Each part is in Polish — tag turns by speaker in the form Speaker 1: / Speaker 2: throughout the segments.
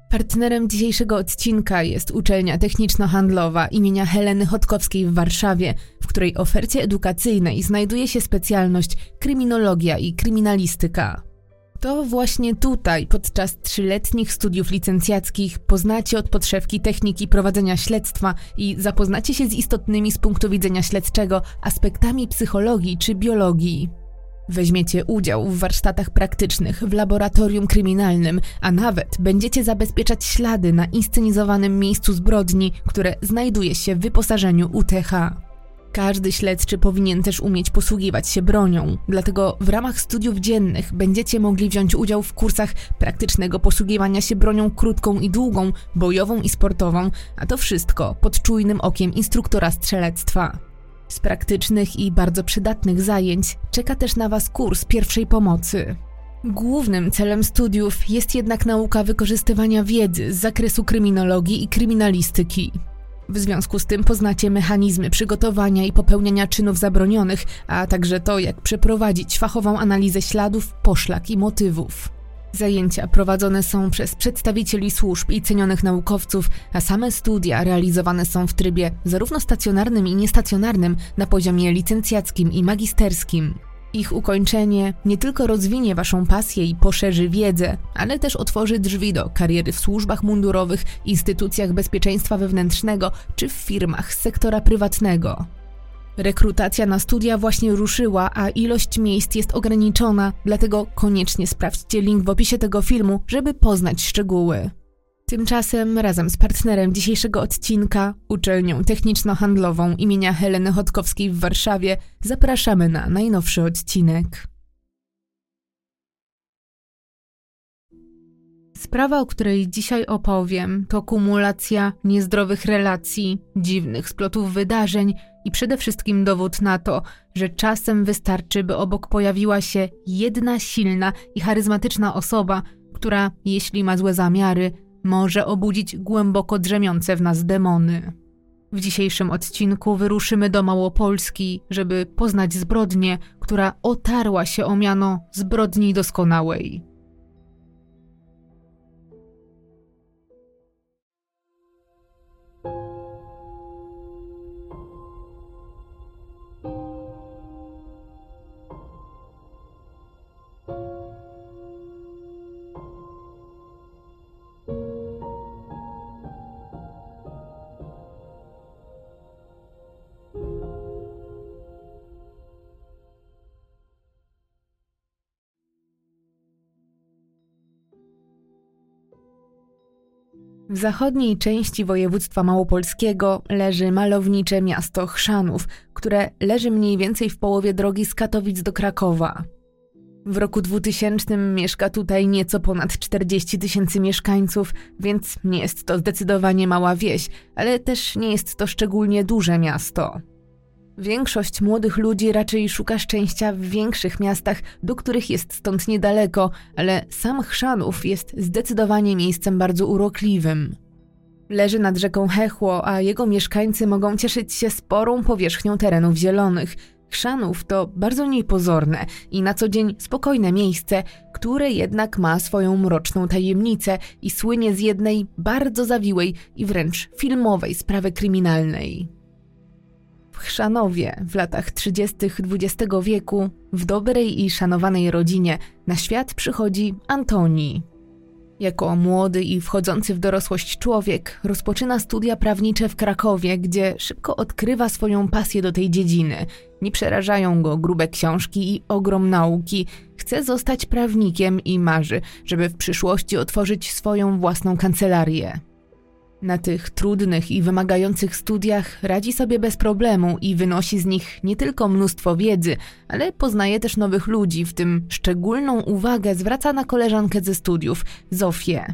Speaker 1: Partnerem dzisiejszego odcinka jest Uczelnia Techniczno-Handlowa imienia Heleny Chodkowskiej w Warszawie, w której ofercie edukacyjnej znajduje się specjalność kryminologia i kryminalistyka. To właśnie tutaj, podczas 3-letnich studiów licencjackich, poznacie od podszewki techniki prowadzenia śledztwa i zapoznacie się z istotnymi z punktu widzenia śledczego aspektami psychologii czy biologii. Weźmiecie udział w warsztatach praktycznych w laboratorium kryminalnym, a nawet będziecie zabezpieczać ślady na inscenizowanym miejscu zbrodni, które znajduje się w wyposażeniu UTH. Każdy śledczy powinien też umieć posługiwać się bronią, dlatego w ramach studiów dziennych będziecie mogli wziąć udział w kursach praktycznego posługiwania się bronią krótką i długą, bojową i sportową, a to wszystko pod czujnym okiem instruktora strzelectwa. Z praktycznych i bardzo przydatnych zajęć czeka też na Was kurs pierwszej pomocy. Głównym celem studiów jest jednak nauka wykorzystywania wiedzy z zakresu kryminologii i kryminalistyki. W związku z tym poznacie mechanizmy przygotowania i popełniania czynów zabronionych, a także to, jak przeprowadzić fachową analizę śladów, poszlak i motywów. Zajęcia prowadzone są przez przedstawicieli służb i cenionych naukowców, a same studia realizowane są w trybie zarówno stacjonarnym i niestacjonarnym na poziomie licencjackim i magisterskim. Ich ukończenie nie tylko rozwinie Waszą pasję i poszerzy wiedzę, ale też otworzy drzwi do kariery w służbach mundurowych, instytucjach bezpieczeństwa wewnętrznego czy w firmach z sektora prywatnego. Rekrutacja na studia właśnie ruszyła, a ilość miejsc jest ograniczona, dlatego koniecznie sprawdźcie link w opisie tego filmu, żeby poznać szczegóły. Tymczasem razem z partnerem dzisiejszego odcinka, Uczelnią Techniczno-Handlową imienia Heleny Chodkowskiej w Warszawie, zapraszamy na najnowszy odcinek. Sprawa, o której dzisiaj opowiem, to kumulacja niezdrowych relacji, dziwnych splotów wydarzeń i przede wszystkim dowód na to, że czasem wystarczy, by obok pojawiła się jedna silna i charyzmatyczna osoba, która, jeśli ma złe zamiary, może obudzić głęboko drzemiące w nas demony. W dzisiejszym odcinku wyruszymy do Małopolski, żeby poznać zbrodnię, która otarła się o miano zbrodni doskonałej. W zachodniej części województwa małopolskiego leży malownicze miasto Chrzanów, które leży mniej więcej w połowie drogi z Katowic do Krakowa. W roku 2000 mieszka tutaj nieco ponad 40 000 mieszkańców, więc nie jest to zdecydowanie mała wieś, ale też nie jest to szczególnie duże miasto. Większość młodych ludzi raczej szuka szczęścia w większych miastach, do których jest stąd niedaleko, ale sam Chrzanów jest zdecydowanie miejscem bardzo urokliwym. Leży nad rzeką Hechło, a jego mieszkańcy mogą cieszyć się sporą powierzchnią terenów zielonych. Chrzanów to bardzo niepozorne i na co dzień spokojne miejsce, które jednak ma swoją mroczną tajemnicę i słynie z jednej bardzo zawiłej i wręcz filmowej sprawy kryminalnej. W Chrzanowie w latach 30. XX wieku w dobrej i szanowanej rodzinie na świat przychodzi Antoni. Jako młody i wchodzący w dorosłość człowiek rozpoczyna studia prawnicze w Krakowie, gdzie szybko odkrywa swoją pasję do tej dziedziny. Nie przerażają go grube książki i ogrom nauki. Chce zostać prawnikiem i marzy, żeby w przyszłości otworzyć swoją własną kancelarię. Na tych trudnych i wymagających studiach radzi sobie bez problemu i wynosi z nich nie tylko mnóstwo wiedzy, ale poznaje też nowych ludzi, w tym szczególną uwagę zwraca na koleżankę ze studiów, Zofię.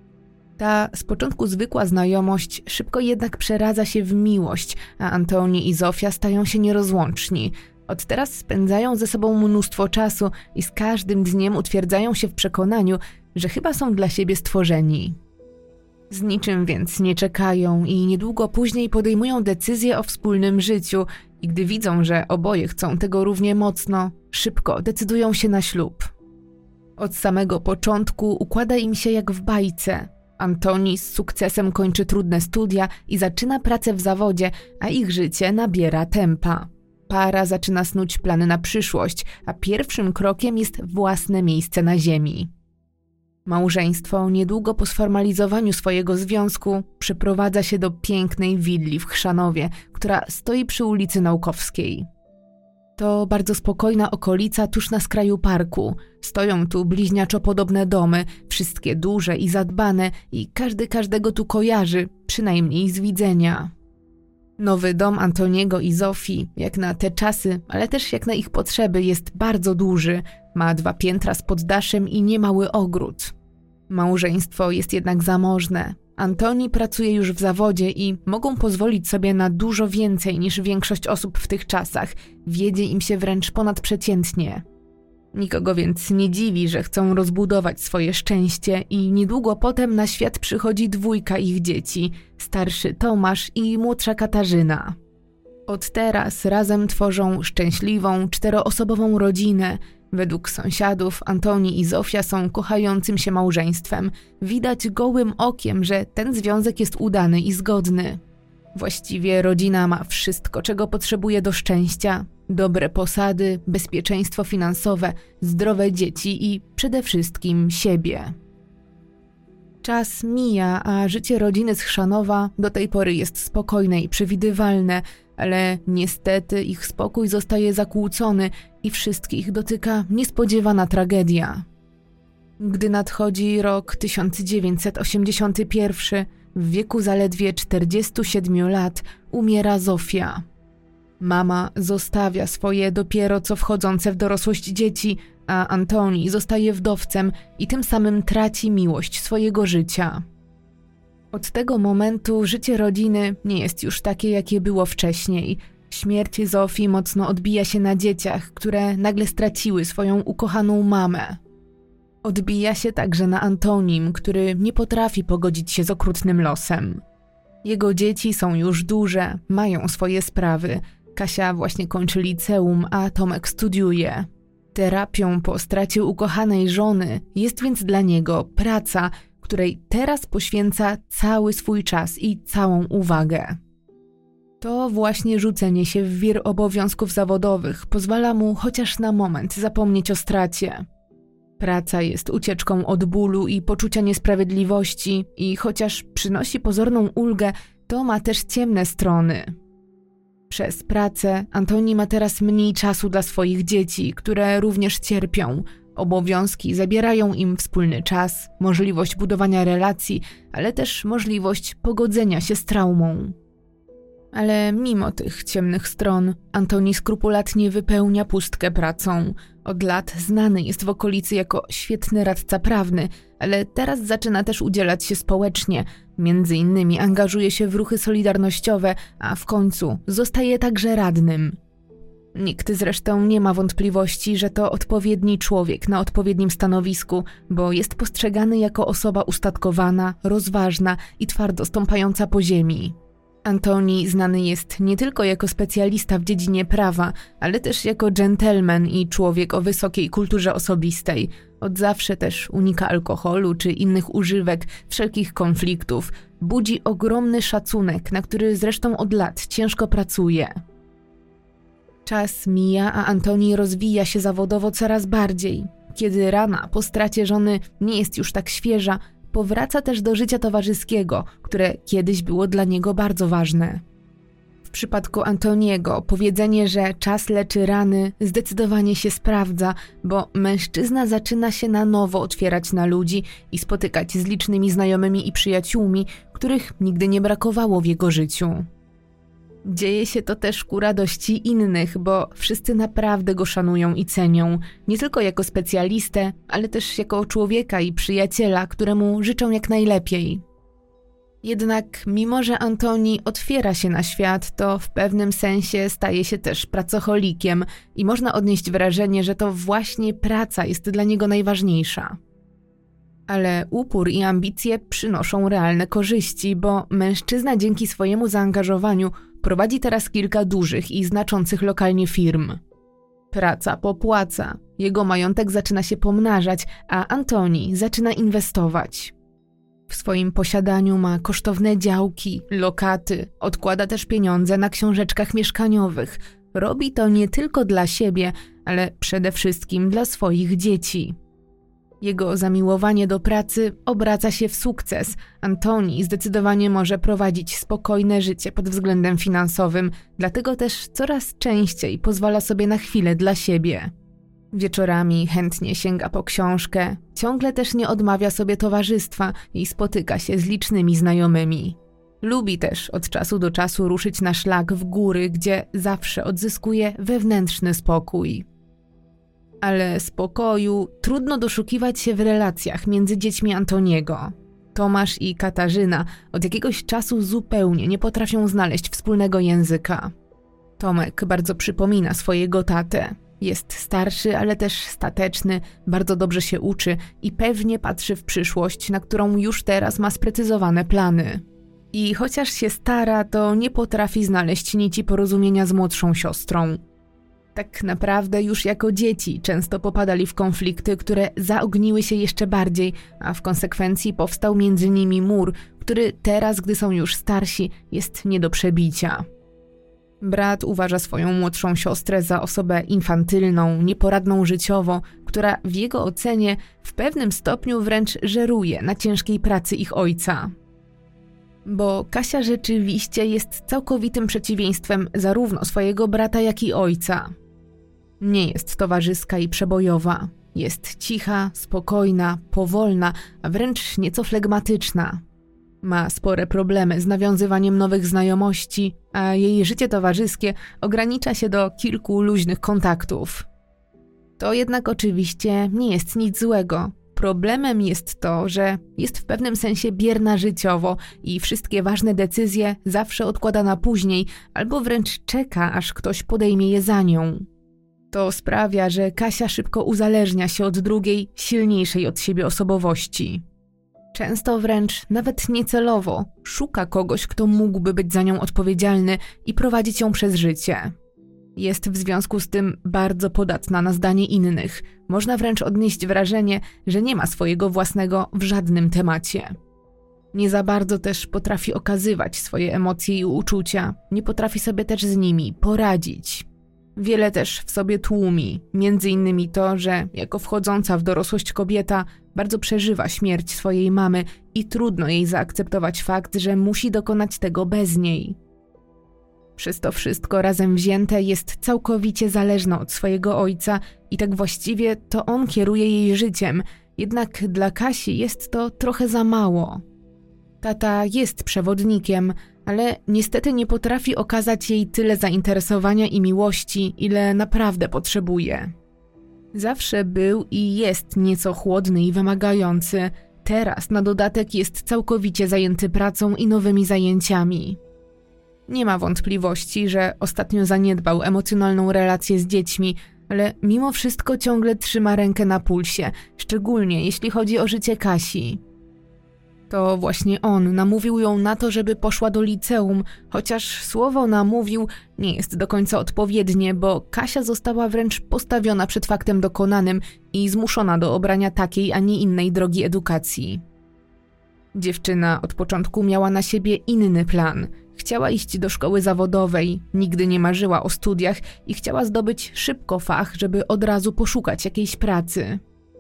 Speaker 1: Ta z początku zwykła znajomość szybko jednak przeradza się w miłość, a Antoni i Zofia stają się nierozłączni. Od teraz spędzają ze sobą mnóstwo czasu i z każdym dniem utwierdzają się w przekonaniu, że chyba są dla siebie stworzeni. Z niczym więc nie czekają i niedługo później podejmują decyzję o wspólnym życiu i gdy widzą, że oboje chcą tego równie mocno, szybko decydują się na ślub. Od samego początku układa im się jak w bajce. Antoni z sukcesem kończy trudne studia i zaczyna pracę w zawodzie, a ich życie nabiera tempa. Para zaczyna snuć plany na przyszłość, a pierwszym krokiem jest własne miejsce na ziemi. Małżeństwo niedługo po sformalizowaniu swojego związku przeprowadza się do pięknej willi w Chrzanowie, która stoi przy ulicy Naukowskiej. To bardzo spokojna okolica tuż na skraju parku. Stoją tu bliźniaczo podobne domy, wszystkie duże i zadbane i każdy każdego tu kojarzy, przynajmniej z widzenia. Nowy dom Antoniego i Zofii, jak na te czasy, ale też jak na ich potrzeby, jest bardzo duży. Ma 2 piętra z poddaszem i niemały ogród. Małżeństwo jest jednak zamożne. Antoni pracuje już w zawodzie i mogą pozwolić sobie na dużo więcej niż większość osób w tych czasach. Wiedzie im się wręcz ponadprzeciętnie. Nikogo więc nie dziwi, że chcą rozbudować swoje szczęście i niedługo potem na świat przychodzi 2 ich dzieci, starszy Tomasz i młodsza Katarzyna. Od teraz razem tworzą szczęśliwą, 4-osobową rodzinę. Według sąsiadów Antoni i Zofia są kochającym się małżeństwem. Widać gołym okiem, że ten związek jest udany i zgodny. Właściwie rodzina ma wszystko, czego potrzebuje do szczęścia. Dobre posady, bezpieczeństwo finansowe, zdrowe dzieci i przede wszystkim siebie. Czas mija, a życie rodziny z Chrzanowa do tej pory jest spokojne i przewidywalne, ale niestety ich spokój zostaje zakłócony i wszystkich dotyka niespodziewana tragedia. Gdy nadchodzi rok 1981, w wieku zaledwie 47 lat umiera Zofia. Mama zostawia swoje dopiero co wchodzące w dorosłość dzieci, a Antoni zostaje wdowcem i tym samym traci miłość swojego życia. Od tego momentu życie rodziny nie jest już takie, jakie było wcześniej. Śmierć Zofii mocno odbija się na dzieciach, które nagle straciły swoją ukochaną mamę. Odbija się także na Antonim, który nie potrafi pogodzić się z okrutnym losem. Jego dzieci są już duże, mają swoje sprawy. Kasia właśnie kończy liceum, a Tomek studiuje. Terapią po stracie ukochanej żony jest więc dla niego praca, której teraz poświęca cały swój czas i całą uwagę. To właśnie rzucenie się w wir obowiązków zawodowych pozwala mu chociaż na moment zapomnieć o stracie. Praca jest ucieczką od bólu i poczucia niesprawiedliwości i chociaż przynosi pozorną ulgę, to ma też ciemne strony. Przez pracę Antoni ma teraz mniej czasu dla swoich dzieci, które również cierpią. Obowiązki zabierają im wspólny czas, możliwość budowania relacji, ale też możliwość pogodzenia się z traumą. Ale mimo tych ciemnych stron, Antoni skrupulatnie wypełnia pustkę pracą. Od lat znany jest w okolicy jako świetny radca prawny, ale teraz zaczyna też udzielać się społecznie. Między innymi angażuje się w ruchy solidarnościowe, a w końcu zostaje także radnym. Nikt zresztą nie ma wątpliwości, że to odpowiedni człowiek na odpowiednim stanowisku, bo jest postrzegany jako osoba ustatkowana, rozważna i twardo stąpająca po ziemi. Antoni znany jest nie tylko jako specjalista w dziedzinie prawa, ale też jako dżentelmen i człowiek o wysokiej kulturze osobistej. Od zawsze też unika alkoholu czy innych używek, wszelkich konfliktów. Budzi ogromny szacunek, na który zresztą od lat ciężko pracuje. Czas mija, a Antoni rozwija się zawodowo coraz bardziej. Kiedy rana po stracie żony nie jest już tak świeża, powraca też do życia towarzyskiego, które kiedyś było dla niego bardzo ważne. W przypadku Antoniego powiedzenie, że czas leczy rany, zdecydowanie się sprawdza, bo mężczyzna zaczyna się na nowo otwierać na ludzi i spotykać z licznymi znajomymi i przyjaciółmi, których nigdy nie brakowało w jego życiu. Dzieje się to też ku radości innych, bo wszyscy naprawdę go szanują i cenią, nie tylko jako specjalistę, ale też jako człowieka i przyjaciela, któremu życzą jak najlepiej. Jednak mimo, że Antoni otwiera się na świat, to w pewnym sensie staje się też pracocholikiem i można odnieść wrażenie, że to właśnie praca jest dla niego najważniejsza. Ale upór i ambicje przynoszą realne korzyści, bo mężczyzna dzięki swojemu zaangażowaniu prowadzi teraz kilka dużych i znaczących lokalnie firm. Praca popłaca, jego majątek zaczyna się pomnażać, a Antoni zaczyna inwestować. W swoim posiadaniu ma kosztowne działki, lokaty, odkłada też pieniądze na książeczkach mieszkaniowych. Robi to nie tylko dla siebie, ale przede wszystkim dla swoich dzieci. Jego zamiłowanie do pracy obraca się w sukces. Antoni zdecydowanie może prowadzić spokojne życie pod względem finansowym, dlatego też coraz częściej pozwala sobie na chwilę dla siebie. Wieczorami chętnie sięga po książkę, ciągle też nie odmawia sobie towarzystwa i spotyka się z licznymi znajomymi. Lubi też od czasu do czasu ruszyć na szlak w góry, gdzie zawsze odzyskuje wewnętrzny spokój. Ale spokoju trudno doszukiwać się w relacjach między dziećmi Antoniego. Tomasz i Katarzyna od jakiegoś czasu zupełnie nie potrafią znaleźć wspólnego języka. Tomek bardzo przypomina swojego tatę. Jest starszy, ale też stateczny, bardzo dobrze się uczy i pewnie patrzy w przyszłość, na którą już teraz ma sprecyzowane plany. I chociaż się stara, to nie potrafi znaleźć nici porozumienia z młodszą siostrą. Tak naprawdę już jako dzieci często popadali w konflikty, które zaogniły się jeszcze bardziej, a w konsekwencji powstał między nimi mur, który teraz, gdy są już starsi, jest nie do przebicia. Brat uważa swoją młodszą siostrę za osobę infantylną, nieporadną życiowo, która w jego ocenie w pewnym stopniu wręcz żeruje na ciężkiej pracy ich ojca. Bo Kasia rzeczywiście jest całkowitym przeciwieństwem zarówno swojego brata, jak i ojca. Nie jest towarzyska i przebojowa. Jest cicha, spokojna, powolna, a wręcz nieco flegmatyczna. Ma spore problemy z nawiązywaniem nowych znajomości, a jej życie towarzyskie ogranicza się do kilku luźnych kontaktów. To jednak oczywiście nie jest nic złego. Problemem jest to, że jest w pewnym sensie bierna życiowo i wszystkie ważne decyzje zawsze odkłada na później albo wręcz czeka, aż ktoś podejmie je za nią. To sprawia, że Kasia szybko uzależnia się od drugiej, silniejszej od siebie osobowości. Często wręcz, nawet niecelowo, szuka kogoś, kto mógłby być za nią odpowiedzialny i prowadzić ją przez życie. Jest w związku z tym bardzo podatna na zdanie innych. Można wręcz odnieść wrażenie, że nie ma swojego własnego w żadnym temacie. Nie za bardzo też potrafi okazywać swoje emocje i uczucia, nie potrafi sobie też z nimi poradzić. Wiele też w sobie tłumi, między innymi to, że jako wchodząca w dorosłość kobieta bardzo przeżywa śmierć swojej mamy i trudno jej zaakceptować fakt, że musi dokonać tego bez niej. Przez to wszystko razem wzięte jest całkowicie zależna od swojego ojca i tak właściwie to on kieruje jej życiem, jednak dla Kasi jest to trochę za mało. Tata jest przewodnikiem, ale niestety nie potrafi okazać jej tyle zainteresowania i miłości, ile naprawdę potrzebuje. Zawsze był i jest nieco chłodny i wymagający, teraz na dodatek jest całkowicie zajęty pracą i nowymi zajęciami. Nie ma wątpliwości, że ostatnio zaniedbał emocjonalną relację z dziećmi, ale mimo wszystko ciągle trzyma rękę na pulsie, szczególnie jeśli chodzi o życie Kasi. To właśnie on namówił ją na to, żeby poszła do liceum, chociaż słowo namówił nie jest do końca odpowiednie, bo Kasia została wręcz postawiona przed faktem dokonanym i zmuszona do obrania takiej, a nie innej drogi edukacji. Dziewczyna od początku miała na siebie inny plan. Chciała iść do szkoły zawodowej, nigdy nie marzyła o studiach i chciała zdobyć szybko fach, żeby od razu poszukać jakiejś pracy.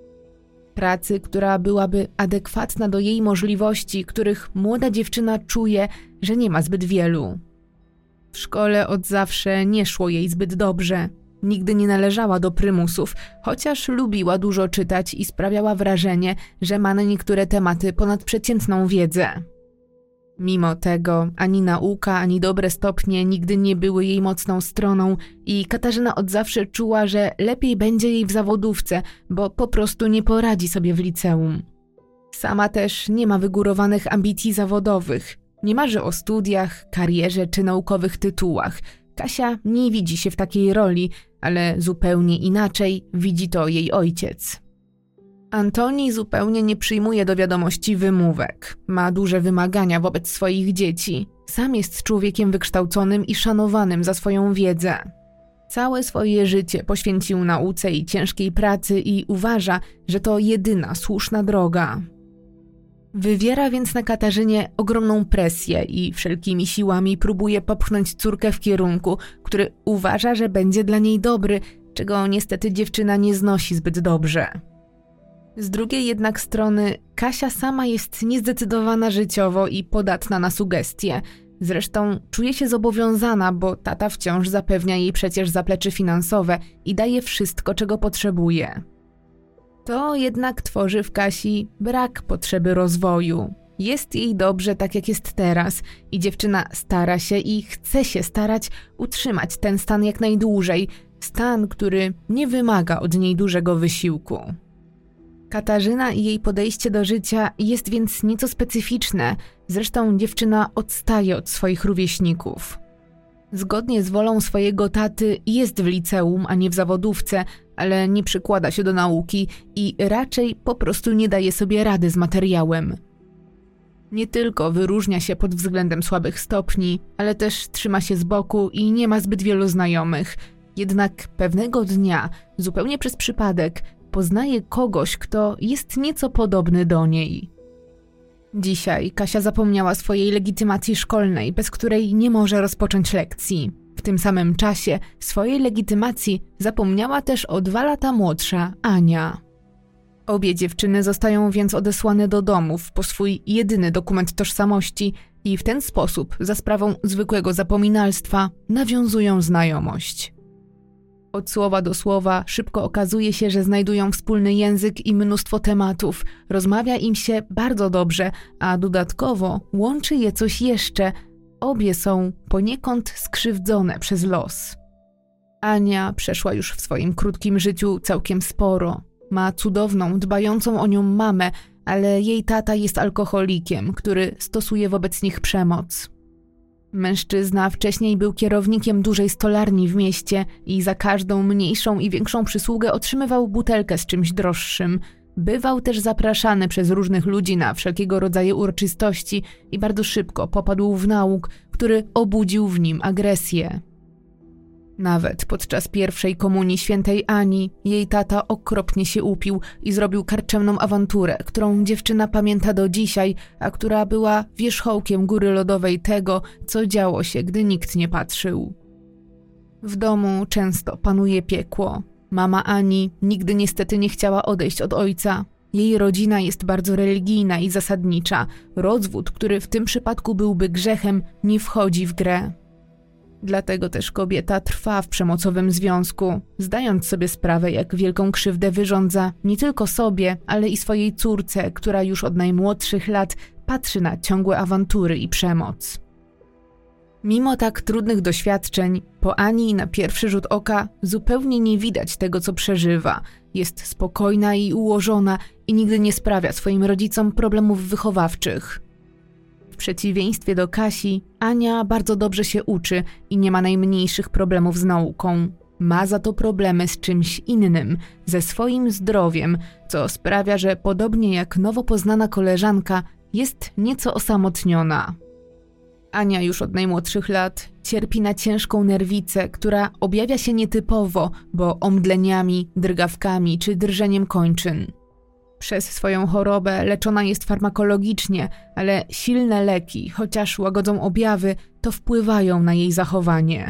Speaker 1: Pracy, która byłaby adekwatna do jej możliwości, których młoda dziewczyna czuje, że nie ma zbyt wielu. W szkole od zawsze nie szło jej zbyt dobrze. Nigdy nie należała do prymusów, chociaż lubiła dużo czytać i sprawiała wrażenie, że ma na niektóre tematy ponadprzeciętną wiedzę. Mimo tego ani nauka, ani dobre stopnie nigdy nie były jej mocną stroną i Katarzyna od zawsze czuła, że lepiej będzie jej w zawodówce, bo po prostu nie poradzi sobie w liceum. Sama też nie ma wygórowanych ambicji zawodowych. Nie marzy o studiach, karierze czy naukowych tytułach. Kasia nie widzi się w takiej roli, ale zupełnie inaczej widzi to jej ojciec. Antoni zupełnie nie przyjmuje do wiadomości wymówek. Ma duże wymagania wobec swoich dzieci. Sam jest człowiekiem wykształconym i szanowanym za swoją wiedzę. Całe swoje życie poświęcił nauce i ciężkiej pracy i uważa, że to jedyna słuszna droga. Wywiera więc na Katarzynie ogromną presję i wszelkimi siłami próbuje popchnąć córkę w kierunku, który uważa, że będzie dla niej dobry, czego niestety dziewczyna nie znosi zbyt dobrze. Z drugiej jednak strony Kasia sama jest niezdecydowana życiowo i podatna na sugestie. Zresztą czuje się zobowiązana, bo tata wciąż zapewnia jej przecież zaplecze finansowe i daje wszystko, czego potrzebuje. To jednak tworzy w Kasi brak potrzeby rozwoju. Jest jej dobrze tak, jak jest teraz i dziewczyna stara się i chce się starać utrzymać ten stan jak najdłużej, stan, który nie wymaga od niej dużego wysiłku. Katarzyna i jej podejście do życia jest więc nieco specyficzne, zresztą dziewczyna odstaje od swoich rówieśników. Zgodnie z wolą swojego taty jest w liceum, a nie w zawodówce, ale nie przykłada się do nauki i raczej po prostu nie daje sobie rady z materiałem. Nie tylko wyróżnia się pod względem słabych stopni, ale też trzyma się z boku i nie ma zbyt wielu znajomych. Jednak pewnego dnia, zupełnie przez przypadek, poznaje kogoś, kto jest nieco podobny do niej. Dzisiaj Kasia zapomniała swojej legitymacji szkolnej, bez której nie może rozpocząć lekcji. W tym samym czasie swojej legitymacji zapomniała też o 2 lata młodsza Ania. Obie dziewczyny zostają więc odesłane do domów po swój jedyny dokument tożsamości i w ten sposób, za sprawą zwykłego zapominalstwa, nawiązują znajomość. Od słowa do słowa szybko okazuje się, że znajdują wspólny język i mnóstwo tematów. Rozmawia im się bardzo dobrze, a dodatkowo łączy je coś jeszcze. Obie są poniekąd skrzywdzone przez los. Ania przeszła już w swoim krótkim życiu całkiem sporo. Ma cudowną, dbającą o nią mamę, ale jej tata jest alkoholikiem, który stosuje wobec nich przemoc. Mężczyzna wcześniej był kierownikiem dużej stolarni w mieście i za każdą mniejszą i większą przysługę otrzymywał butelkę z czymś droższym. Bywał też zapraszany przez różnych ludzi na wszelkiego rodzaju uroczystości i bardzo szybko popadł w nałóg, który obudził w nim agresję. Nawet podczas pierwszej komunii świętej Ani jej tata okropnie się upił i zrobił karczemną awanturę, którą dziewczyna pamięta do dzisiaj, a która była wierzchołkiem góry lodowej tego, co działo się, gdy nikt nie patrzył. W domu często panuje piekło. Mama Ani nigdy niestety nie chciała odejść od ojca. Jej rodzina jest bardzo religijna i zasadnicza. Rozwód, który w tym przypadku byłby grzechem, nie wchodzi w grę. Dlatego też kobieta trwa w przemocowym związku, zdając sobie sprawę, jak wielką krzywdę wyrządza nie tylko sobie, ale i swojej córce, która już od najmłodszych lat patrzy na ciągłe awantury i przemoc. Mimo tak trudnych doświadczeń, po Ani na pierwszy rzut oka zupełnie nie widać tego, co przeżywa. Jest spokojna i ułożona i nigdy nie sprawia swoim rodzicom problemów wychowawczych. W przeciwieństwie do Kasi, Ania bardzo dobrze się uczy i nie ma najmniejszych problemów z nauką. Ma za to problemy z czymś innym, ze swoim zdrowiem, co sprawia, że podobnie jak nowo poznana koleżanka, jest nieco osamotniona. Ania już od najmłodszych lat cierpi na ciężką nerwicę, która objawia się nietypowo, bo omdleniami, drgawkami czy drżeniem kończyn. Przez swoją chorobę leczona jest farmakologicznie, ale silne leki, chociaż łagodzą objawy, to wpływają na jej zachowanie.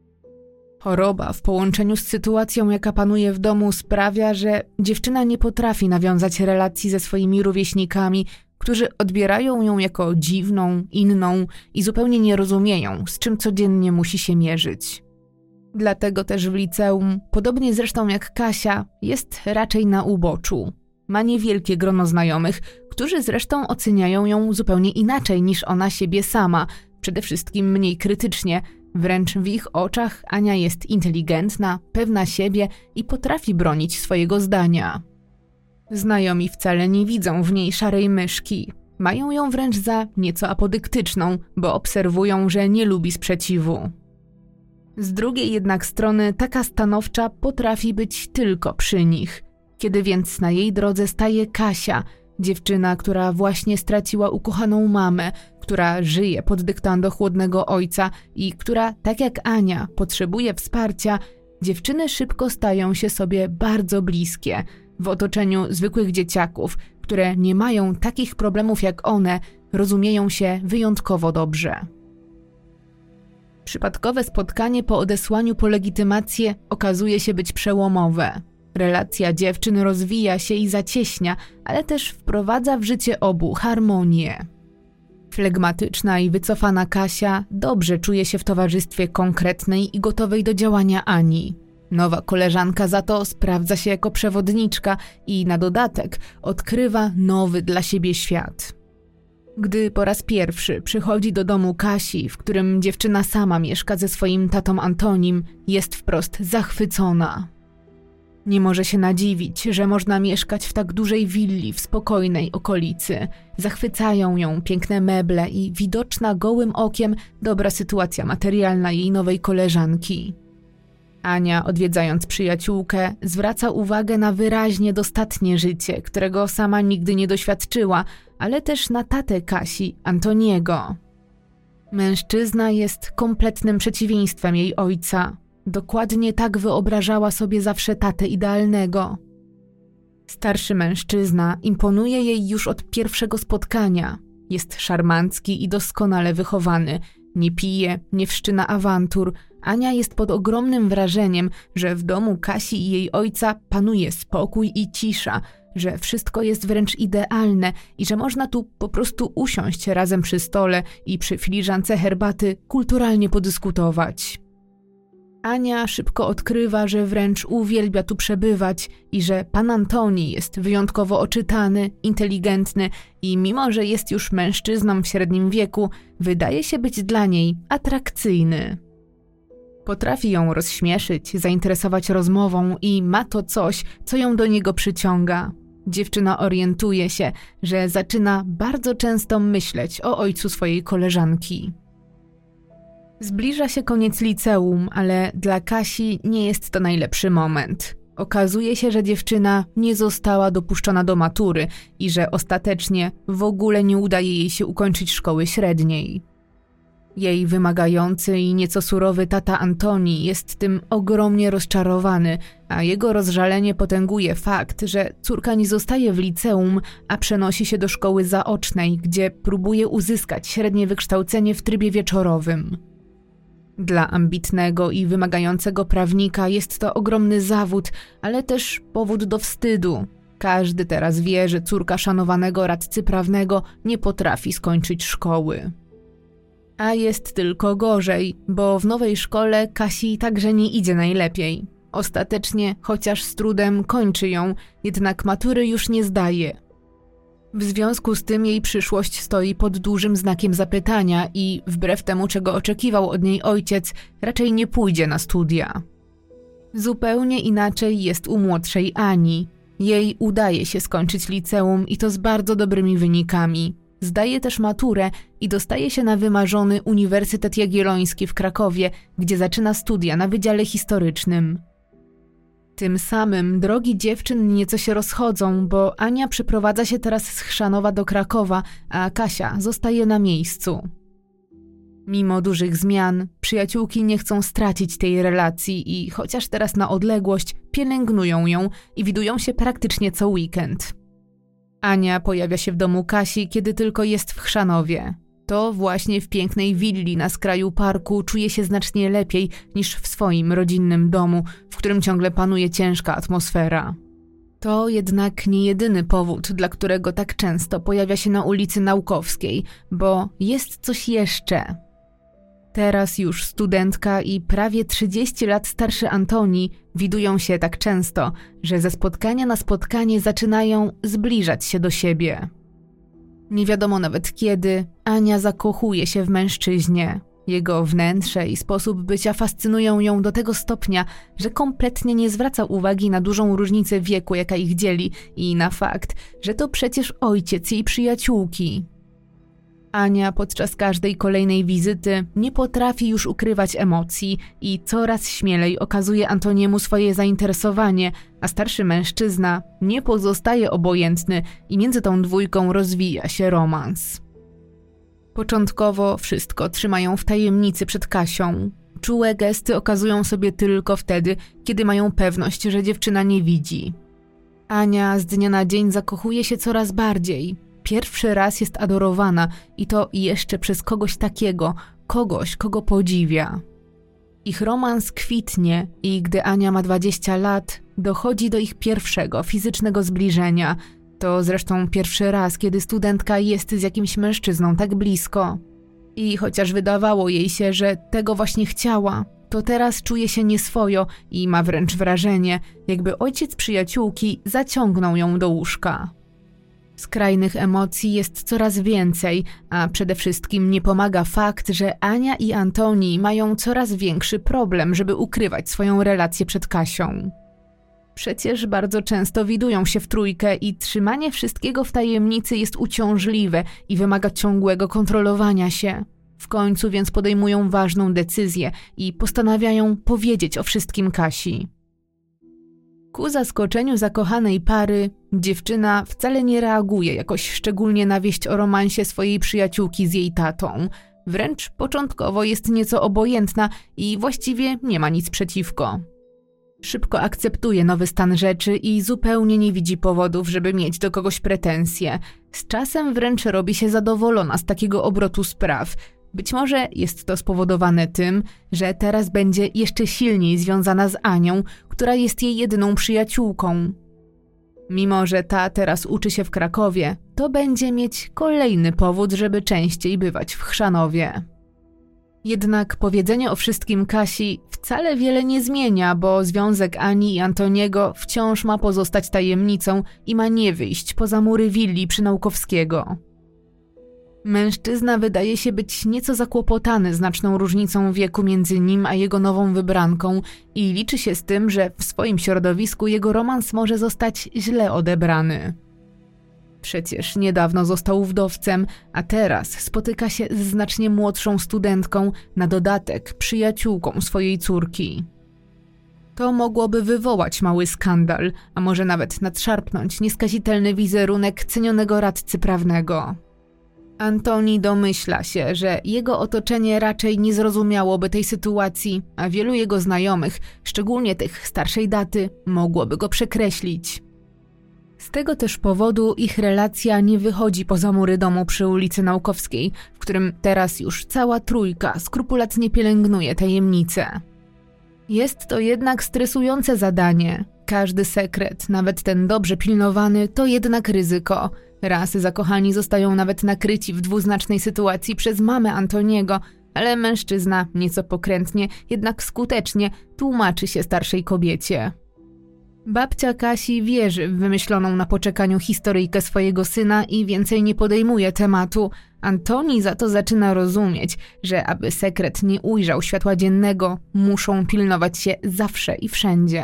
Speaker 1: Choroba w połączeniu z sytuacją, jaka panuje w domu, sprawia, że dziewczyna nie potrafi nawiązać relacji ze swoimi rówieśnikami, którzy odbierają ją jako dziwną, inną i zupełnie nie rozumieją, z czym codziennie musi się mierzyć. Dlatego też w liceum, podobnie zresztą jak Kasia, jest raczej na uboczu. Ma niewielkie grono znajomych, którzy zresztą oceniają ją zupełnie inaczej niż ona siebie sama, przede wszystkim mniej krytycznie. Wręcz w ich oczach Ania jest inteligentna, pewna siebie i potrafi bronić swojego zdania. Znajomi wcale nie widzą w niej szarej myszki. Mają ją wręcz za nieco apodyktyczną, bo obserwują, że nie lubi sprzeciwu. Z drugiej jednak strony taka stanowcza potrafi być tylko przy nich. Kiedy więc na jej drodze staje Kasia, dziewczyna, która właśnie straciła ukochaną mamę, która żyje pod dyktando chłodnego ojca i która, tak jak Ania, potrzebuje wsparcia, dziewczyny szybko stają się sobie bardzo bliskie, w otoczeniu zwykłych dzieciaków, które nie mają takich problemów jak one, rozumieją się wyjątkowo dobrze. Przypadkowe spotkanie po odesłaniu po legitymację okazuje się być przełomowe. Relacja dziewczyn rozwija się i zacieśnia, ale też wprowadza w życie obu harmonię. Flegmatyczna i wycofana Kasia dobrze czuje się w towarzystwie konkretnej i gotowej do działania Ani. Nowa koleżanka za to sprawdza się jako przewodniczka i na dodatek odkrywa nowy dla siebie świat. Gdy po raz pierwszy przychodzi do domu Kasi, w którym dziewczyna sama mieszka ze swoim tatą Antonim, jest wprost zachwycona. Nie może się nadziwić, że można mieszkać w tak dużej willi w spokojnej okolicy. Zachwycają ją piękne meble i widoczna gołym okiem dobra sytuacja materialna jej nowej koleżanki. Ania, odwiedzając przyjaciółkę, zwraca uwagę na wyraźnie dostatnie życie, którego sama nigdy nie doświadczyła, ale też na tatę Kasi, Antoniego. Mężczyzna jest kompletnym przeciwieństwem jej ojca. Dokładnie tak wyobrażała sobie zawsze tatę idealnego. Starszy mężczyzna imponuje jej już od pierwszego spotkania. Jest szarmancki i doskonale wychowany. Nie pije, nie wszczyna awantur. Ania jest pod ogromnym wrażeniem, że w domu Kasi i jej ojca panuje spokój i cisza, że wszystko jest wręcz idealne i że można tu po prostu usiąść razem przy stole i przy filiżance herbaty kulturalnie podyskutować. Ania szybko odkrywa, że wręcz uwielbia tu przebywać i że pan Antoni jest wyjątkowo oczytany, inteligentny i mimo, że jest już mężczyzną w średnim wieku, wydaje się być dla niej atrakcyjny. Potrafi ją rozśmieszyć, zainteresować rozmową i ma to coś, co ją do niego przyciąga. Dziewczyna orientuje się, że zaczyna bardzo często myśleć o ojcu swojej koleżanki. Zbliża się koniec liceum, ale dla Kasi nie jest to najlepszy moment. Okazuje się, że dziewczyna nie została dopuszczona do matury i że ostatecznie w ogóle nie udaje jej się ukończyć szkoły średniej. Jej wymagający i nieco surowy tata Antoni jest tym ogromnie rozczarowany, a jego rozżalenie potęguje fakt, że córka nie zostaje w liceum, a przenosi się do szkoły zaocznej, gdzie próbuje uzyskać średnie wykształcenie w trybie wieczorowym. Dla ambitnego i wymagającego prawnika jest to ogromny zawód, ale też powód do wstydu. Każdy teraz wie, że córka szanowanego radcy prawnego nie potrafi skończyć szkoły. A jest tylko gorzej, bo w nowej szkole Kasi także nie idzie najlepiej. Ostatecznie, chociaż z trudem, kończy ją, jednak matury już nie zdaje. W związku z tym jej przyszłość stoi pod dużym znakiem zapytania i wbrew temu, czego oczekiwał od niej ojciec, raczej nie pójdzie na studia. Zupełnie inaczej jest u młodszej Ani. Jej udaje się skończyć liceum i to z bardzo dobrymi wynikami. Zdaje też maturę i dostaje się na wymarzony Uniwersytet Jagielloński w Krakowie, gdzie zaczyna studia na Wydziale Historycznym. Tym samym drogi dziewczyn nieco się rozchodzą, bo Ania przeprowadza się teraz z Chrzanowa do Krakowa, a Kasia zostaje na miejscu. Mimo dużych zmian, przyjaciółki nie chcą stracić tej relacji i chociaż teraz na odległość, pielęgnują ją i widują się praktycznie co weekend. Ania pojawia się w domu Kasi, kiedy tylko jest w Chrzanowie. To właśnie w pięknej willi na skraju parku czuje się znacznie lepiej niż w swoim rodzinnym domu, w którym ciągle panuje ciężka atmosfera. To jednak nie jedyny powód, dla którego tak często pojawia się na ulicy Naukowskiej, bo jest coś jeszcze. Teraz już studentka i prawie 30 lat starszy Antoni widują się tak często, że ze spotkania na spotkanie zaczynają zbliżać się do siebie. Nie wiadomo nawet kiedy, Ania zakochuje się w mężczyźnie. Jego wnętrze i sposób bycia fascynują ją do tego stopnia, że kompletnie nie zwraca uwagi na dużą różnicę wieku, jaka ich dzieli i na fakt, że to przecież ojciec jej przyjaciółki. Ania podczas każdej kolejnej wizyty nie potrafi już ukrywać emocji i coraz śmielej okazuje Antoniemu swoje zainteresowanie, a starszy mężczyzna nie pozostaje obojętny i między tą dwójką rozwija się romans. Początkowo wszystko trzymają w tajemnicy przed Kasią. Czułe gesty okazują sobie tylko wtedy, kiedy mają pewność, że dziewczyna nie widzi. Ania z dnia na dzień zakochuje się coraz bardziej. Pierwszy raz jest adorowana i to jeszcze przez kogoś takiego, kogoś, kogo podziwia. Ich romans kwitnie i gdy Ania ma 20 lat, dochodzi do ich pierwszego fizycznego zbliżenia. To zresztą pierwszy raz, kiedy studentka jest z jakimś mężczyzną tak blisko. I chociaż wydawało jej się, że tego właśnie chciała, to teraz czuje się nieswojo i ma wręcz wrażenie, jakby ojciec przyjaciółki zaciągnął ją do łóżka. Skrajnych emocji jest coraz więcej, a przede wszystkim nie pomaga fakt, że Ania i Antoni mają coraz większy problem, żeby ukrywać swoją relację przed Kasią. Przecież bardzo często widują się w trójkę i trzymanie wszystkiego w tajemnicy jest uciążliwe i wymaga ciągłego kontrolowania się. W końcu więc podejmują ważną decyzję i postanawiają powiedzieć o wszystkim Kasi. Ku zaskoczeniu zakochanej pary, dziewczyna wcale nie reaguje jakoś szczególnie na wieść o romansie swojej przyjaciółki z jej tatą. Wręcz początkowo jest nieco obojętna i właściwie nie ma nic przeciwko. Szybko akceptuje nowy stan rzeczy i zupełnie nie widzi powodów, żeby mieć do kogoś pretensje. Z czasem wręcz robi się zadowolona z takiego obrotu spraw. Być może jest to spowodowane tym, że teraz będzie jeszcze silniej związana z Anią, która jest jej jedyną przyjaciółką. Mimo że ta teraz uczy się w Krakowie, to będzie mieć kolejny powód, żeby częściej bywać w Chrzanowie. Jednak powiedzenie o wszystkim Kasi wcale wiele nie zmienia, bo związek Ani i Antoniego wciąż ma pozostać tajemnicą i ma nie wyjść poza mury willi przy Naukowskiego. Mężczyzna wydaje się być nieco zakłopotany znaczną różnicą wieku między nim a jego nową wybranką i liczy się z tym, że w swoim środowisku jego romans może zostać źle odebrany. Przecież niedawno został wdowcem, a teraz spotyka się z znacznie młodszą studentką, na dodatek przyjaciółką swojej córki. To mogłoby wywołać mały skandal, a może nawet nadszarpnąć nieskazitelny wizerunek cenionego radcy prawnego. Antoni domyśla się, że jego otoczenie raczej nie zrozumiałoby tej sytuacji, a wielu jego znajomych, szczególnie tych starszej daty, mogłoby go przekreślić. Z tego też powodu ich relacja nie wychodzi poza mury domu przy ulicy Naukowskiej, w którym teraz już cała trójka skrupulatnie pielęgnuje tajemnicę. Jest to jednak stresujące zadanie. Każdy sekret, nawet ten dobrze pilnowany, to jednak ryzyko. Raz zakochani zostają nawet nakryci w dwuznacznej sytuacji przez mamę Antoniego, ale mężczyzna nieco pokrętnie, jednak skutecznie tłumaczy się starszej kobiecie. Babcia Kasi wierzy w wymyśloną na poczekaniu historyjkę swojego syna i więcej nie podejmuje tematu. Antoni za to zaczyna rozumieć, że aby sekret nie ujrzał światła dziennego, muszą pilnować się zawsze i wszędzie.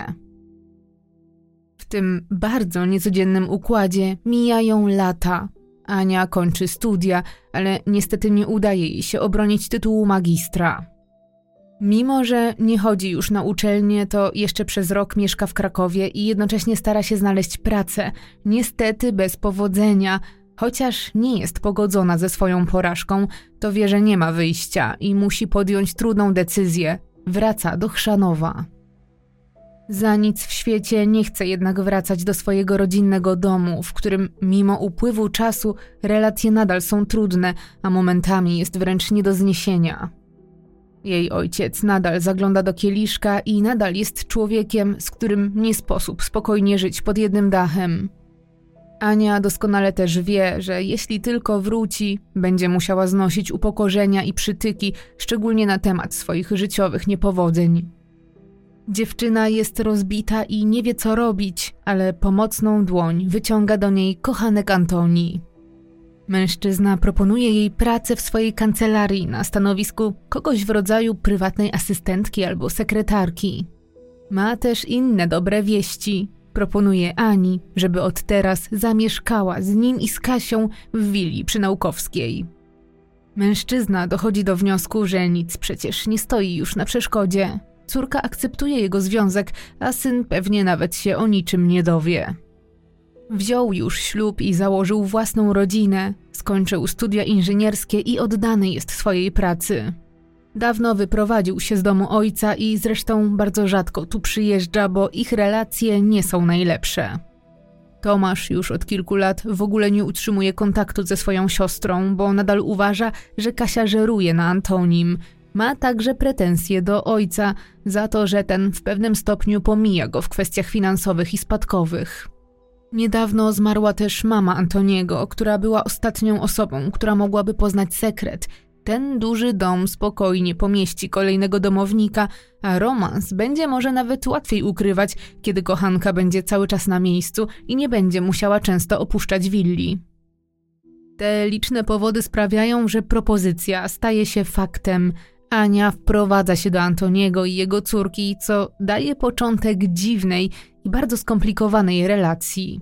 Speaker 1: W tym bardzo niecodziennym układzie mijają lata. Ania kończy studia, ale niestety nie udaje jej się obronić tytułu magistra. Mimo że nie chodzi już na uczelnię, to jeszcze przez rok mieszka w Krakowie i jednocześnie stara się znaleźć pracę. Niestety bez powodzenia. Chociaż nie jest pogodzona ze swoją porażką, to wie, że nie ma wyjścia i musi podjąć trudną decyzję. Wraca do Chrzanowa. Za nic w świecie nie chce jednak wracać do swojego rodzinnego domu, w którym mimo upływu czasu relacje nadal są trudne, a momentami jest wręcz nie do zniesienia. Jej ojciec nadal zagląda do kieliszka i nadal jest człowiekiem, z którym nie sposób spokojnie żyć pod jednym dachem. Ania doskonale też wie, że jeśli tylko wróci, będzie musiała znosić upokorzenia i przytyki, szczególnie na temat swoich życiowych niepowodzeń. Dziewczyna jest rozbita i nie wie co robić, ale pomocną dłoń wyciąga do niej kochanek Antoni. Mężczyzna proponuje jej pracę w swojej kancelarii na stanowisku kogoś w rodzaju prywatnej asystentki albo sekretarki. Ma też inne dobre wieści. Proponuje Ani, żeby od teraz zamieszkała z nim i z Kasią w willi przy Naukowskiej. Mężczyzna dochodzi do wniosku, że nic przecież nie stoi już na przeszkodzie. Córka akceptuje jego związek, a syn pewnie nawet się o niczym nie dowie. Wziął już ślub i założył własną rodzinę, skończył studia inżynierskie i oddany jest swojej pracy. Dawno wyprowadził się z domu ojca i zresztą bardzo rzadko tu przyjeżdża, bo ich relacje nie są najlepsze. Tomasz już od kilku lat w ogóle nie utrzymuje kontaktu ze swoją siostrą, bo nadal uważa, że Kasia żeruje na Antonim. Ma także pretensje do ojca za to, że ten w pewnym stopniu pomija go w kwestiach finansowych i spadkowych. Niedawno zmarła też mama Antoniego, która była ostatnią osobą, która mogłaby poznać sekret. Ten duży dom spokojnie pomieści kolejnego domownika, a romans będzie może nawet łatwiej ukrywać, kiedy kochanka będzie cały czas na miejscu i nie będzie musiała często opuszczać willi. Te liczne powody sprawiają, że propozycja staje się faktem. Ania wprowadza się do Antoniego i jego córki, co daje początek dziwnej i bardzo skomplikowanej relacji.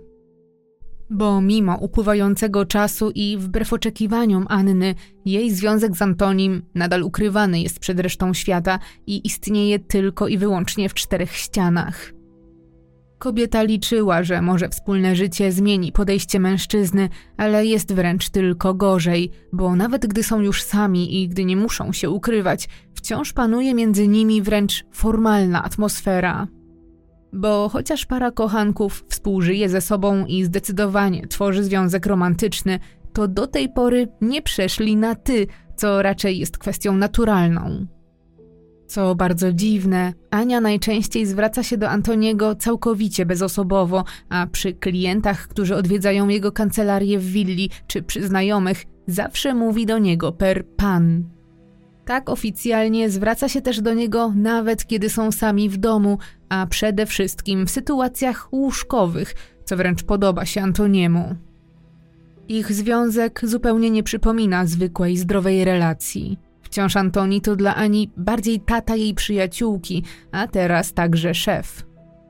Speaker 1: Bo mimo upływającego czasu i wbrew oczekiwaniom Anny, jej związek z Antonim nadal ukrywany jest przed resztą świata i istnieje tylko i wyłącznie w 4 ścianach. Kobieta liczyła, że może wspólne życie zmieni podejście mężczyzny, ale jest wręcz tylko gorzej, bo nawet gdy są już sami i gdy nie muszą się ukrywać, wciąż panuje między nimi wręcz formalna atmosfera. Bo chociaż para kochanków współżyje ze sobą i zdecydowanie tworzy związek romantyczny, to do tej pory nie przeszli na ty, co raczej jest kwestią naturalną. Co bardzo dziwne, Ania najczęściej zwraca się do Antoniego całkowicie bezosobowo, a przy klientach, którzy odwiedzają jego kancelarię w willi, czy przy znajomych, zawsze mówi do niego per pan. Tak oficjalnie zwraca się też do niego nawet kiedy są sami w domu, a przede wszystkim w sytuacjach łóżkowych, co wręcz podoba się Antoniemu. Ich związek zupełnie nie przypomina zwykłej, zdrowej relacji. Wciąż Antoni to dla Ani bardziej tata jej przyjaciółki, a teraz także szef.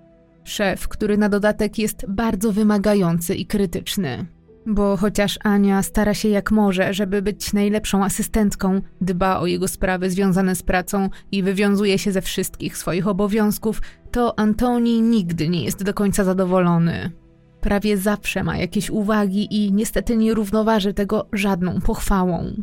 Speaker 1: Szef, który na dodatek jest bardzo wymagający i krytyczny. Bo chociaż Ania stara się jak może, żeby być najlepszą asystentką, dba o jego sprawy związane z pracą i wywiązuje się ze wszystkich swoich obowiązków, to Antoni nigdy nie jest do końca zadowolony. Prawie zawsze ma jakieś uwagi i niestety nie równoważy tego żadną pochwałą.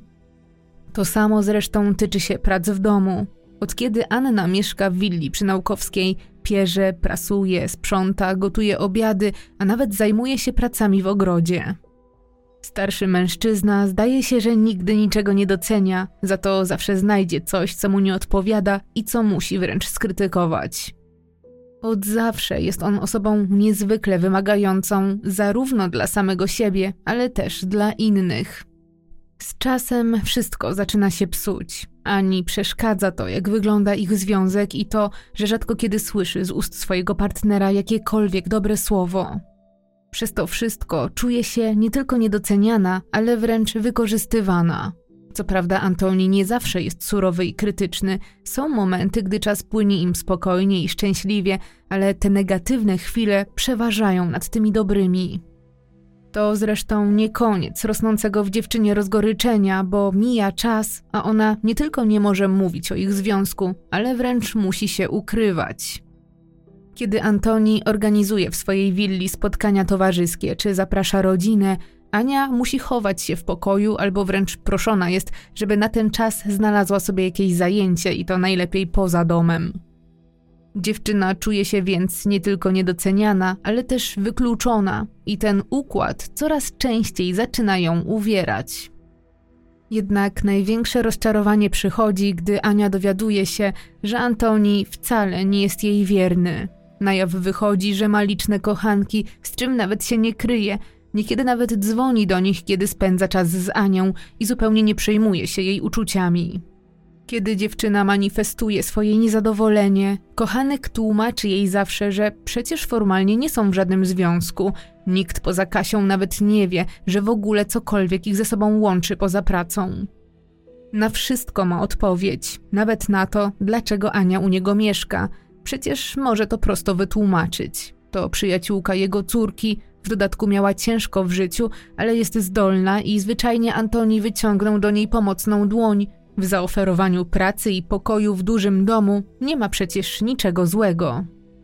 Speaker 1: To samo zresztą tyczy się prac w domu. Od kiedy Anna mieszka w willi przy Naukowskiej, pierze, prasuje, sprząta, gotuje obiady, a nawet zajmuje się pracami w ogrodzie. Starszy mężczyzna zdaje się, że nigdy niczego nie docenia, za to zawsze znajdzie coś, co mu nie odpowiada i co musi wręcz skrytykować. Od zawsze jest on osobą niezwykle wymagającą zarówno dla samego siebie, ale też dla innych. Z czasem wszystko zaczyna się psuć. Ani przeszkadza to, jak wygląda ich związek i to, że rzadko kiedy słyszy z ust swojego partnera jakiekolwiek dobre słowo. Przez to wszystko czuje się nie tylko niedoceniana, ale wręcz wykorzystywana. Co prawda Antoni nie zawsze jest surowy i krytyczny, są momenty, gdy czas płynie im spokojnie i szczęśliwie, ale te negatywne chwile przeważają nad tymi dobrymi. To zresztą nie koniec rosnącego w dziewczynie rozgoryczenia, bo mija czas, a ona nie tylko nie może mówić o ich związku, ale wręcz musi się ukrywać. Kiedy Antoni organizuje w swojej willi spotkania towarzyskie czy zaprasza rodzinę, Ania musi chować się w pokoju albo wręcz proszona jest, żeby na ten czas znalazła sobie jakieś zajęcie i to najlepiej poza domem. Dziewczyna czuje się więc nie tylko niedoceniana, ale też wykluczona i ten układ coraz częściej zaczyna ją uwierać. Jednak największe rozczarowanie przychodzi, gdy Ania dowiaduje się, że Antoni wcale nie jest jej wierny. Na jaw wychodzi, że ma liczne kochanki, z czym nawet się nie kryje, niekiedy nawet dzwoni do nich, kiedy spędza czas z Anią i zupełnie nie przejmuje się jej uczuciami. Kiedy dziewczyna manifestuje swoje niezadowolenie, kochanek tłumaczy jej zawsze, że przecież formalnie nie są w żadnym związku. Nikt poza Kasią nawet nie wie, że w ogóle cokolwiek ich ze sobą łączy poza pracą. Na wszystko ma odpowiedź, nawet na to, dlaczego Ania u niego mieszka. Przecież może to prosto wytłumaczyć. To przyjaciółka jego córki, w dodatku miała ciężko w życiu, ale jest zdolna i zwyczajnie Antoni wyciągnął do niej pomocną dłoń. W zaoferowaniu pracy i pokoju w dużym domu nie ma przecież niczego złego.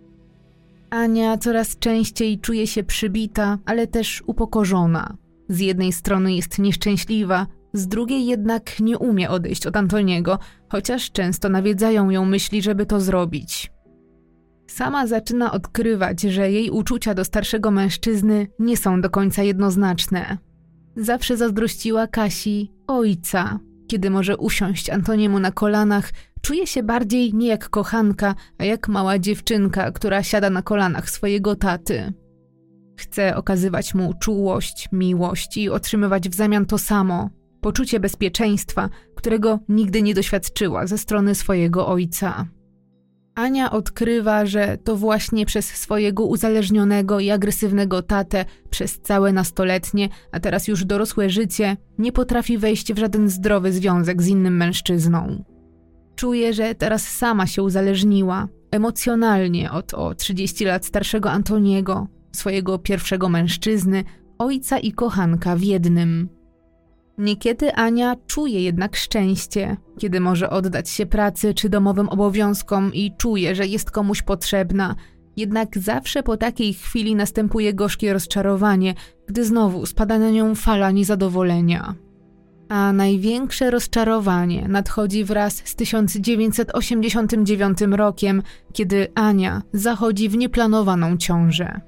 Speaker 1: Ania coraz częściej czuje się przybita, ale też upokorzona. Z jednej strony jest nieszczęśliwa, z drugiej jednak nie umie odejść od Antoniego, chociaż często nawiedzają ją myśli, żeby to zrobić. sama zaczyna odkrywać, że jej uczucia do starszego mężczyzny nie są do końca jednoznaczne. Zawsze zazdrościła Kasi ojca. Kiedy może usiąść Antoniemu na kolanach, czuje się bardziej nie jak kochanka, a jak mała dziewczynka, która siada na kolanach swojego taty. Chce okazywać mu czułość, miłość i otrzymywać w zamian to samo. Poczucie bezpieczeństwa, którego nigdy nie doświadczyła ze strony swojego ojca. Ania odkrywa, że to właśnie przez swojego uzależnionego i agresywnego tatę przez całe nastoletnie, a teraz już dorosłe życie nie potrafi wejść w żaden zdrowy związek z innym mężczyzną. Czuje, że teraz sama się uzależniła, emocjonalnie od o 30 lat starszego Antoniego, swojego pierwszego mężczyzny, ojca i kochanka w jednym. Niekiedy Ania czuje jednak szczęście, kiedy może oddać się pracy czy domowym obowiązkom i czuje, że jest komuś potrzebna. Jednak zawsze po takiej chwili następuje gorzkie rozczarowanie, gdy znowu spada na nią fala niezadowolenia. A największe rozczarowanie nadchodzi wraz z 1989 rokiem, kiedy Ania zachodzi w nieplanowaną ciążę.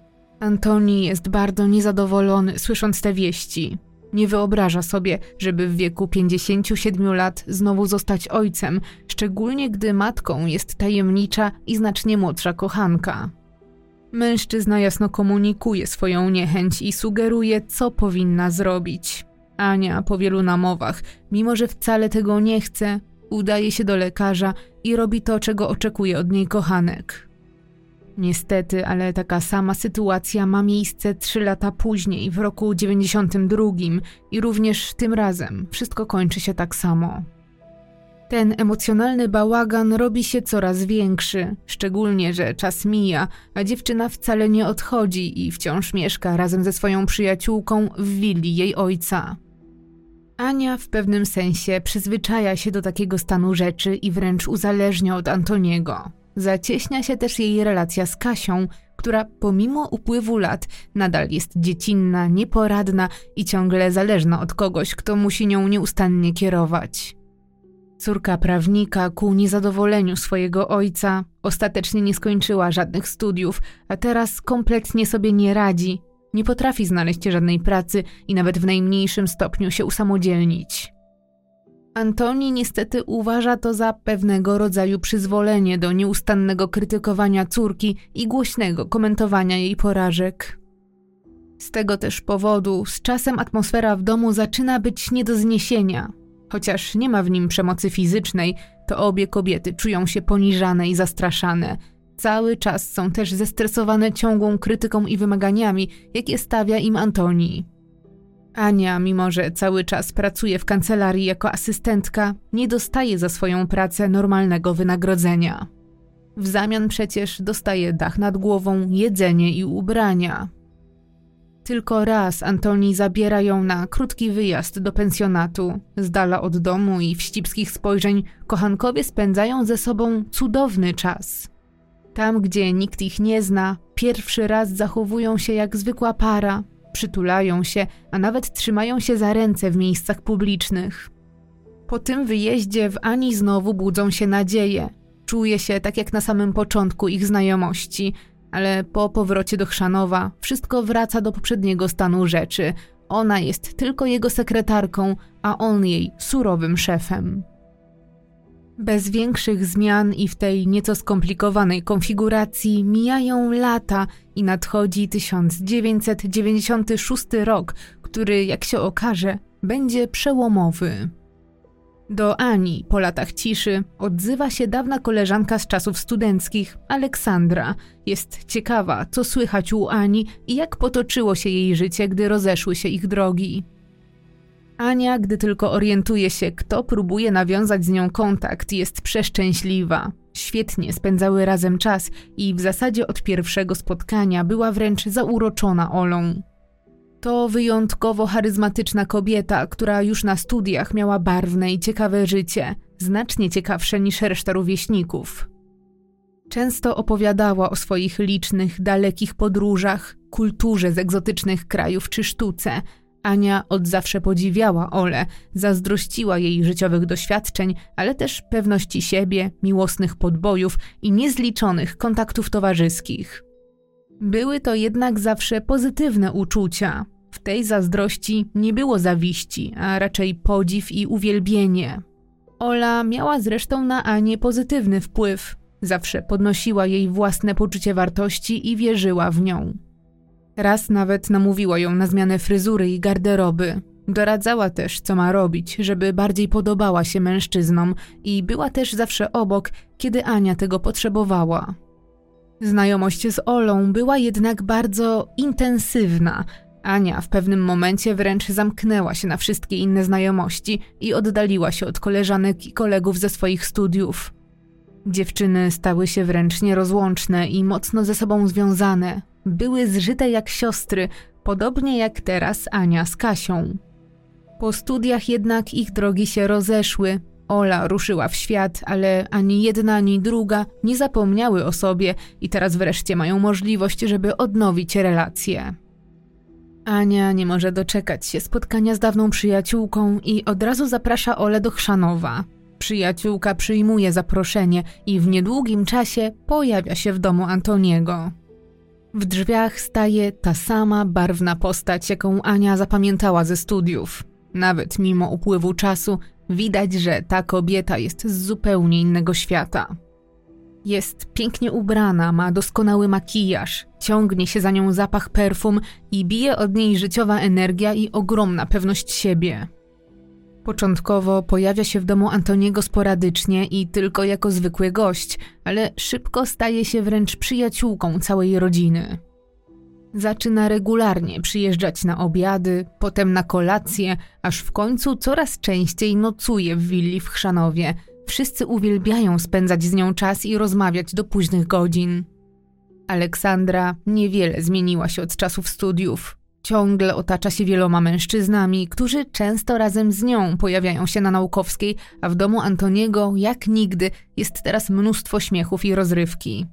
Speaker 1: Antoni jest bardzo niezadowolony, słysząc te wieści. Nie wyobraża sobie, żeby w wieku 57 lat znowu zostać ojcem, szczególnie gdy matką jest tajemnicza i znacznie młodsza kochanka. Mężczyzna jasno komunikuje swoją niechęć i sugeruje, co powinna zrobić. Ania po wielu namowach, mimo że wcale tego nie chce, udaje się do lekarza i robi to, czego oczekuje od niej kochanek. Niestety, ale taka sama sytuacja ma miejsce 3 lata później, w roku 92 i również tym razem wszystko kończy się tak samo. Ten emocjonalny bałagan robi się coraz większy, szczególnie, że czas mija, a dziewczyna wcale nie odchodzi i wciąż mieszka razem ze swoją przyjaciółką w willi jej ojca. Ania w pewnym sensie przyzwyczaja się do takiego stanu rzeczy i wręcz uzależnia od Antoniego. Zacieśnia się też jej relacja z Kasią, która pomimo upływu lat nadal jest dziecinna, nieporadna i ciągle zależna od kogoś, kto musi nią nieustannie kierować. Córka prawnika ku niezadowoleniu swojego ojca ostatecznie nie skończyła żadnych studiów, a teraz kompletnie sobie nie radzi, nie potrafi znaleźć żadnej pracy i nawet w najmniejszym stopniu się usamodzielnić. Antoni niestety uważa to za pewnego rodzaju przyzwolenie do nieustannego krytykowania córki i głośnego komentowania jej porażek. Z tego też powodu z czasem atmosfera w domu zaczyna być nie do zniesienia. Chociaż nie ma w nim przemocy fizycznej, to obie kobiety czują się poniżane i zastraszane. Cały czas są też zestresowane ciągłą krytyką i wymaganiami, jakie stawia im Antoni. Ania, mimo że cały czas pracuje w kancelarii jako asystentka, nie dostaje za swoją pracę normalnego wynagrodzenia. W zamian przecież dostaje dach nad głową, jedzenie i ubrania. Tylko raz Antoni zabiera ją na krótki wyjazd do pensjonatu. Z dala od domu i wścibskich spojrzeń kochankowie spędzają ze sobą cudowny czas. Tam, gdzie nikt ich nie zna, pierwszy raz zachowują się jak zwykła para. Przytulają się, a nawet trzymają się za ręce w miejscach publicznych. Po tym wyjeździe w Ani znowu budzą się nadzieje. Czuje się tak jak na samym początku ich znajomości, ale po powrocie do Chrzanowa wszystko wraca do poprzedniego stanu rzeczy. Ona jest tylko jego sekretarką, a on jej surowym szefem. Bez większych zmian i w tej nieco skomplikowanej konfiguracji mijają lata i nadchodzi 1996 rok, który, jak się okaże, będzie przełomowy. Do Ani po latach ciszy odzywa się dawna koleżanka z czasów studenckich, Aleksandra. Jest ciekawa, co słychać u Ani i jak potoczyło się jej życie, gdy rozeszły się ich drogi. Ania, gdy tylko orientuje się, kto próbuje nawiązać z nią kontakt, jest przeszczęśliwa. Świetnie spędzały razem czas i w zasadzie od pierwszego spotkania była wręcz zauroczona Olą. To wyjątkowo charyzmatyczna kobieta, która już na studiach miała barwne i ciekawe życie, znacznie ciekawsze niż reszta rówieśników. Często opowiadała o swoich licznych, dalekich podróżach, kulturze z egzotycznych krajów czy sztuce, Ania od zawsze podziwiała Olę, zazdrościła jej życiowych doświadczeń, ale też pewności siebie, miłosnych podbojów i niezliczonych kontaktów towarzyskich. Były to jednak zawsze pozytywne uczucia. W tej zazdrości nie było zawiści, a raczej podziw i uwielbienie. Ola miała zresztą na Anię pozytywny wpływ. Zawsze podnosiła jej własne poczucie wartości i wierzyła w nią. Raz nawet namówiła ją na zmianę fryzury i garderoby. Doradzała też, co ma robić, żeby bardziej podobała się mężczyznom i była też zawsze obok, kiedy Ania tego potrzebowała. Znajomość z Olą była jednak bardzo intensywna. Ania w pewnym momencie wręcz zamknęła się na wszystkie inne znajomości i oddaliła się od koleżanek i kolegów ze swoich studiów. Dziewczyny stały się wręcz nierozłączne i mocno ze sobą związane. Były zżyte jak siostry, podobnie jak teraz Ania z Kasią. Po studiach jednak ich drogi się rozeszły. Ola ruszyła w świat, ale ani jedna, ani druga nie zapomniały o sobie i teraz wreszcie mają możliwość, żeby odnowić relacje. Ania nie może doczekać się spotkania z dawną przyjaciółką i od razu zaprasza Olę do Chrzanowa. Przyjaciółka przyjmuje zaproszenie i w niedługim czasie pojawia się w domu Antoniego. W drzwiach staje ta sama barwna postać, jaką Ania zapamiętała ze studiów. Nawet mimo upływu czasu widać, że ta kobieta jest z zupełnie innego świata. Jest pięknie ubrana, ma doskonały makijaż, ciągnie się za nią zapach perfum i bije od niej życiowa energia i ogromna pewność siebie. Początkowo pojawia się w domu Antoniego sporadycznie i tylko jako zwykły gość, ale szybko staje się wręcz przyjaciółką całej rodziny. Zaczyna regularnie przyjeżdżać na obiady, potem na kolacje, aż w końcu coraz częściej nocuje w willi w Chrzanowie. Wszyscy uwielbiają spędzać z nią czas i rozmawiać do późnych godzin. Aleksandra niewiele zmieniła się od czasów studiów. Ciągle otacza się wieloma mężczyznami, którzy często razem z nią pojawiają się na Naukowskiej, a w domu Antoniego, jak nigdy, jest teraz mnóstwo śmiechów i rozrywki.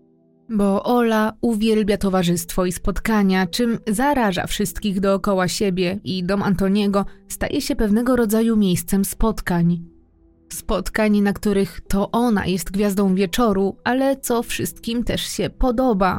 Speaker 1: Bo Ola uwielbia towarzystwo i spotkania, czym zaraża wszystkich dookoła siebie i dom Antoniego staje się pewnego rodzaju miejscem spotkań. Spotkań, na których to ona jest gwiazdą wieczoru, ale co wszystkim też się podoba.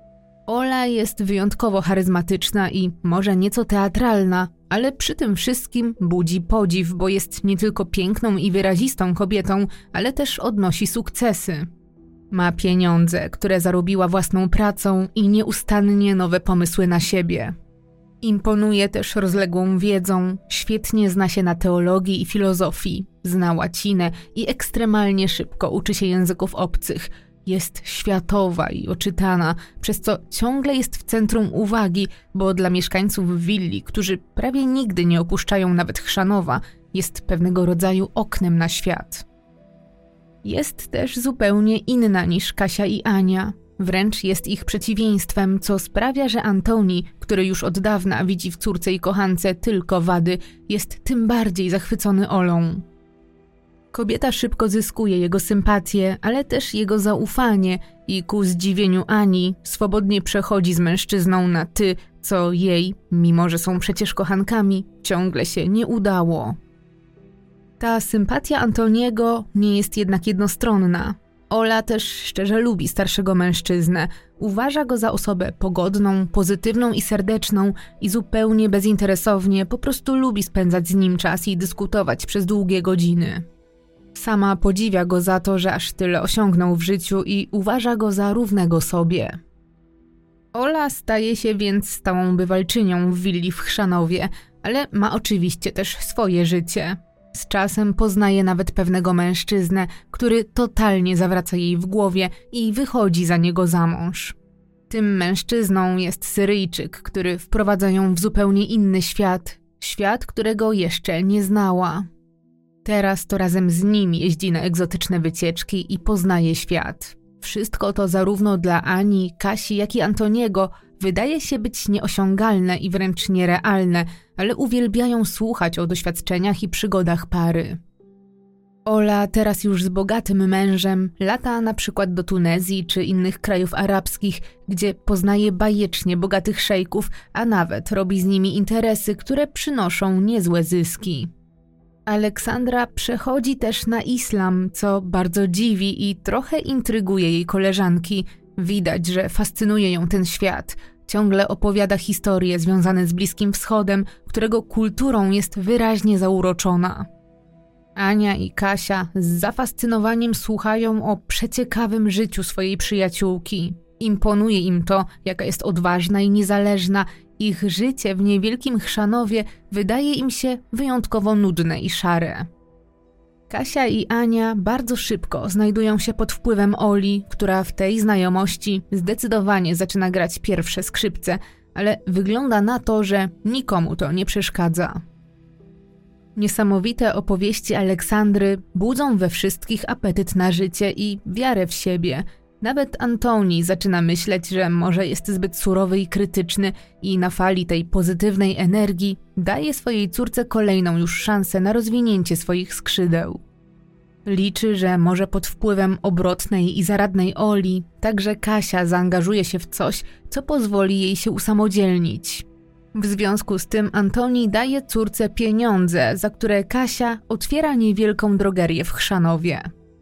Speaker 1: Ola jest wyjątkowo charyzmatyczna i może nieco teatralna, ale przy tym wszystkim budzi podziw, bo jest nie tylko piękną i wyrazistą kobietą, ale też odnosi sukcesy. Ma pieniądze, które zarobiła własną pracą i nieustannie nowe pomysły na siebie. Imponuje też rozległą wiedzą, świetnie zna się na teologii i filozofii, zna łacinę i ekstremalnie szybko uczy się języków obcych. Jest światowa i oczytana, przez co ciągle jest w centrum uwagi, bo dla mieszkańców willi, którzy prawie nigdy nie opuszczają nawet Chrzanowa, jest pewnego rodzaju oknem na świat. Jest też zupełnie inna niż Kasia i Ania. Wręcz jest ich przeciwieństwem, co sprawia, że Antoni, który już od dawna widzi w córce i kochance tylko wady, jest tym bardziej zachwycony Olą. Kobieta szybko zyskuje jego sympatię, ale też jego zaufanie i ku zdziwieniu Ani swobodnie przechodzi z mężczyzną na ty, co jej, mimo że są przecież kochankami, ciągle się nie udało. Ta sympatia Antoniego nie jest jednak jednostronna. Ola też szczerze lubi starszego mężczyznę, uważa go za osobę pogodną, pozytywną i serdeczną i zupełnie bezinteresownie po prostu lubi spędzać z nim czas i dyskutować przez długie godziny. Sama podziwia go za to, że aż tyle osiągnął w życiu i uważa go za równego sobie. Ola staje się więc stałą bywalczynią w willi w Chrzanowie, ale ma oczywiście też swoje życie. Z czasem poznaje nawet pewnego mężczyznę, który totalnie zawraca jej w głowie i wychodzi za niego za mąż. Tym mężczyzną jest Syryjczyk, który wprowadza ją w zupełnie inny świat, świat, którego jeszcze nie znała. Teraz to razem z nim jeździ na egzotyczne wycieczki i poznaje świat. Wszystko to zarówno dla Ani, Kasi, jak i Antoniego wydaje się być nieosiągalne i wręcz nierealne, ale uwielbiają słuchać o doświadczeniach i przygodach pary. Ola teraz już z bogatym mężem lata na przykład do Tunezji czy innych krajów arabskich, gdzie poznaje bajecznie bogatych szejków, a nawet robi z nimi interesy, które przynoszą niezłe zyski. Aleksandra przechodzi też na islam, co bardzo dziwi i trochę intryguje jej koleżanki. Widać, że fascynuje ją ten świat. Ciągle opowiada historie związane z Bliskim Wschodem, którego kulturą jest wyraźnie zauroczona. Ania i Kasia z zafascynowaniem słuchają o przeciekawym życiu swojej przyjaciółki. Imponuje im to, jaka jest odważna i niezależna. Ich życie w niewielkim Chrzanowie wydaje im się wyjątkowo nudne i szare. Kasia i Ania bardzo szybko znajdują się pod wpływem Oli, która w tej znajomości zdecydowanie zaczyna grać pierwsze skrzypce, ale wygląda na to, że nikomu to nie przeszkadza. Niesamowite opowieści Aleksandry budzą we wszystkich apetyt na życie i wiarę w siebie. Nawet Antoni zaczyna myśleć, że może jest zbyt surowy i krytyczny i na fali tej pozytywnej energii daje swojej córce kolejną już szansę na rozwinięcie swoich skrzydeł. Liczy, że może pod wpływem obrotnej i zaradnej Oli także Kasia zaangażuje się w coś, co pozwoli jej się usamodzielnić. W związku z tym Antoni daje córce pieniądze, za które Kasia otwiera niewielką drogerię w Chrzanowie.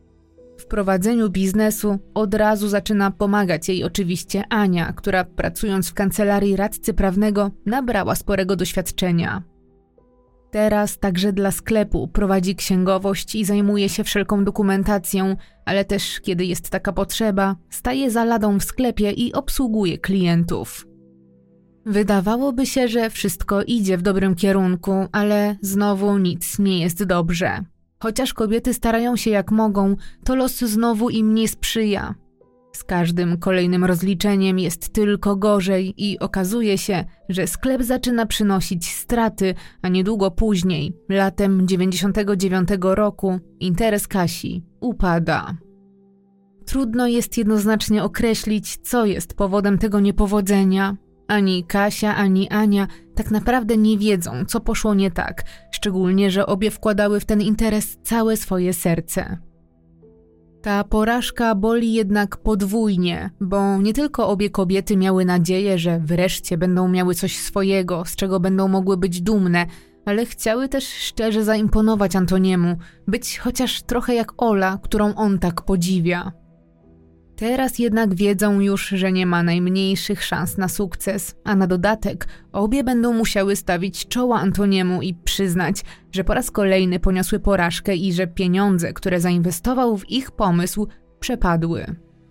Speaker 1: W prowadzeniu biznesu od razu zaczyna pomagać jej oczywiście Ania, która pracując w kancelarii radcy prawnego nabrała sporego doświadczenia. Teraz także dla sklepu prowadzi księgowość i zajmuje się wszelką dokumentacją, ale też kiedy jest taka potrzeba, staje za ladą w sklepie i obsługuje klientów. Wydawałoby się, że wszystko idzie w dobrym kierunku, ale znowu nic nie jest dobrze. Chociaż kobiety starają się jak mogą, to los znowu im nie sprzyja. Z każdym kolejnym rozliczeniem jest tylko gorzej i okazuje się, że sklep zaczyna przynosić straty, a niedługo później, latem 99 roku, interes Kasi upada. Trudno jest jednoznacznie określić, co jest powodem tego niepowodzenia. Ani Kasia, ani Ania tak naprawdę nie wiedzą, co poszło nie tak, szczególnie, że obie wkładały w ten interes całe swoje serce. Ta porażka boli jednak podwójnie, bo nie tylko obie kobiety miały nadzieję, że wreszcie będą miały coś swojego, z czego będą mogły być dumne, ale chciały też szczerze zaimponować Antoniemu, być chociaż trochę jak Ola, którą on tak podziwia. Teraz jednak wiedzą już, że nie ma najmniejszych szans na sukces, a na dodatek obie będą musiały stawić czoła Antoniemu i przyznać, że po raz kolejny poniosły porażkę i że pieniądze, które zainwestował w ich pomysł, przepadły.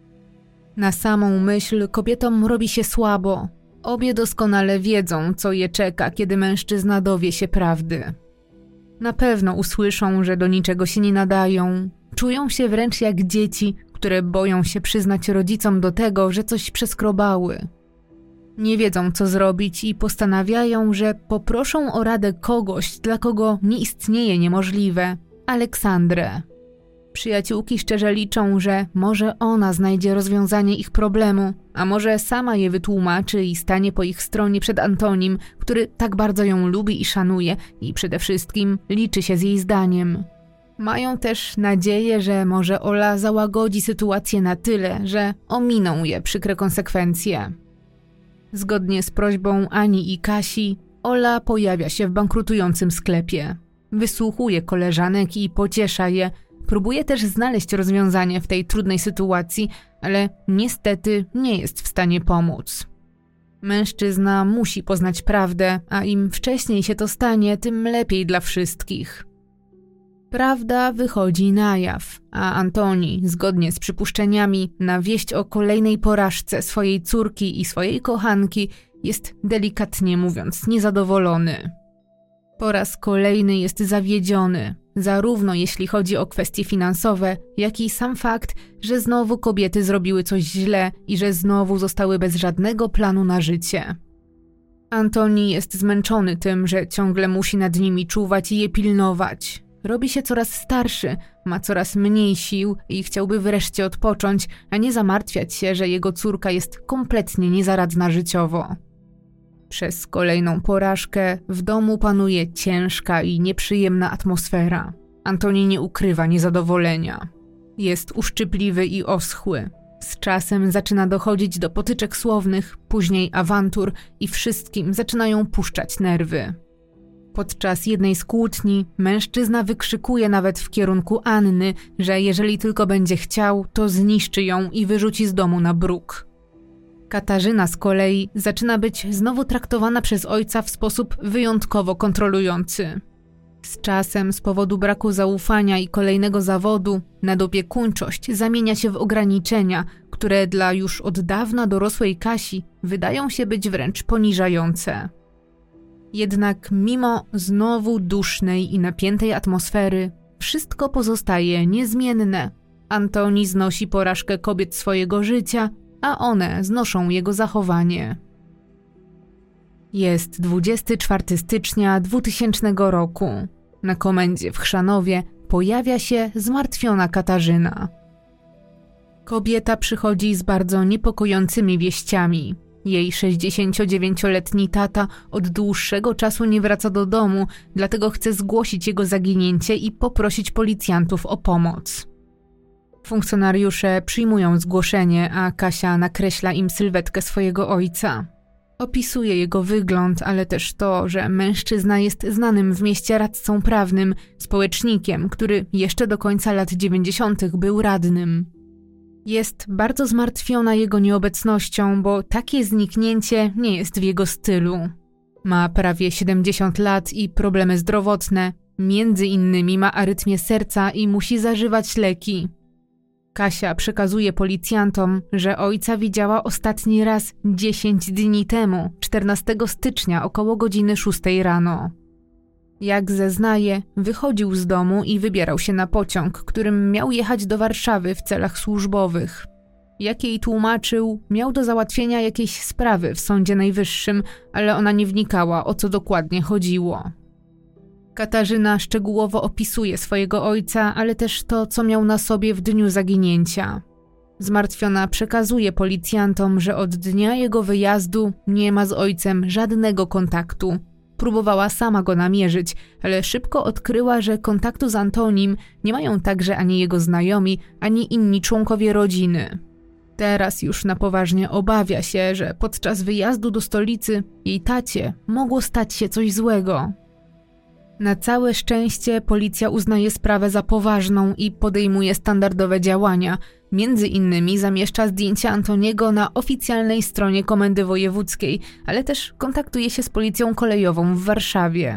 Speaker 1: Na samą myśl kobietom robi się słabo. Obie doskonale wiedzą, co je czeka, kiedy mężczyzna dowie się prawdy. Na pewno usłyszą, że do niczego się nie nadają. Czują się wręcz jak dzieci, które boją się przyznać rodzicom do tego, że coś przeskrobały. Nie wiedzą, co zrobić i postanawiają, że poproszą o radę kogoś, dla kogo nie istnieje niemożliwe – Aleksandrę. Przyjaciółki szczerze liczą, że może ona znajdzie rozwiązanie ich problemu, a może sama je wytłumaczy i stanie po ich stronie przed Antonim, który tak bardzo ją lubi i szanuje i przede wszystkim liczy się z jej zdaniem. Mają też nadzieję, że może Ola załagodzi sytuację na tyle, że ominą je przykre konsekwencje. Zgodnie z prośbą Ani i Kasi, Ola pojawia się w bankrutującym sklepie. Wysłuchuje koleżanek i pociesza je. Próbuje też znaleźć rozwiązanie w tej trudnej sytuacji, ale niestety nie jest w stanie pomóc. Mężczyzna musi poznać prawdę, a im wcześniej się to stanie, tym lepiej dla wszystkich. Prawda wychodzi na jaw, a Antoni, zgodnie z przypuszczeniami, na wieść o kolejnej porażce swojej córki i swojej kochanki jest delikatnie mówiąc niezadowolony. Po raz kolejny jest zawiedziony, zarówno jeśli chodzi o kwestie finansowe, jak i sam fakt, że znowu kobiety zrobiły coś źle i że znowu zostały bez żadnego planu na życie. Antoni jest zmęczony tym, że ciągle musi nad nimi czuwać i je pilnować. Robi się coraz starszy, ma coraz mniej sił i chciałby wreszcie odpocząć, a nie zamartwiać się, że jego córka jest kompletnie niezaradna życiowo. Przez kolejną porażkę w domu panuje ciężka i nieprzyjemna atmosfera. Antoni nie ukrywa niezadowolenia. Jest uszczypliwy i oschły. Z czasem zaczyna dochodzić do potyczek słownych, później awantur i wszystkim zaczynają puszczać nerwy. Podczas jednej z kłótni mężczyzna wykrzykuje nawet w kierunku Anny, że jeżeli tylko będzie chciał, to zniszczy ją i wyrzuci z domu na bruk. Katarzyna z kolei zaczyna być znowu traktowana przez ojca w sposób wyjątkowo kontrolujący. Z czasem z powodu braku zaufania i kolejnego zawodu nadopiekuńczość zamienia się w ograniczenia, które dla już od dawna dorosłej Kasi wydają się być wręcz poniżające. Jednak mimo znowu dusznej i napiętej atmosfery, wszystko pozostaje niezmienne. Antoni znosi porażkę kobiet swojego życia, a one znoszą jego zachowanie. Jest 24 stycznia 2000 roku. Na komendzie w Chrzanowie pojawia się zmartwiona Katarzyna. Kobieta przychodzi z bardzo niepokojącymi wieściami. Jej 69-letni tata od dłuższego czasu nie wraca do domu, dlatego chce zgłosić jego zaginięcie i poprosić policjantów o pomoc. Funkcjonariusze przyjmują zgłoszenie, a Kasia nakreśla im sylwetkę swojego ojca. Opisuje jego wygląd, ale też to, że mężczyzna jest znanym w mieście radcą prawnym, społecznikiem, który jeszcze do końca lat 90. był radnym. Jest bardzo zmartwiona jego nieobecnością, bo takie zniknięcie nie jest w jego stylu. Ma prawie 70 lat i problemy zdrowotne, między innymi ma arytmię serca i musi zażywać leki. Kasia przekazuje policjantom, że ojca widziała ostatni raz 10 dni temu, 14 stycznia około godziny 6 rano. Jak zeznaje, wychodził z domu i wybierał się na pociąg, którym miał jechać do Warszawy w celach służbowych. Jak jej tłumaczył, miał do załatwienia jakieś sprawy w Sądzie Najwyższym, ale ona nie wnikała, o co dokładnie chodziło. Katarzyna szczegółowo opisuje swojego ojca, ale też to, co miał na sobie w dniu zaginięcia. Zmartwiona przekazuje policjantom, że od dnia jego wyjazdu nie ma z ojcem żadnego kontaktu. Próbowała sama go namierzyć, ale szybko odkryła, że kontaktu z Antonim nie mają także ani jego znajomi, ani inni członkowie rodziny. Teraz już na poważnie obawia się, że podczas wyjazdu do stolicy jej tacie mogło stać się coś złego. Na całe szczęście policja uznaje sprawę za poważną i podejmuje standardowe działania. Między innymi zamieszcza zdjęcia Antoniego na oficjalnej stronie Komendy Wojewódzkiej, ale też kontaktuje się z policją kolejową w Warszawie.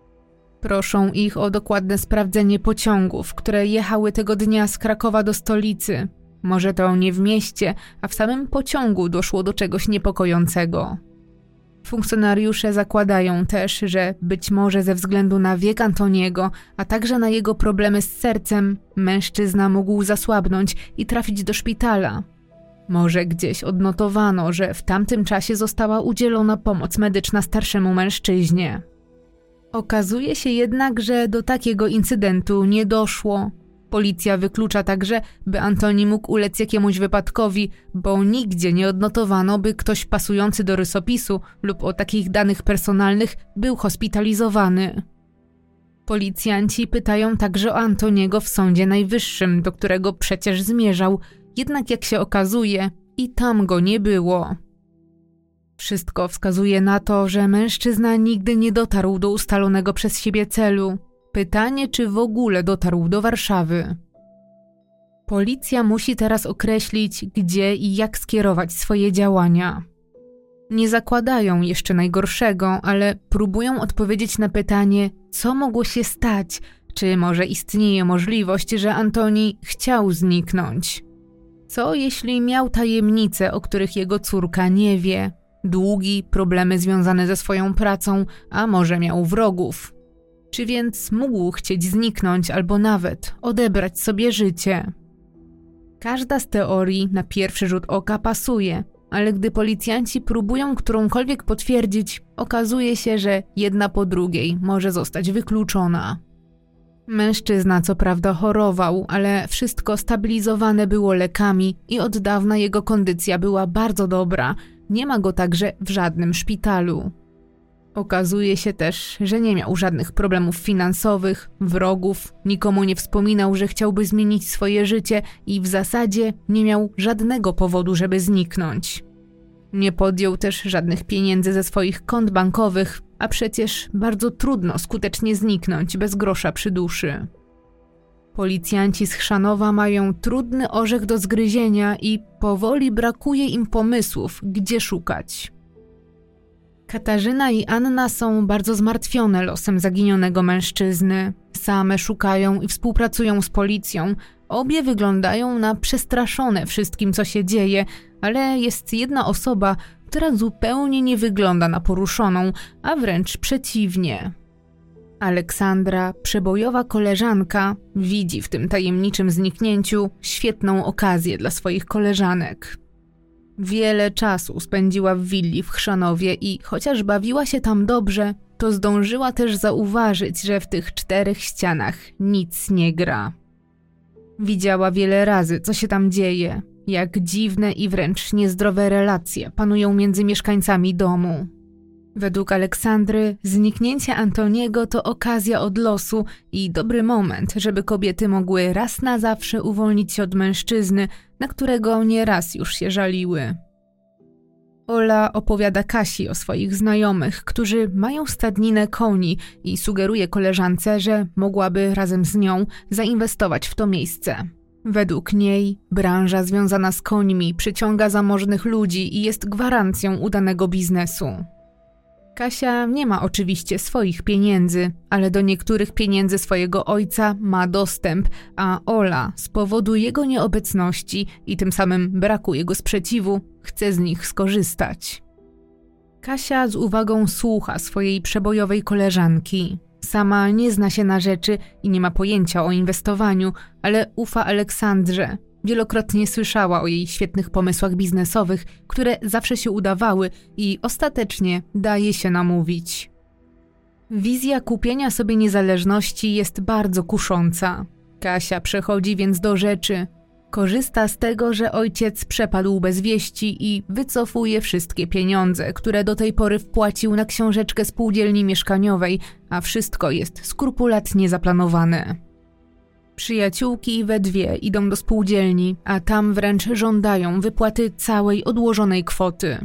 Speaker 1: Proszą ich o dokładne sprawdzenie pociągów, które jechały tego dnia z Krakowa do stolicy. Może to nie w mieście, a w samym pociągu doszło do czegoś niepokojącego. Funkcjonariusze zakładają też, że być może ze względu na wiek Antoniego, a także na jego problemy z sercem, mężczyzna mógł zasłabnąć i trafić do szpitala. Może gdzieś odnotowano, że w tamtym czasie została udzielona pomoc medyczna starszemu mężczyźnie. Okazuje się jednak, że do takiego incydentu nie doszło. Policja wyklucza także, by Antoni mógł ulec jakiemuś wypadkowi, bo nigdzie nie odnotowano, by ktoś pasujący do rysopisu lub o takich danych personalnych był hospitalizowany. Policjanci pytają także o Antoniego w Sądzie Najwyższym, do którego przecież zmierzał, jednak jak się okazuje, i tam go nie było. Wszystko wskazuje na to, że mężczyzna nigdy nie dotarł do ustalonego przez siebie celu. Pytanie, czy w ogóle dotarł do Warszawy. Policja musi teraz określić, gdzie i jak skierować swoje działania. Nie zakładają jeszcze najgorszego, ale próbują odpowiedzieć na pytanie, co mogło się stać, czy może istnieje możliwość, że Antoni chciał zniknąć. Co jeśli miał tajemnice, o których jego córka nie wie, długi, problemy związane ze swoją pracą, a może miał wrogów. Czy więc mógł chcieć zniknąć albo nawet odebrać sobie życie? Każda z teorii na pierwszy rzut oka pasuje, ale gdy policjanci próbują którąkolwiek potwierdzić, okazuje się, że jedna po drugiej może zostać wykluczona. Mężczyzna co prawda chorował, ale wszystko stabilizowane było lekami i od dawna jego kondycja była bardzo dobra. Nie ma go także w żadnym szpitalu. Okazuje się też, że nie miał żadnych problemów finansowych, wrogów, nikomu nie wspominał, że chciałby zmienić swoje życie i w zasadzie nie miał żadnego powodu, żeby zniknąć. Nie podjął też żadnych pieniędzy ze swoich kont bankowych, a przecież bardzo trudno skutecznie zniknąć bez grosza przy duszy. Policjanci z Chrzanowa mają trudny orzech do zgryzienia i powoli brakuje im pomysłów, gdzie szukać. Katarzyna i Anna są bardzo zmartwione losem zaginionego mężczyzny. Same szukają i współpracują z policją. Obie wyglądają na przestraszone wszystkim, co się dzieje, ale jest jedna osoba, która zupełnie nie wygląda na poruszoną, a wręcz przeciwnie. Aleksandra, przebojowa koleżanka, widzi w tym tajemniczym zniknięciu świetną okazję dla swoich koleżanek. Wiele czasu spędziła w willi w Chrzanowie i chociaż bawiła się tam dobrze, to zdążyła też zauważyć, że w tych 4 ścianach nic nie gra. Widziała wiele razy, co się tam dzieje, jak dziwne i wręcz niezdrowe relacje panują między mieszkańcami domu. Według Aleksandry zniknięcie Antoniego to okazja od losu i dobry moment, żeby kobiety mogły raz na zawsze uwolnić się od mężczyzny, na którego nieraz już się żaliły. Ola opowiada Kasi o swoich znajomych, którzy mają stadninę koni i sugeruje koleżance, że mogłaby razem z nią zainwestować w to miejsce. Według niej branża związana z końmi przyciąga zamożnych ludzi i jest gwarancją udanego biznesu. Kasia nie ma oczywiście swoich pieniędzy, ale do niektórych pieniędzy swojego ojca ma dostęp, a Ola z powodu jego nieobecności i tym samym braku jego sprzeciwu chce z nich skorzystać. Kasia z uwagą słucha swojej przebojowej koleżanki. Sama nie zna się na rzeczy i nie ma pojęcia o inwestowaniu, ale ufa Aleksandrze. Wielokrotnie słyszała o jej świetnych pomysłach biznesowych, które zawsze się udawały i ostatecznie daje się namówić. Wizja kupienia sobie niezależności jest bardzo kusząca. Kasia przechodzi więc do rzeczy. Korzysta z tego, że ojciec przepadł bez wieści i wycofuje wszystkie pieniądze, które do tej pory wpłacił na książeczkę spółdzielni mieszkaniowej, a wszystko jest skrupulatnie zaplanowane. Przyjaciółki we dwie idą do spółdzielni, a tam wręcz żądają wypłaty całej odłożonej kwoty.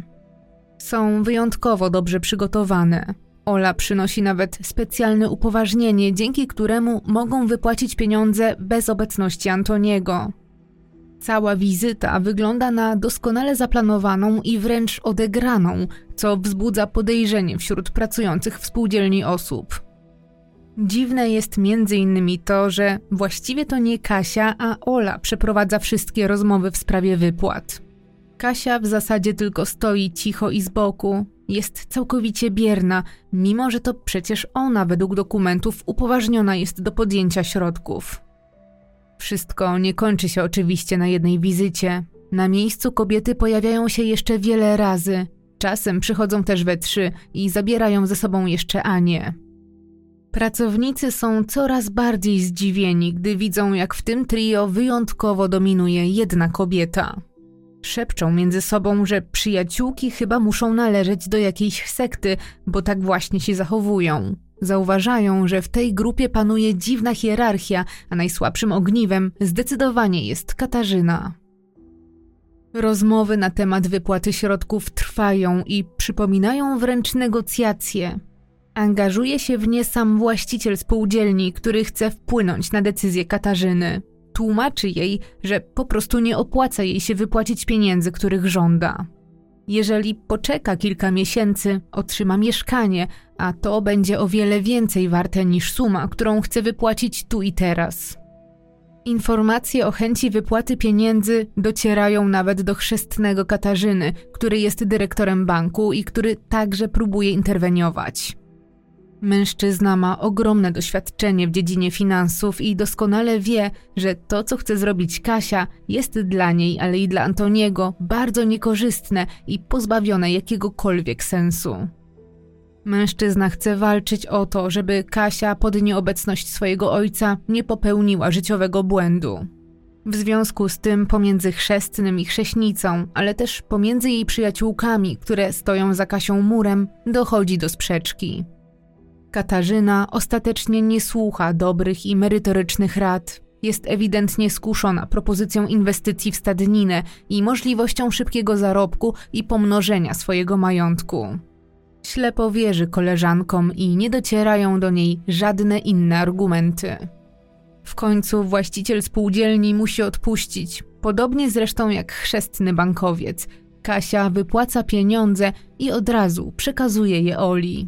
Speaker 1: Są wyjątkowo dobrze przygotowane. Ola przynosi nawet specjalne upoważnienie, dzięki któremu mogą wypłacić pieniądze bez obecności Antoniego. Cała wizyta wygląda na doskonale zaplanowaną i wręcz odegraną, co wzbudza podejrzenie wśród pracujących w spółdzielni osób. Dziwne jest m.in. to, że właściwie to nie Kasia, a Ola przeprowadza wszystkie rozmowy w sprawie wypłat. Kasia w zasadzie tylko stoi cicho i z boku. Jest całkowicie bierna, mimo że to przecież ona według dokumentów upoważniona jest do podjęcia środków. Wszystko nie kończy się oczywiście na jednej wizycie. Na miejscu kobiety pojawiają się jeszcze wiele razy. Czasem przychodzą też we 3 i zabierają ze sobą jeszcze Anię. Pracownicy są coraz bardziej zdziwieni, gdy widzą, jak w tym trio wyjątkowo dominuje jedna kobieta. Szepczą między sobą, że przyjaciółki chyba muszą należeć do jakiejś sekty, bo tak właśnie się zachowują. Zauważają, że w tej grupie panuje dziwna hierarchia, a najsłabszym ogniwem zdecydowanie jest Katarzyna. Rozmowy na temat wypłaty środków trwają i przypominają wręcz negocjacje. Angażuje się w nie sam właściciel spółdzielni, który chce wpłynąć na decyzję Katarzyny. Tłumaczy jej, że po prostu nie opłaca jej się wypłacić pieniędzy, których żąda. Jeżeli poczeka kilka miesięcy, otrzyma mieszkanie, a to będzie o wiele więcej warte niż suma, którą chce wypłacić tu i teraz. Informacje o chęci wypłaty pieniędzy docierają nawet do chrzestnego Katarzyny, który jest dyrektorem banku i który także próbuje interweniować. Mężczyzna ma ogromne doświadczenie w dziedzinie finansów i doskonale wie, że to, co chce zrobić Kasia, jest dla niej, ale i dla Antoniego bardzo niekorzystne i pozbawione jakiegokolwiek sensu. Mężczyzna chce walczyć o to, żeby Kasia pod nieobecność swojego ojca nie popełniła życiowego błędu. W związku z tym pomiędzy chrzestnym i chrześnicą, ale też pomiędzy jej przyjaciółkami, które stoją za Kasią murem, dochodzi do sprzeczki. Katarzyna ostatecznie nie słucha dobrych i merytorycznych rad. Jest ewidentnie skuszona propozycją inwestycji w stadninę i możliwością szybkiego zarobku i pomnożenia swojego majątku. Ślepo wierzy koleżankom i nie docierają do niej żadne inne argumenty. W końcu właściciel spółdzielni musi odpuścić, podobnie zresztą jak chrzestny bankowiec. Kasia wypłaca pieniądze i od razu przekazuje je Oli.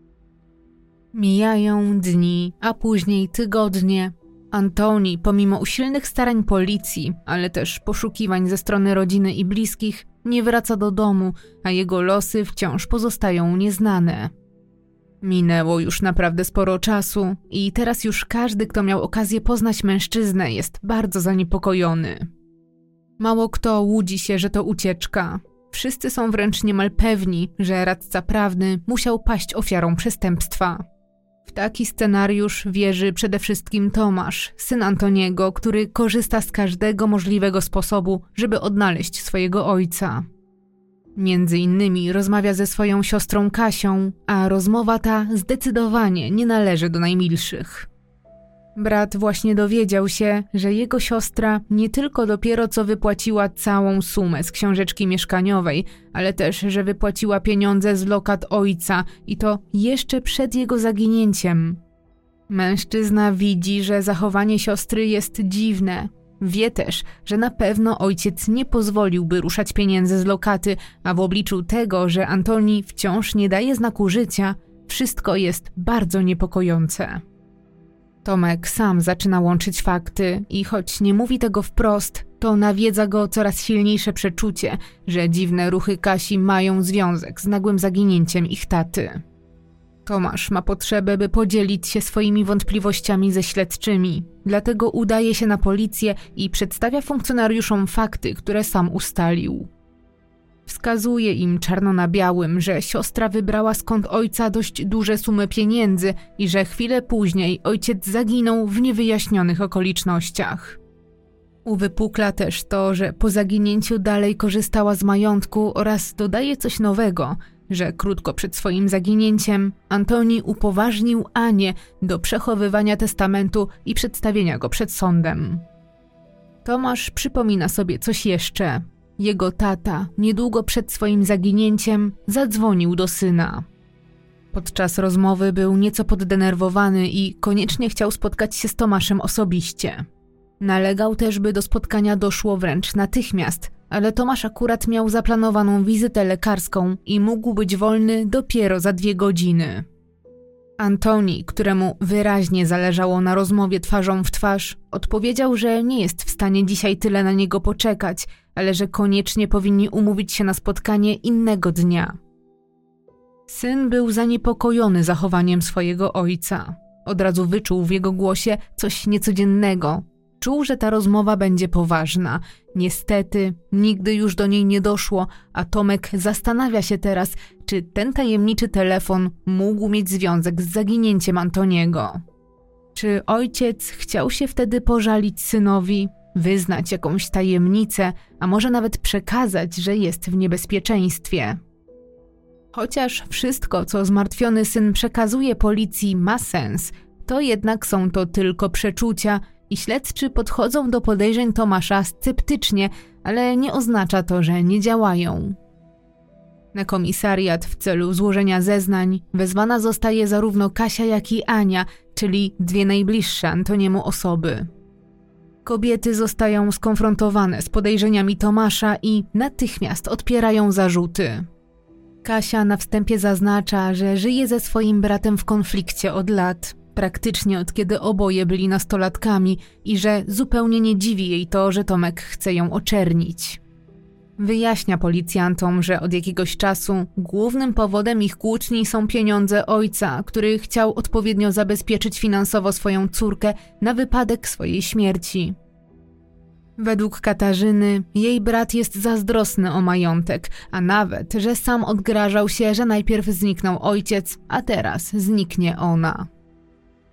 Speaker 1: Mijają dni, a później tygodnie. Antoni, pomimo usilnych starań policji, ale też poszukiwań ze strony rodziny i bliskich, nie wraca do domu, a jego losy wciąż pozostają nieznane. Minęło już naprawdę sporo czasu i teraz już każdy, kto miał okazję poznać mężczyznę, jest bardzo zaniepokojony. Mało kto łudzi się, że to ucieczka. Wszyscy są wręcz niemal pewni, że radca prawny musiał paść ofiarą przestępstwa. W taki scenariusz wierzy przede wszystkim Tomasz, syn Antoniego, który korzysta z każdego możliwego sposobu, żeby odnaleźć swojego ojca. Między innymi rozmawia ze swoją siostrą Kasią, a rozmowa ta zdecydowanie nie należy do najmilszych. Brat właśnie dowiedział się, że jego siostra nie tylko dopiero co wypłaciła całą sumę z książeczki mieszkaniowej, ale też, że wypłaciła pieniądze z lokat ojca i to jeszcze przed jego zaginięciem. Mężczyzna widzi, że zachowanie siostry jest dziwne. Wie też, że na pewno ojciec nie pozwoliłby ruszać pieniędzy z lokaty, a w obliczu tego, że Antoni wciąż nie daje znaku życia, wszystko jest bardzo niepokojące. Tomek sam zaczyna łączyć fakty i choć nie mówi tego wprost, to nawiedza go coraz silniejsze przeczucie, że dziwne ruchy Kasi mają związek z nagłym zaginięciem ich taty. Tomasz ma potrzebę, by podzielić się swoimi wątpliwościami ze śledczymi, dlatego udaje się na policję i przedstawia funkcjonariuszom fakty, które sam ustalił. Wskazuje im czarno na białym, że siostra wybrała skąd ojca dość duże sumy pieniędzy i że chwilę później ojciec zaginął w niewyjaśnionych okolicznościach. Uwypukla też to, że po zaginięciu dalej korzystała z majątku oraz dodaje coś nowego, że krótko przed swoim zaginięciem Antoni upoważnił Anię do przechowywania testamentu i przedstawienia go przed sądem. Tomasz przypomina sobie coś jeszcze. Jego tata niedługo przed swoim zaginięciem zadzwonił do syna. Podczas rozmowy był nieco poddenerwowany i koniecznie chciał spotkać się z Tomaszem osobiście. Nalegał też, by do spotkania doszło wręcz natychmiast, ale Tomasz akurat miał zaplanowaną wizytę lekarską i mógł być wolny dopiero za 2 godziny. Antoni, któremu wyraźnie zależało na rozmowie twarzą w twarz, odpowiedział, że nie jest w stanie dzisiaj tyle na niego poczekać, ale że koniecznie powinni umówić się na spotkanie innego dnia. Syn był zaniepokojony zachowaniem swojego ojca. Od razu wyczuł w jego głosie coś niecodziennego. Czuł, że ta rozmowa będzie poważna. Niestety, nigdy już do niej nie doszło, a Tomek zastanawia się teraz, czy ten tajemniczy telefon mógł mieć związek z zaginięciem Antoniego. Czy ojciec chciał się wtedy pożalić synowi, wyznać jakąś tajemnicę, a może nawet przekazać, że jest w niebezpieczeństwie? Chociaż wszystko, co zmartwiony syn przekazuje policji, ma sens, to jednak są to tylko przeczucia i śledczy podchodzą do podejrzeń Tomasza sceptycznie, ale nie oznacza to, że nie działają. Na komisariat w celu złożenia zeznań wezwana zostaje zarówno Kasia, jak i Ania, czyli 2 najbliższe Antoniemu osoby. Kobiety zostają skonfrontowane z podejrzeniami Tomasza i natychmiast odpierają zarzuty. Kasia na wstępie zaznacza, że żyje ze swoim bratem w konflikcie od lat, praktycznie od kiedy oboje byli nastolatkami i że zupełnie nie dziwi jej to, że Tomek chce ją oczernić. Wyjaśnia policjantom, że od jakiegoś czasu głównym powodem ich kłótni są pieniądze ojca, który chciał odpowiednio zabezpieczyć finansowo swoją córkę na wypadek swojej śmierci. Według Katarzyny jej brat jest zazdrosny o majątek, a nawet, że sam odgrażał się, że najpierw zniknął ojciec, a teraz zniknie ona.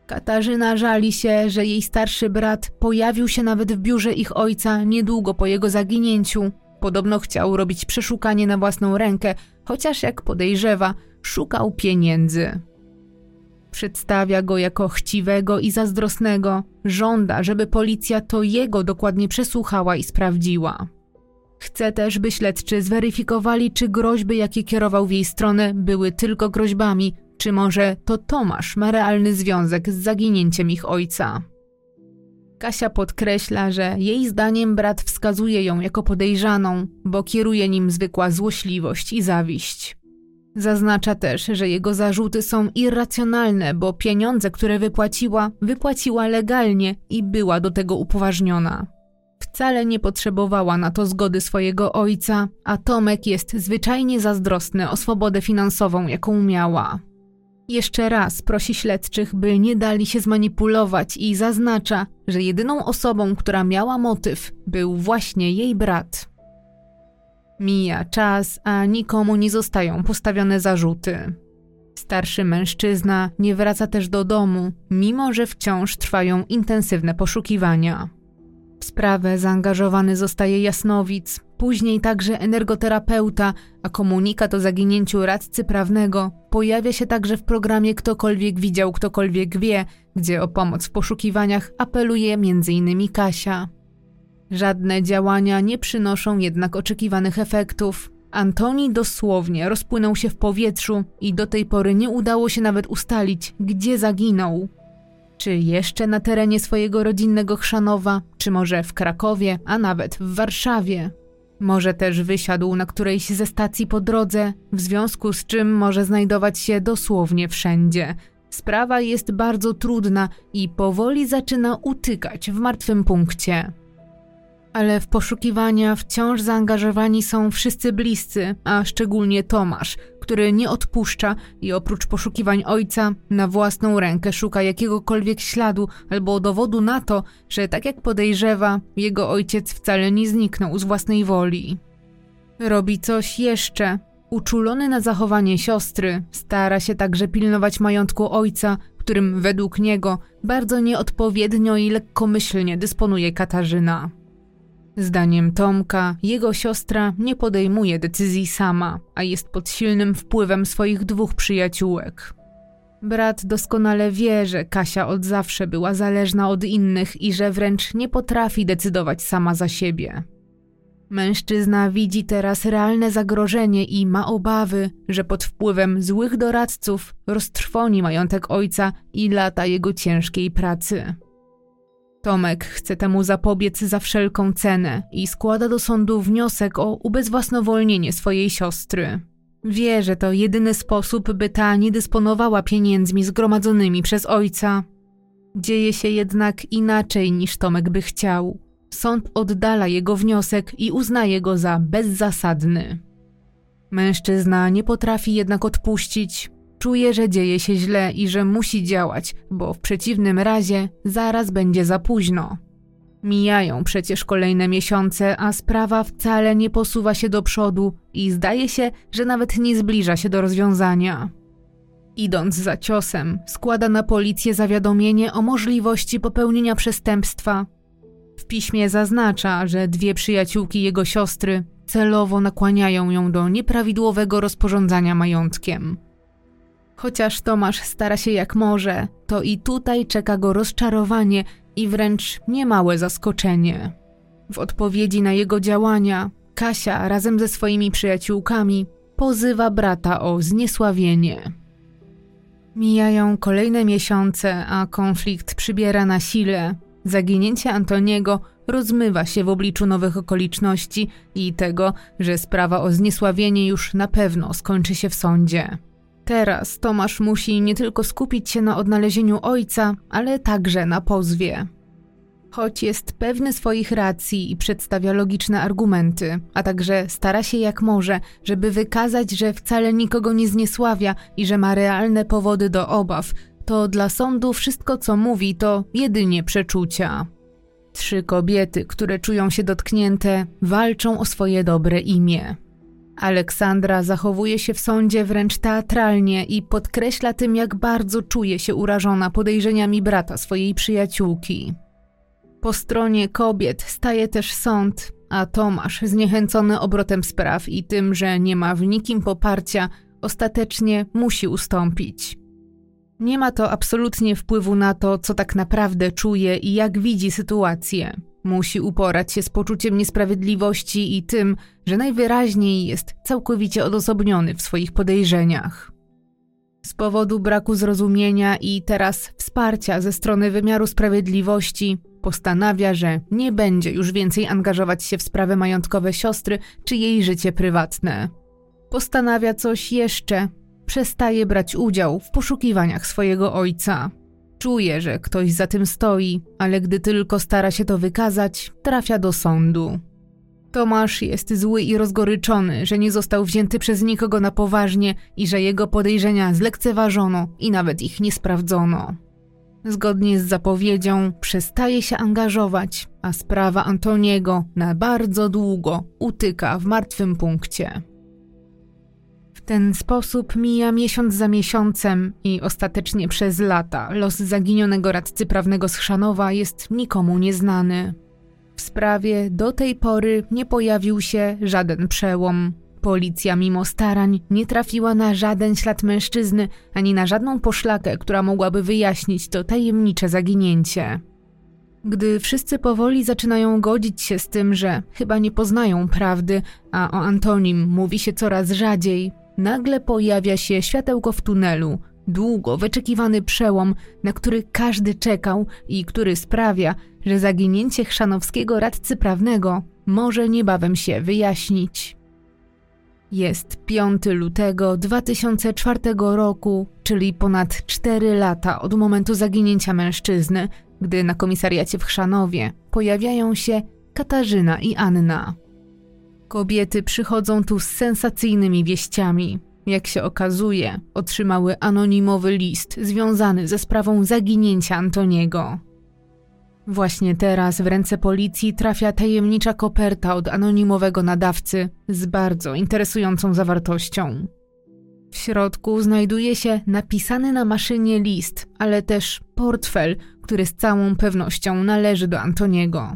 Speaker 1: Katarzyna żali się, że jej starszy brat pojawił się nawet w biurze ich ojca niedługo po jego zaginięciu. Podobno chciał robić przeszukanie na własną rękę, chociaż jak podejrzewa, szukał pieniędzy. Przedstawia go jako chciwego i zazdrosnego. Żąda, żeby policja to jego dokładnie przesłuchała i sprawdziła. Chce też, by śledczy zweryfikowali, czy groźby, jakie kierował w jej stronę, były tylko groźbami, czy może to Tomasz ma realny związek z zaginięciem ich ojca. Kasia podkreśla, że jej zdaniem brat wskazuje ją jako podejrzaną, bo kieruje nim zwykła złośliwość i zawiść. Zaznacza też, że jego zarzuty są irracjonalne, bo pieniądze, które wypłaciła legalnie i była do tego upoważniona. Wcale nie potrzebowała na to zgody swojego ojca, a Tomek jest zwyczajnie zazdrosny o swobodę finansową, jaką miała. Jeszcze raz prosi śledczych, by nie dali się zmanipulować i zaznacza, że jedyną osobą, która miała motyw, był właśnie jej brat. Mija czas, a nikomu nie zostają postawione zarzuty. Starszy mężczyzna nie wraca też do domu, mimo że wciąż trwają intensywne poszukiwania. W sprawę zaangażowany zostaje jasnowic, później także energoterapeuta, a komunikat o zaginięciu radcy prawnego pojawia się także w programie Ktokolwiek widział, ktokolwiek wie, gdzie o pomoc w poszukiwaniach apeluje m.in. Kasia. Żadne działania nie przynoszą jednak oczekiwanych efektów. Antoni dosłownie rozpłynął się w powietrzu i do tej pory nie udało się nawet ustalić, gdzie zaginął. Czy jeszcze na terenie swojego rodzinnego Chrzanowa, czy może w Krakowie, a nawet w Warszawie. Może też wysiadł na którejś ze stacji po drodze, w związku z czym może znajdować się dosłownie wszędzie. Sprawa jest bardzo trudna i powoli zaczyna utykać w martwym punkcie. Ale w poszukiwania wciąż zaangażowani są wszyscy bliscy, a szczególnie Tomasz, który nie odpuszcza i oprócz poszukiwań ojca na własną rękę szuka jakiegokolwiek śladu albo dowodu na to, że tak jak podejrzewa, jego ojciec wcale nie zniknął z własnej woli. Robi coś jeszcze. Uczulony na zachowanie siostry, stara się także pilnować majątku ojca, którym według niego bardzo nieodpowiednio i lekkomyślnie dysponuje Katarzyna. Zdaniem Tomka, jego siostra nie podejmuje decyzji sama, a jest pod silnym wpływem swoich dwóch przyjaciółek. Brat doskonale wie, że Kasia od zawsze była zależna od innych i że wręcz nie potrafi decydować sama za siebie. Mężczyzna widzi teraz realne zagrożenie i ma obawy, że pod wpływem złych doradców roztrwoni majątek ojca i lata jego ciężkiej pracy. Tomek chce temu zapobiec za wszelką cenę i składa do sądu wniosek o ubezwłasnowolnienie swojej siostry. Wie, że to jedyny sposób, by ta nie dysponowała pieniędzmi zgromadzonymi przez ojca. Dzieje się jednak inaczej niż Tomek by chciał. Sąd oddala jego wniosek i uznaje go za bezzasadny. Mężczyzna nie potrafi jednak odpuścić. Czuje, że dzieje się źle i że musi działać, bo w przeciwnym razie zaraz będzie za późno. Mijają przecież kolejne miesiące, a sprawa wcale nie posuwa się do przodu i zdaje się, że nawet nie zbliża się do rozwiązania. Idąc za ciosem, składa na policję zawiadomienie o możliwości popełnienia przestępstwa. W piśmie zaznacza, że dwie przyjaciółki jego siostry celowo nakłaniają ją do nieprawidłowego rozporządzania majątkiem. Chociaż Tomasz stara się jak może, to i tutaj czeka go rozczarowanie i wręcz niemałe zaskoczenie. W odpowiedzi na jego działania Kasia razem ze swoimi przyjaciółkami pozywa brata o zniesławienie. Mijają kolejne miesiące, a konflikt przybiera na sile. Zaginięcie Antoniego rozmywa się w obliczu nowych okoliczności i tego, że sprawa o zniesławienie już na pewno skończy się w sądzie. Teraz Tomasz musi nie tylko skupić się na odnalezieniu ojca, ale także na pozwie. Choć jest pewny swoich racji i przedstawia logiczne argumenty, a także stara się jak może, żeby wykazać, że wcale nikogo nie zniesławia i że ma realne powody do obaw, to dla sądu wszystko co mówi to jedynie przeczucia. 3 kobiety, które czują się dotknięte, walczą o swoje dobre imię. Aleksandra zachowuje się w sądzie wręcz teatralnie i podkreśla tym, jak bardzo czuje się urażona podejrzeniami brata swojej przyjaciółki. Po stronie kobiet staje też sąd, a Tomasz, zniechęcony obrotem spraw i tym, że nie ma w nikim poparcia, ostatecznie musi ustąpić. Nie ma to absolutnie wpływu na to, co tak naprawdę czuje i jak widzi sytuację. Musi uporać się z poczuciem niesprawiedliwości i tym, że najwyraźniej jest całkowicie odosobniony w swoich podejrzeniach. Z powodu braku zrozumienia i teraz wsparcia ze strony wymiaru sprawiedliwości postanawia, że nie będzie już więcej angażować się w sprawy majątkowe siostry czy jej życie prywatne. Postanawia coś jeszcze. Przestaje brać udział w poszukiwaniach swojego ojca. Czuje, że ktoś za tym stoi, ale gdy tylko stara się to wykazać, trafia do sądu. Tomasz jest zły i rozgoryczony, że nie został wzięty przez nikogo na poważnie i że jego podejrzenia zlekceważono i nawet ich nie sprawdzono. Zgodnie z zapowiedzią przestaje się angażować, a sprawa Antoniego na bardzo długo utyka w martwym punkcie. W ten sposób mija miesiąc za miesiącem i ostatecznie przez lata los zaginionego radcy prawnego z Chrzanowa jest nikomu nieznany. W sprawie do tej pory nie pojawił się żaden przełom. Policja mimo starań nie trafiła na żaden ślad mężczyzny ani na żadną poszlakę, która mogłaby wyjaśnić to tajemnicze zaginięcie. Gdy wszyscy powoli zaczynają godzić się z tym, że chyba nie poznają prawdy, a o Antonim mówi się coraz rzadziej, nagle pojawia się światełko w tunelu, długo wyczekiwany przełom, na który każdy czekał i który sprawia, że zaginięcie chrzanowskiego radcy prawnego może niebawem się wyjaśnić. Jest 5 lutego 2004 roku, czyli ponad 4 lata od momentu zaginięcia mężczyzny, gdy na komisariacie w Chrzanowie pojawiają się Katarzyna i Anna. Kobiety przychodzą tu z sensacyjnymi wieściami. Jak się okazuje, otrzymały anonimowy list związany ze sprawą zaginięcia Antoniego. Właśnie teraz w ręce policji trafia tajemnicza koperta od anonimowego nadawcy z bardzo interesującą zawartością. W środku znajduje się napisany na maszynie list, ale też portfel, który z całą pewnością należy do Antoniego.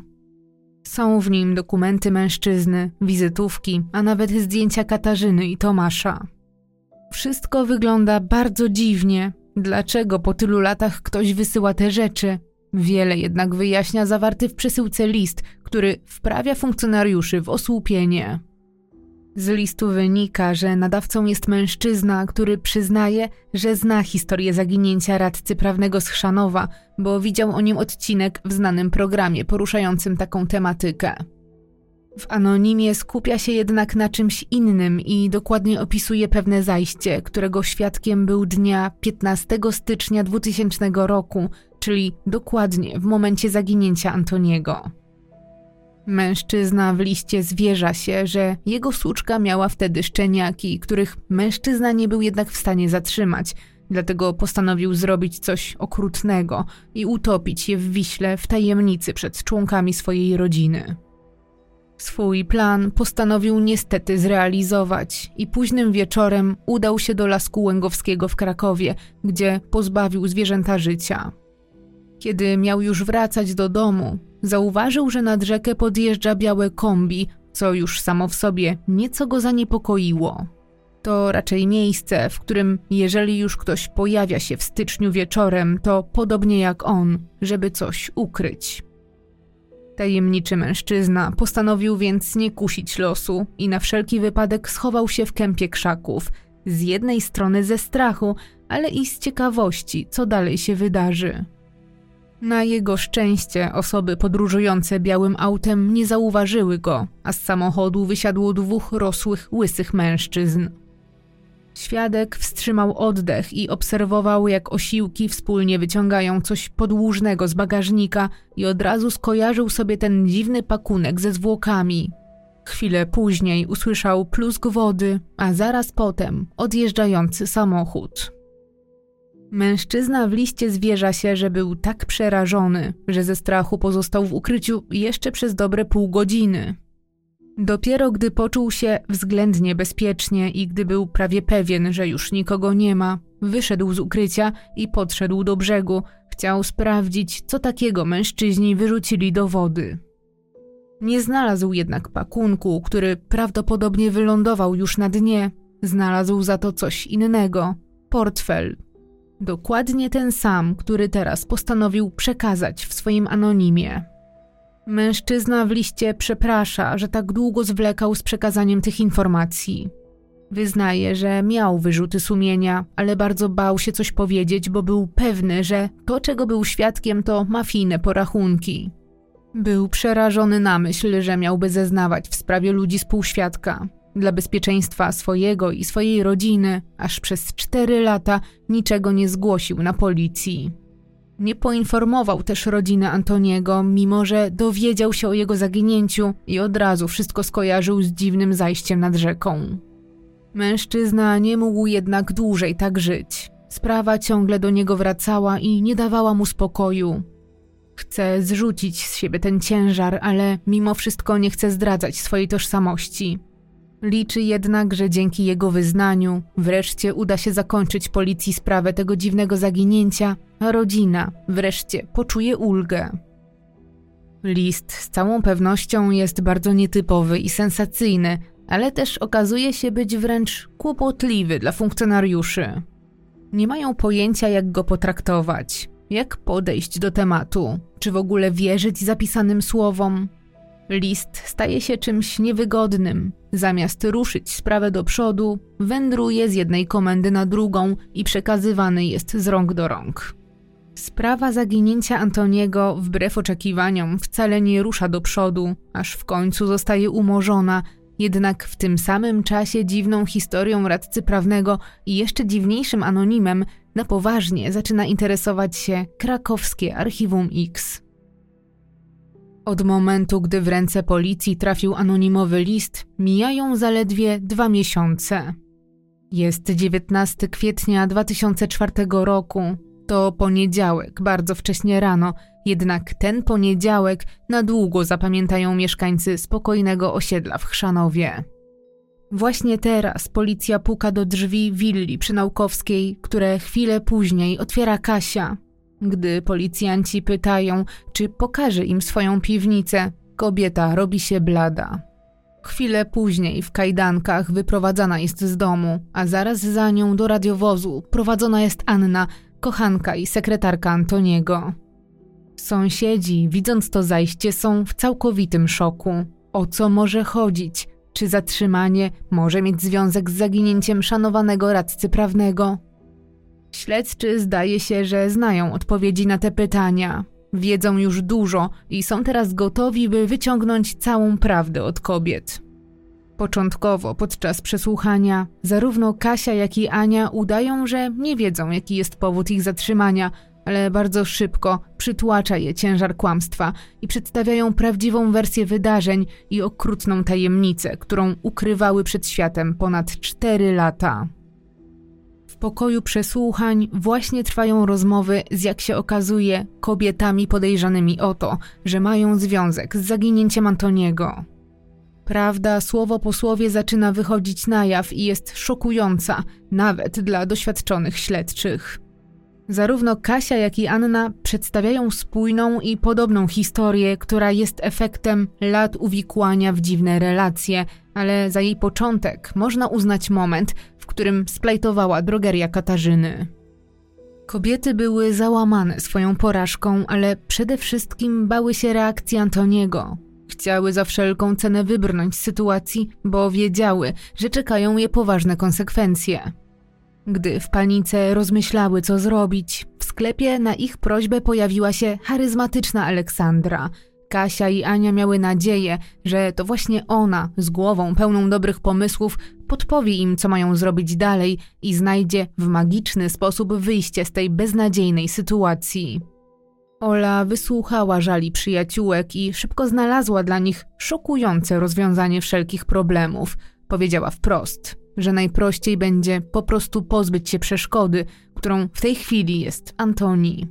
Speaker 1: Są w nim dokumenty mężczyzny, wizytówki, a nawet zdjęcia Katarzyny i Tomasza. Wszystko wygląda bardzo dziwnie. Dlaczego po tylu latach ktoś wysyła te rzeczy? Wiele jednak wyjaśnia zawarty w przesyłce list, który wprawia funkcjonariuszy w osłupienie. Z listu wynika, że nadawcą jest mężczyzna, który przyznaje, że zna historię zaginięcia radcy prawnego z Chrzanowa, bo widział o nim odcinek w znanym programie poruszającym taką tematykę. W anonimie skupia się jednak na czymś innym i dokładnie opisuje pewne zajście, którego świadkiem był dnia 15 stycznia 2000 roku, czyli dokładnie w momencie zaginięcia Antoniego. Mężczyzna w liście zwierza się, że jego słuczka miała wtedy szczeniaki, których mężczyzna nie był jednak w stanie zatrzymać, dlatego postanowił zrobić coś okrutnego i utopić je w Wiśle w tajemnicy przed członkami swojej rodziny. Swój plan postanowił niestety zrealizować i późnym wieczorem udał się do Lasku Łęgowskiego w Krakowie, gdzie pozbawił zwierzęta życia. Kiedy miał już wracać do domu, zauważył, że nad rzekę podjeżdża białe kombi, co już samo w sobie nieco go zaniepokoiło. To raczej miejsce, w którym jeżeli już ktoś pojawia się w styczniu wieczorem, to podobnie jak on, żeby coś ukryć. Tajemniczy mężczyzna postanowił więc nie kusić losu i na wszelki wypadek schował się w kępie krzaków, z jednej strony ze strachu, ale i z ciekawości, co dalej się wydarzy. Na jego szczęście osoby podróżujące białym autem nie zauważyły go, a z samochodu wysiadło 2 rosłych, łysych mężczyzn. Świadek wstrzymał oddech i obserwował, jak osiłki wspólnie wyciągają coś podłużnego z bagażnika i od razu skojarzył sobie ten dziwny pakunek ze zwłokami. Chwilę później usłyszał plusk wody, a zaraz potem odjeżdżający samochód. Mężczyzna w liście zwierza się, że był tak przerażony, że ze strachu pozostał w ukryciu jeszcze przez dobre pół godziny. Dopiero gdy poczuł się względnie bezpiecznie i gdy był prawie pewien, że już nikogo nie ma, wyszedł z ukrycia i podszedł do brzegu. Chciał sprawdzić, co takiego mężczyźni wyrzucili do wody. Nie znalazł jednak pakunku, który prawdopodobnie wylądował już na dnie. Znalazł za to coś innego – portfel. Dokładnie ten sam, który teraz postanowił przekazać w swoim anonimie. Mężczyzna w liście przeprasza, że tak długo zwlekał z przekazaniem tych informacji. Wyznaje, że miał wyrzuty sumienia, ale bardzo bał się coś powiedzieć, bo był pewny, że to, czego był świadkiem, to mafijne porachunki. Był przerażony na myśl, że miałby zeznawać w sprawie ludzi z półświadka. Dla bezpieczeństwa swojego i swojej rodziny, aż przez 4 lata niczego nie zgłosił na policji. Nie poinformował też rodziny Antoniego, mimo że dowiedział się o jego zaginięciu i od razu wszystko skojarzył z dziwnym zajściem nad rzeką. Mężczyzna nie mógł jednak dłużej tak żyć. Sprawa ciągle do niego wracała i nie dawała mu spokoju. Chce zrzucić z siebie ten ciężar, ale mimo wszystko nie chce zdradzać swojej tożsamości. Liczy jednak, że dzięki jego wyznaniu wreszcie uda się zakończyć policji sprawę tego dziwnego zaginięcia, a rodzina wreszcie poczuje ulgę. List z całą pewnością jest bardzo nietypowy i sensacyjny, ale też okazuje się być wręcz kłopotliwy dla funkcjonariuszy. Nie mają pojęcia, jak go potraktować, jak podejść do tematu, czy w ogóle wierzyć zapisanym słowom. List staje się czymś niewygodnym. Zamiast ruszyć sprawę do przodu, wędruje z jednej komendy na drugą i przekazywany jest z rąk do rąk. Sprawa zaginięcia Antoniego, wbrew oczekiwaniom, wcale nie rusza do przodu, aż w końcu zostaje umorzona, jednak w tym samym czasie dziwną historią radcy prawnego i jeszcze dziwniejszym anonimem na poważnie zaczyna interesować się krakowskie Archiwum X. Od momentu, gdy w ręce policji trafił anonimowy list, mijają zaledwie 2 miesiące. Jest 19 kwietnia 2004 roku. To poniedziałek, bardzo wcześnie rano, jednak ten poniedziałek na długo zapamiętają mieszkańcy spokojnego osiedla w Chrzanowie. Właśnie teraz policja puka do drzwi willi przy Naukowskiej, które chwilę później otwiera Kasia. Gdy policjanci pytają, czy pokaże im swoją piwnicę, kobieta robi się blada. Chwilę później w kajdankach wyprowadzana jest z domu, a zaraz za nią do radiowozu prowadzona jest Anna, kochanka i sekretarka Antoniego. Sąsiedzi, widząc to zajście, są w całkowitym szoku. O co może chodzić? Czy zatrzymanie może mieć związek z zaginięciem szanowanego radcy prawnego? Śledczy zdaje się, że znają odpowiedzi na te pytania. Wiedzą już dużo i są teraz gotowi, by wyciągnąć całą prawdę od kobiet. Początkowo, podczas przesłuchania, zarówno Kasia, jak i Ania udają, że nie wiedzą, jaki jest powód ich zatrzymania, ale bardzo szybko przytłacza je ciężar kłamstwa i przedstawiają prawdziwą wersję wydarzeń i okrutną tajemnicę, którą ukrywały przed światem ponad 4 lata. W pokoju przesłuchań właśnie trwają rozmowy z, jak się okazuje, kobietami podejrzanymi o to, że mają związek z zaginięciem Antoniego. Prawda słowo po słowie zaczyna wychodzić na jaw i jest szokująca, nawet dla doświadczonych śledczych. Zarówno Kasia, jak i Anna przedstawiają spójną i podobną historię, która jest efektem lat uwikłania w dziwne relacje, ale za jej początek można uznać moment, w którym splajtowała drogeria Katarzyny. Kobiety były załamane swoją porażką, ale przede wszystkim bały się reakcji Antoniego. Chciały za wszelką cenę wybrnąć z sytuacji, bo wiedziały, że czekają je poważne konsekwencje. Gdy w panice rozmyślały, co zrobić, w sklepie na ich prośbę pojawiła się charyzmatyczna Aleksandra. Kasia i Ania miały nadzieję, że to właśnie ona, z głową pełną dobrych pomysłów, podpowie im, co mają zrobić dalej i znajdzie w magiczny sposób wyjście z tej beznadziejnej sytuacji. Ola wysłuchała żali przyjaciółek i szybko znalazła dla nich szokujące rozwiązanie wszelkich problemów. Powiedziała wprost, że najprościej będzie po prostu pozbyć się przeszkody, którą w tej chwili jest Antoni.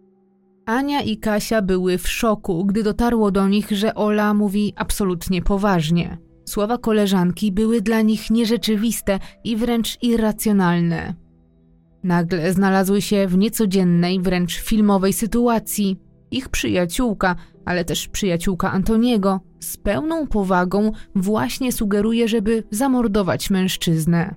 Speaker 1: Ania i Kasia były w szoku, gdy dotarło do nich, że Ola mówi absolutnie poważnie. Słowa koleżanki były dla nich nierzeczywiste i wręcz irracjonalne. Nagle znalazły się w niecodziennej, wręcz filmowej sytuacji. Ich przyjaciółka, ale też przyjaciółka Antoniego, z pełną powagą właśnie sugeruje, żeby zamordować mężczyznę.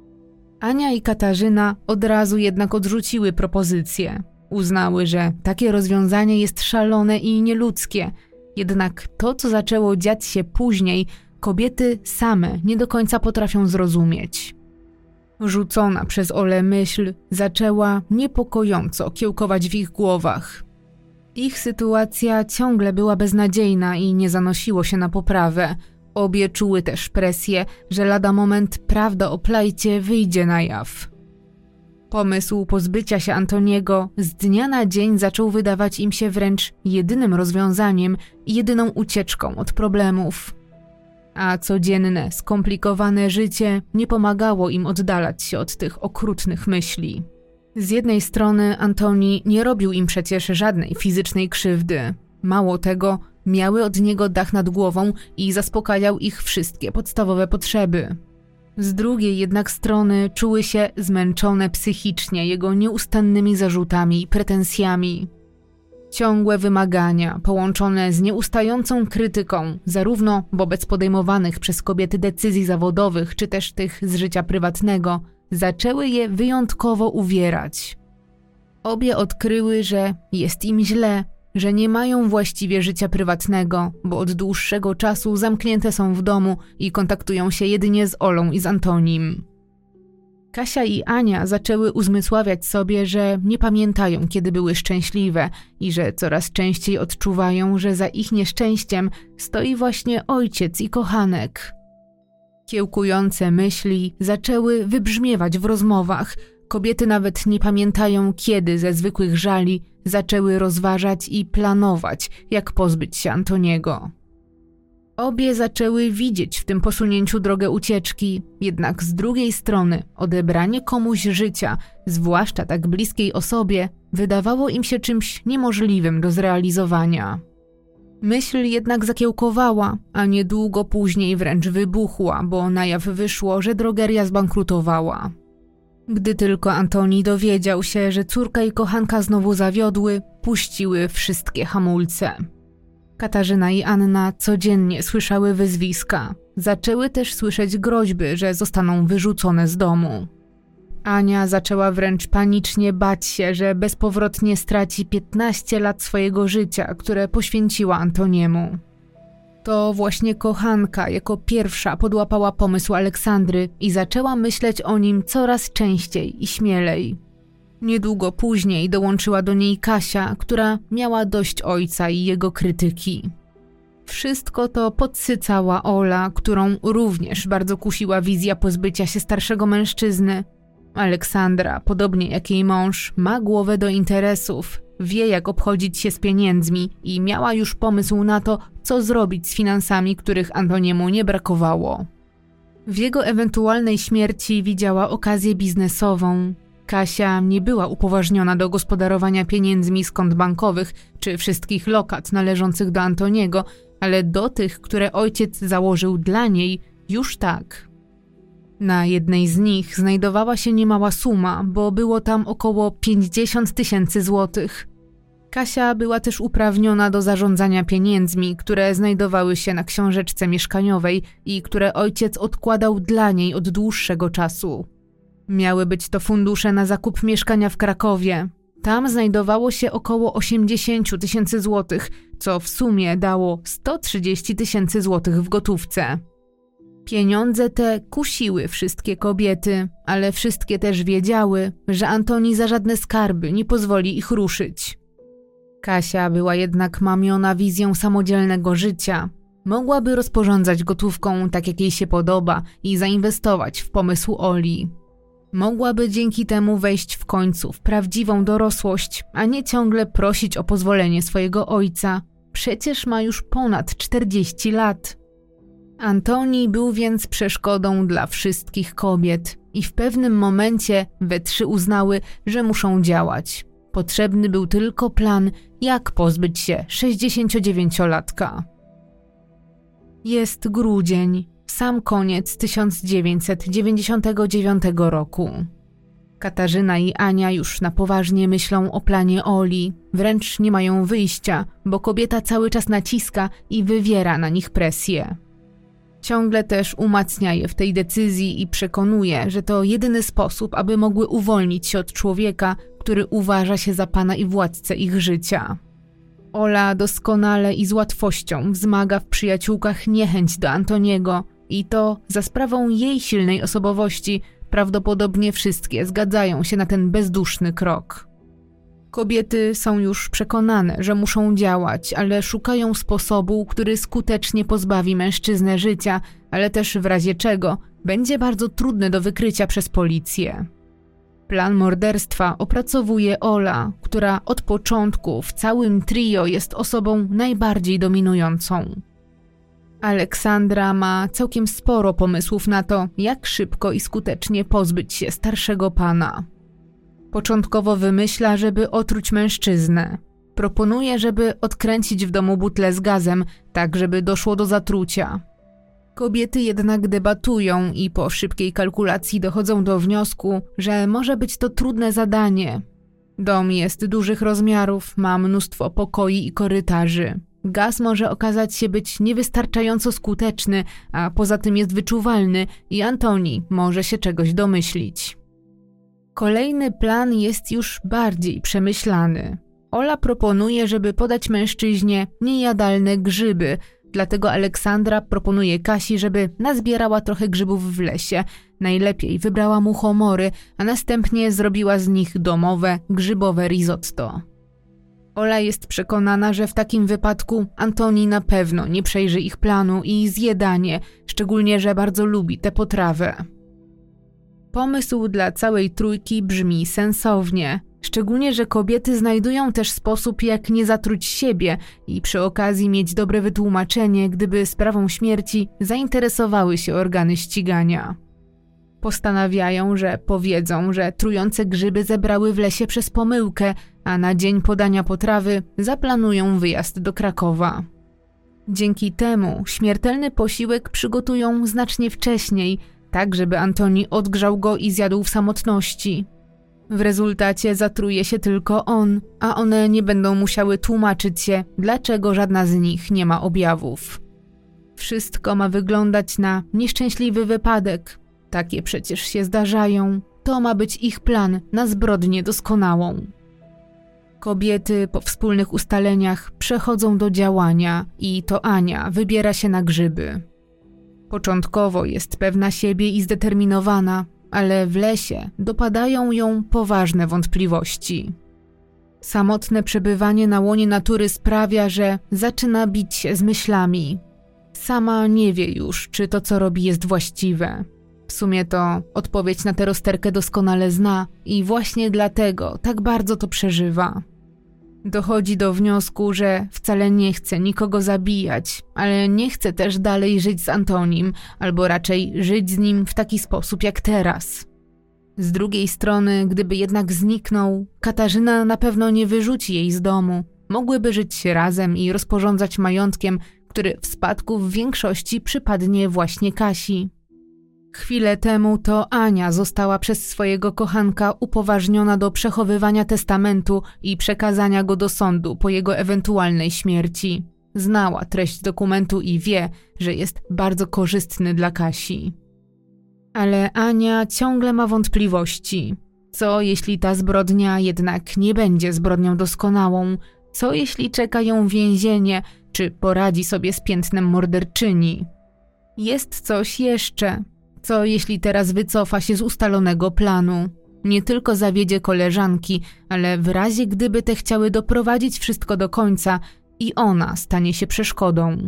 Speaker 1: Ania i Katarzyna od razu jednak odrzuciły propozycję. Uznały, że takie rozwiązanie jest szalone i nieludzkie. Jednak to, co zaczęło dziać się później, kobiety same nie do końca potrafią zrozumieć. Rzucona przez Olę myśl zaczęła niepokojąco kiełkować w ich głowach. Ich sytuacja ciągle była beznadziejna i nie zanosiło się na poprawę. Obie czuły też presję, że lada moment prawda o Plajcie wyjdzie na jaw. Pomysł pozbycia się Antoniego z dnia na dzień zaczął wydawać im się wręcz jedynym rozwiązaniem i jedyną ucieczką od problemów. A codzienne, skomplikowane życie nie pomagało im oddalać się od tych okrutnych myśli. Z jednej strony Antoni nie robił im przecież żadnej fizycznej krzywdy. Mało tego, miały od niego dach nad głową i zaspokajał ich wszystkie podstawowe potrzeby. Z drugiej jednak strony czuły się zmęczone psychicznie jego nieustannymi zarzutami i pretensjami. Ciągłe wymagania, połączone z nieustającą krytyką, zarówno wobec podejmowanych przez kobiety decyzji zawodowych, czy też tych z życia prywatnego, zaczęły je wyjątkowo uwierać. Obie odkryły, że jest im źle, że nie mają właściwie życia prywatnego, bo od dłuższego czasu zamknięte są w domu i kontaktują się jedynie z Olą i z Antonim. Kasia i Ania zaczęły uzmysławiać sobie, że nie pamiętają, kiedy były szczęśliwe i że coraz częściej odczuwają, że za ich nieszczęściem stoi właśnie ojciec i kochanek. Kiełkujące myśli zaczęły wybrzmiewać w rozmowach. Kobiety nawet nie pamiętają, kiedy ze zwykłych żali zaczęły rozważać i planować, jak pozbyć się Antoniego. Obie zaczęły widzieć w tym posunięciu drogę ucieczki, jednak z drugiej strony odebranie komuś życia, zwłaszcza tak bliskiej osobie, wydawało im się czymś niemożliwym do zrealizowania. Myśl jednak zakiełkowała, a niedługo później wręcz wybuchła, bo na jaw wyszło, że drogeria zbankrutowała. Gdy tylko Antoni dowiedział się, że córka i kochanka znowu zawiodły, puściły wszystkie hamulce. Katarzyna i Anna codziennie słyszały wyzwiska. Zaczęły też słyszeć groźby, że zostaną wyrzucone z domu. Ania zaczęła wręcz panicznie bać się, że bezpowrotnie straci 15 lat swojego życia, które poświęciła Antoniemu. To właśnie kochanka jako pierwsza podłapała pomysł Aleksandry i zaczęła myśleć o nim coraz częściej i śmielej. Niedługo później dołączyła do niej Kasia, która miała dość ojca i jego krytyki. Wszystko to podsycała Ola, którą również bardzo kusiła wizja pozbycia się starszego mężczyzny. Aleksandra, podobnie jak jej mąż, ma głowę do interesów, wie jak obchodzić się z pieniędzmi i miała już pomysł na to, co zrobić z finansami, których Antoniemu nie brakowało. W jego ewentualnej śmierci widziała okazję biznesową. Kasia nie była upoważniona do gospodarowania pieniędzmi z kont bankowych czy wszystkich lokat należących do Antoniego, ale do tych, które ojciec założył dla niej, już tak. Na jednej z nich znajdowała się niemała suma, bo było tam około 50 000 złotych. Kasia była też uprawniona do zarządzania pieniędzmi, które znajdowały się na książeczce mieszkaniowej i które ojciec odkładał dla niej od dłuższego czasu. Miały być to fundusze na zakup mieszkania w Krakowie. Tam znajdowało się około 80 000 złotych, co w sumie dało 130 000 złotych w gotówce. Pieniądze te kusiły wszystkie kobiety, ale wszystkie też wiedziały, że Antoni za żadne skarby nie pozwoli ich ruszyć. Kasia była jednak mamiona wizją samodzielnego życia. Mogłaby rozporządzać gotówką tak, jak jej się podoba i zainwestować w pomysł Oli. Mogłaby dzięki temu wejść w końcu w prawdziwą dorosłość, a nie ciągle prosić o pozwolenie swojego ojca. Przecież ma już ponad 40 lat. Antoni był więc przeszkodą dla wszystkich kobiet i w pewnym momencie we trzy uznały, że muszą działać. Potrzebny był tylko plan, jak pozbyć się 69-latka. Jest grudzień. sam koniec 1999 roku. Katarzyna i Ania już na poważnie myślą o planie Oli, wręcz nie mają wyjścia, bo kobieta cały czas naciska i wywiera na nich presję. Ciągle też umacnia je w tej decyzji i przekonuje, że to jedyny sposób, aby mogły uwolnić się od człowieka, który uważa się za pana i władcę ich życia. Ola doskonale i z łatwością wzmaga w przyjaciółkach niechęć do Antoniego i to za sprawą jej silnej osobowości prawdopodobnie wszystkie zgadzają się na ten bezduszny krok. Kobiety są już przekonane, że muszą działać, ale szukają sposobu, który skutecznie pozbawi mężczyznę życia, ale też w razie czego będzie bardzo trudny do wykrycia przez policję. Plan morderstwa opracowuje Ola, która od początku w całym trio jest osobą najbardziej dominującą. Aleksandra ma całkiem sporo pomysłów na to, jak szybko i skutecznie pozbyć się starszego pana. Początkowo wymyśla, żeby otruć mężczyznę. Proponuje, żeby odkręcić w domu butlę z gazem, tak żeby doszło do zatrucia. Kobiety jednak debatują i po szybkiej kalkulacji dochodzą do wniosku, że może być to trudne zadanie. Dom jest dużych rozmiarów, ma mnóstwo pokoi i korytarzy. Gaz może okazać się być niewystarczająco skuteczny, a poza tym jest wyczuwalny i Antoni może się czegoś domyślić. Kolejny plan jest już bardziej przemyślany. Ola proponuje, żeby podać mężczyźnie niejadalne grzyby, dlatego Aleksandra proponuje Kasi, żeby nazbierała trochę grzybów w lesie. Najlepiej wybrała muchomory, a następnie zrobiła z nich domowe, grzybowe risotto. Ola jest przekonana, że w takim wypadku Antoni na pewno nie przejrzy ich planu i zje danie, szczególnie, że bardzo lubi tę potrawę. Pomysł dla całej trójki brzmi sensownie, szczególnie, że kobiety znajdują też sposób, jak nie zatruć siebie i przy okazji mieć dobre wytłumaczenie, gdyby sprawą śmierci zainteresowały się organy ścigania. Postanawiają, że powiedzą, że trujące grzyby zebrały w lesie przez pomyłkę, a na dzień podania potrawy zaplanują wyjazd do Krakowa. Dzięki temu śmiertelny posiłek przygotują znacznie wcześniej, tak żeby Antoni odgrzał go i zjadł w samotności. W rezultacie zatruje się tylko on, a one nie będą musiały tłumaczyć się, dlaczego żadna z nich nie ma objawów. Wszystko ma wyglądać na nieszczęśliwy wypadek. Takie przecież się zdarzają. To ma być ich plan na zbrodnię doskonałą. Kobiety po wspólnych ustaleniach przechodzą do działania i to Ania wybiera się na grzyby. Początkowo jest pewna siebie i zdeterminowana, ale w lesie dopadają ją poważne wątpliwości. Samotne przebywanie na łonie natury sprawia, że zaczyna bić się z myślami. Sama nie wie już, czy to, co robi, jest właściwe. W sumie to odpowiedź na tę rozterkę doskonale zna i właśnie dlatego tak bardzo to przeżywa. Dochodzi do wniosku, że wcale nie chce nikogo zabijać, ale nie chce też dalej żyć z Antonim, albo raczej żyć z nim w taki sposób jak teraz. Z drugiej strony, gdyby jednak zniknął, Katarzyna na pewno nie wyrzuci jej z domu. Mogłyby żyć razem i rozporządzać majątkiem, który w spadku w większości przypadnie właśnie Kasi. Chwilę temu to Ania została przez swojego kochanka upoważniona do przechowywania testamentu i przekazania go do sądu po jego ewentualnej śmierci. Znała treść dokumentu i wie, że jest bardzo korzystny dla Kasi. Ale Ania ciągle ma wątpliwości. Co jeśli ta zbrodnia jednak nie będzie zbrodnią doskonałą? Co jeśli czeka ją więzienie, czy poradzi sobie z piętnem morderczyni? Jest coś jeszcze. Co jeśli teraz wycofa się z ustalonego planu? Nie tylko zawiedzie koleżanki, ale w razie gdyby te chciały doprowadzić wszystko do końca i ona stanie się przeszkodą.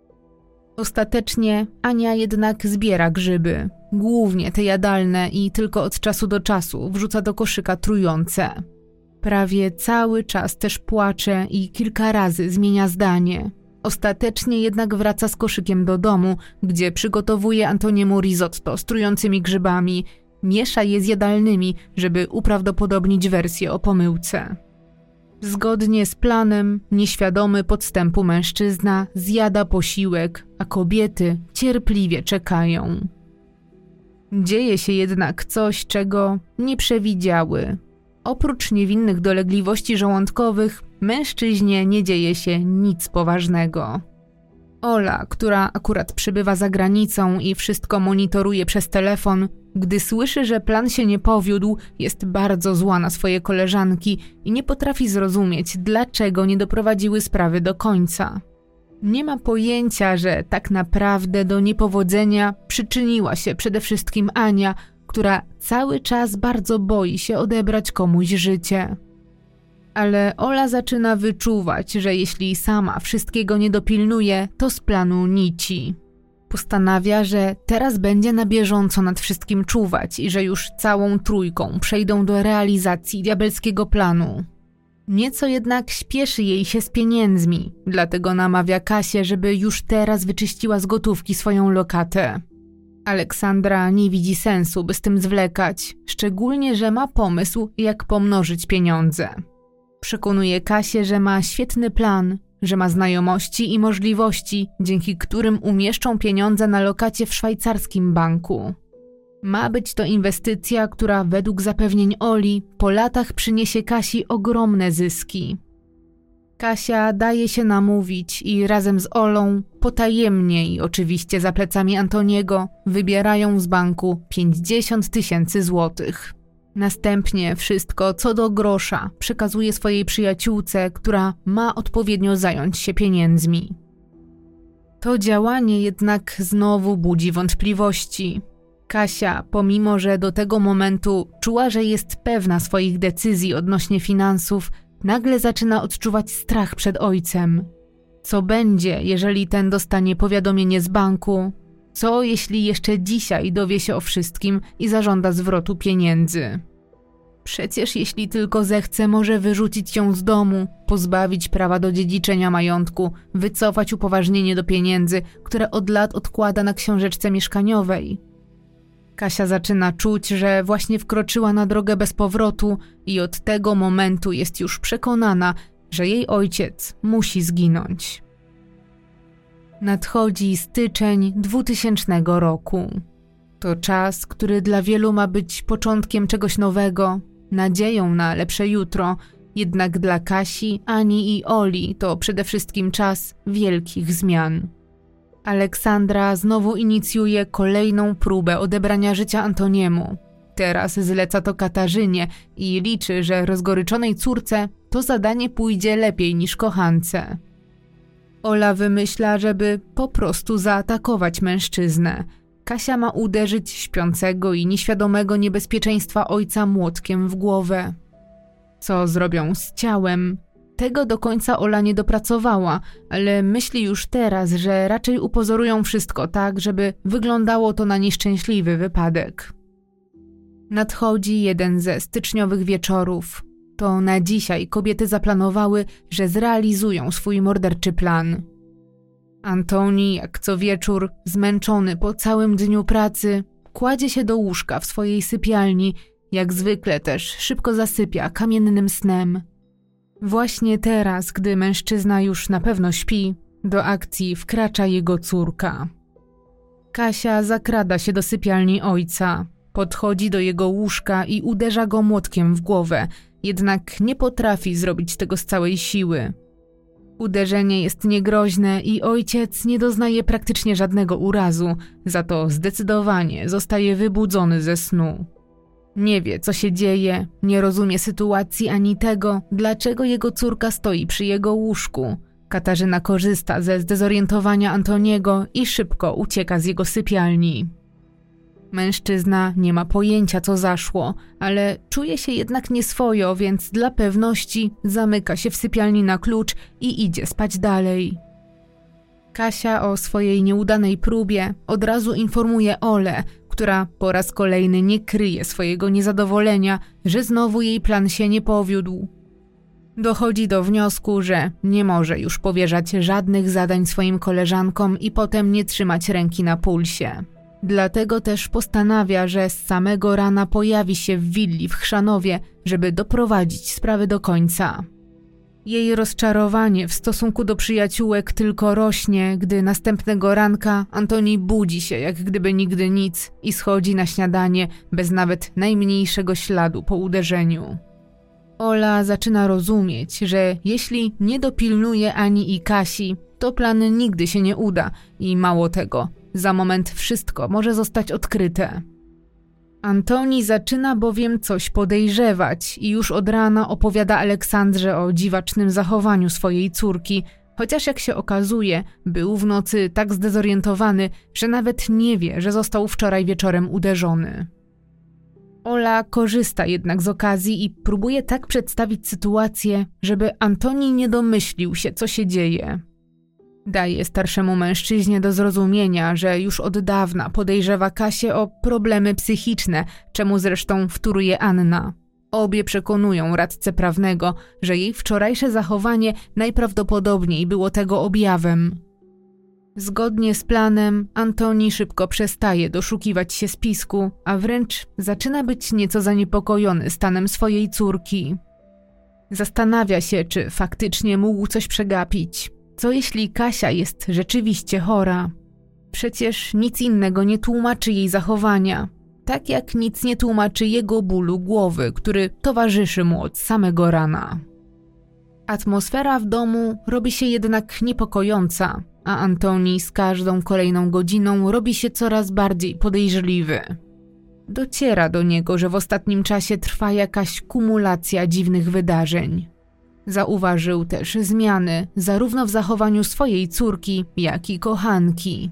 Speaker 1: Ostatecznie Ania jednak zbiera grzyby, głównie te jadalne i tylko od czasu do czasu wrzuca do koszyka trujące. Prawie cały czas też płacze i kilka razy zmienia zdanie. Ostatecznie jednak wraca z koszykiem do domu, gdzie przygotowuje Antoniemu risotto z trującymi grzybami, miesza je z jadalnymi, żeby uprawdopodobnić wersję o pomyłce. Zgodnie z planem, nieświadomy podstępu mężczyzna zjada posiłek, a kobiety cierpliwie czekają. Dzieje się jednak coś, czego nie przewidziały. Oprócz niewinnych dolegliwości żołądkowych, mężczyźnie nie dzieje się nic poważnego. Ola, która akurat przybywa za granicą i wszystko monitoruje przez telefon, gdy słyszy, że plan się nie powiódł, jest bardzo zła na swoje koleżanki i nie potrafi zrozumieć, dlaczego nie doprowadziły sprawy do końca. Nie ma pojęcia, że tak naprawdę do niepowodzenia przyczyniła się przede wszystkim Ania, która cały czas bardzo boi się odebrać komuś życie. Ale Ola zaczyna wyczuwać, że jeśli sama wszystkiego nie dopilnuje, to z planu nici. Postanawia, że teraz będzie na bieżąco nad wszystkim czuwać i że już całą trójką przejdą do realizacji diabelskiego planu. Nieco jednak śpieszy jej się z pieniędzmi, dlatego namawia Kasię, żeby już teraz wyczyściła z gotówki swoją lokatę. Aleksandra nie widzi sensu, by z tym zwlekać, szczególnie, że ma pomysł, jak pomnożyć pieniądze. Przekonuje Kasię, że ma świetny plan, że ma znajomości i możliwości, dzięki którym umieszczą pieniądze na lokacie w szwajcarskim banku. Ma być to inwestycja, która według zapewnień Oli po latach przyniesie Kasi ogromne zyski. Kasia daje się namówić i razem z Olą, potajemnie i oczywiście za plecami Antoniego, wybierają z banku 50 000 złotych. Następnie wszystko co do grosza przekazuje swojej przyjaciółce, która ma odpowiednio zająć się pieniędzmi. To działanie jednak znowu budzi wątpliwości. Kasia, pomimo że do tego momentu czuła, że jest pewna swoich decyzji odnośnie finansów, nagle zaczyna odczuwać strach przed ojcem. Co będzie, jeżeli ten dostanie powiadomienie z banku? Co jeśli jeszcze dzisiaj dowie się o wszystkim i zażąda zwrotu pieniędzy? Przecież jeśli tylko zechce, może wyrzucić ją z domu, pozbawić prawa do dziedziczenia majątku, wycofać upoważnienie do pieniędzy, które od lat odkłada na książeczce mieszkaniowej. Kasia zaczyna czuć, że właśnie wkroczyła na drogę bez powrotu i od tego momentu jest już przekonana, że jej ojciec musi zginąć. Nadchodzi styczeń 2000 roku. To czas, który dla wielu ma być początkiem czegoś nowego, nadzieją na lepsze jutro, jednak dla Kasi, Ani i Oli to przede wszystkim czas wielkich zmian. Aleksandra znowu inicjuje kolejną próbę odebrania życia Antoniemu. Teraz zleca to Katarzynie i liczy, że rozgoryczonej córce to zadanie pójdzie lepiej niż kochance. Ola wymyśla, żeby po prostu zaatakować mężczyznę. Kasia ma uderzyć śpiącego i nieświadomego niebezpieczeństwa ojca młotkiem w głowę. Co zrobią z ciałem? Tego do końca Ola nie dopracowała, ale myśli już teraz, że raczej upozorują wszystko tak, żeby wyglądało to na nieszczęśliwy wypadek. Nadchodzi jeden ze styczniowych wieczorów. To na dzisiaj kobiety zaplanowały, że zrealizują swój morderczy plan. Antoni, jak co wieczór, zmęczony po całym dniu pracy, kładzie się do łóżka w swojej sypialni, jak zwykle też szybko zasypia kamiennym snem. Właśnie teraz, gdy mężczyzna już na pewno śpi, do akcji wkracza jego córka. Kasia zakrada się do sypialni ojca, podchodzi do jego łóżka i uderza go młotkiem w głowę, jednak nie potrafi zrobić tego z całej siły. Uderzenie jest niegroźne i ojciec nie doznaje praktycznie żadnego urazu, za to zdecydowanie zostaje wybudzony ze snu. Nie wie, co się dzieje, nie rozumie sytuacji ani tego, dlaczego jego córka stoi przy jego łóżku. Katarzyna korzysta ze zdezorientowania Antoniego i szybko ucieka z jego sypialni. Mężczyzna nie ma pojęcia, co zaszło, ale czuje się jednak nieswojo, więc dla pewności zamyka się w sypialni na klucz i idzie spać dalej. Kasia o swojej nieudanej próbie od razu informuje Olę, która po raz kolejny nie kryje swojego niezadowolenia, że znowu jej plan się nie powiódł. Dochodzi do wniosku, że nie może już powierzać żadnych zadań swoim koleżankom i potem nie trzymać ręki na pulsie. Dlatego też postanawia, że z samego rana pojawi się w willi w Chrzanowie, żeby doprowadzić sprawy do końca. Jej rozczarowanie w stosunku do przyjaciółek tylko rośnie, gdy następnego ranka Antoni budzi się jak gdyby nigdy nic i schodzi na śniadanie bez nawet najmniejszego śladu po uderzeniu. Ola zaczyna rozumieć, że jeśli nie dopilnuje Ani i Kasi, to plan nigdy się nie uda i mało tego, za moment wszystko może zostać odkryte. Antoni zaczyna bowiem coś podejrzewać i już od rana opowiada Aleksandrze o dziwacznym zachowaniu swojej córki, chociaż jak się okazuje, był w nocy tak zdezorientowany, że nawet nie wie, że został wczoraj wieczorem uderzony. Ola korzysta jednak z okazji i próbuje tak przedstawić sytuację, żeby Antoni nie domyślił się, co się dzieje. Daje starszemu mężczyźnie do zrozumienia, że już od dawna podejrzewa Kasię o problemy psychiczne, czemu zresztą wtóruje Anna. Obie przekonują radcę prawnego, że jej wczorajsze zachowanie najprawdopodobniej było tego objawem. Zgodnie z planem, Antoni szybko przestaje doszukiwać się spisku, a wręcz zaczyna być nieco zaniepokojony stanem swojej córki. Zastanawia się, czy faktycznie mógł coś przegapić. Co jeśli Kasia jest rzeczywiście chora? Przecież nic innego nie tłumaczy jej zachowania, tak jak nic nie tłumaczy jego bólu głowy, który towarzyszy mu od samego rana. Atmosfera w domu robi się jednak niepokojąca, a Antoni z każdą kolejną godziną robi się coraz bardziej podejrzliwy. Dociera do niego, że w ostatnim czasie trwa jakaś kumulacja dziwnych wydarzeń. Zauważył też zmiany zarówno w zachowaniu swojej córki, jak i kochanki.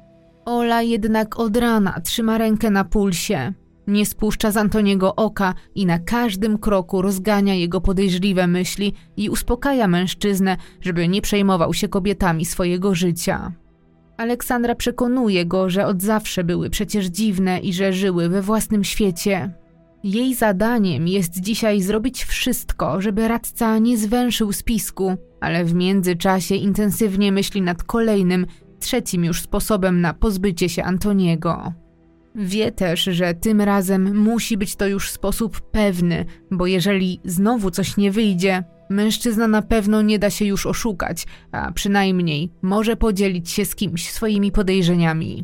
Speaker 1: Ola jednak od rana trzyma rękę na pulsie, nie spuszcza z Antoniego oka i na każdym kroku rozgania jego podejrzliwe myśli i uspokaja mężczyznę, żeby nie przejmował się kobietami swojego życia. Aleksandra przekonuje go, że od zawsze były przecież dziwne i że żyły we własnym świecie. Jej zadaniem jest dzisiaj zrobić wszystko, żeby radca nie zwęszył spisku, ale w międzyczasie intensywnie myśli nad kolejnym, trzecim już sposobem na pozbycie się Antoniego. Wie też, że tym razem musi być to już sposób pewny, bo jeżeli znowu coś nie wyjdzie, mężczyzna na pewno nie da się już oszukać, a przynajmniej może podzielić się z kimś swoimi podejrzeniami.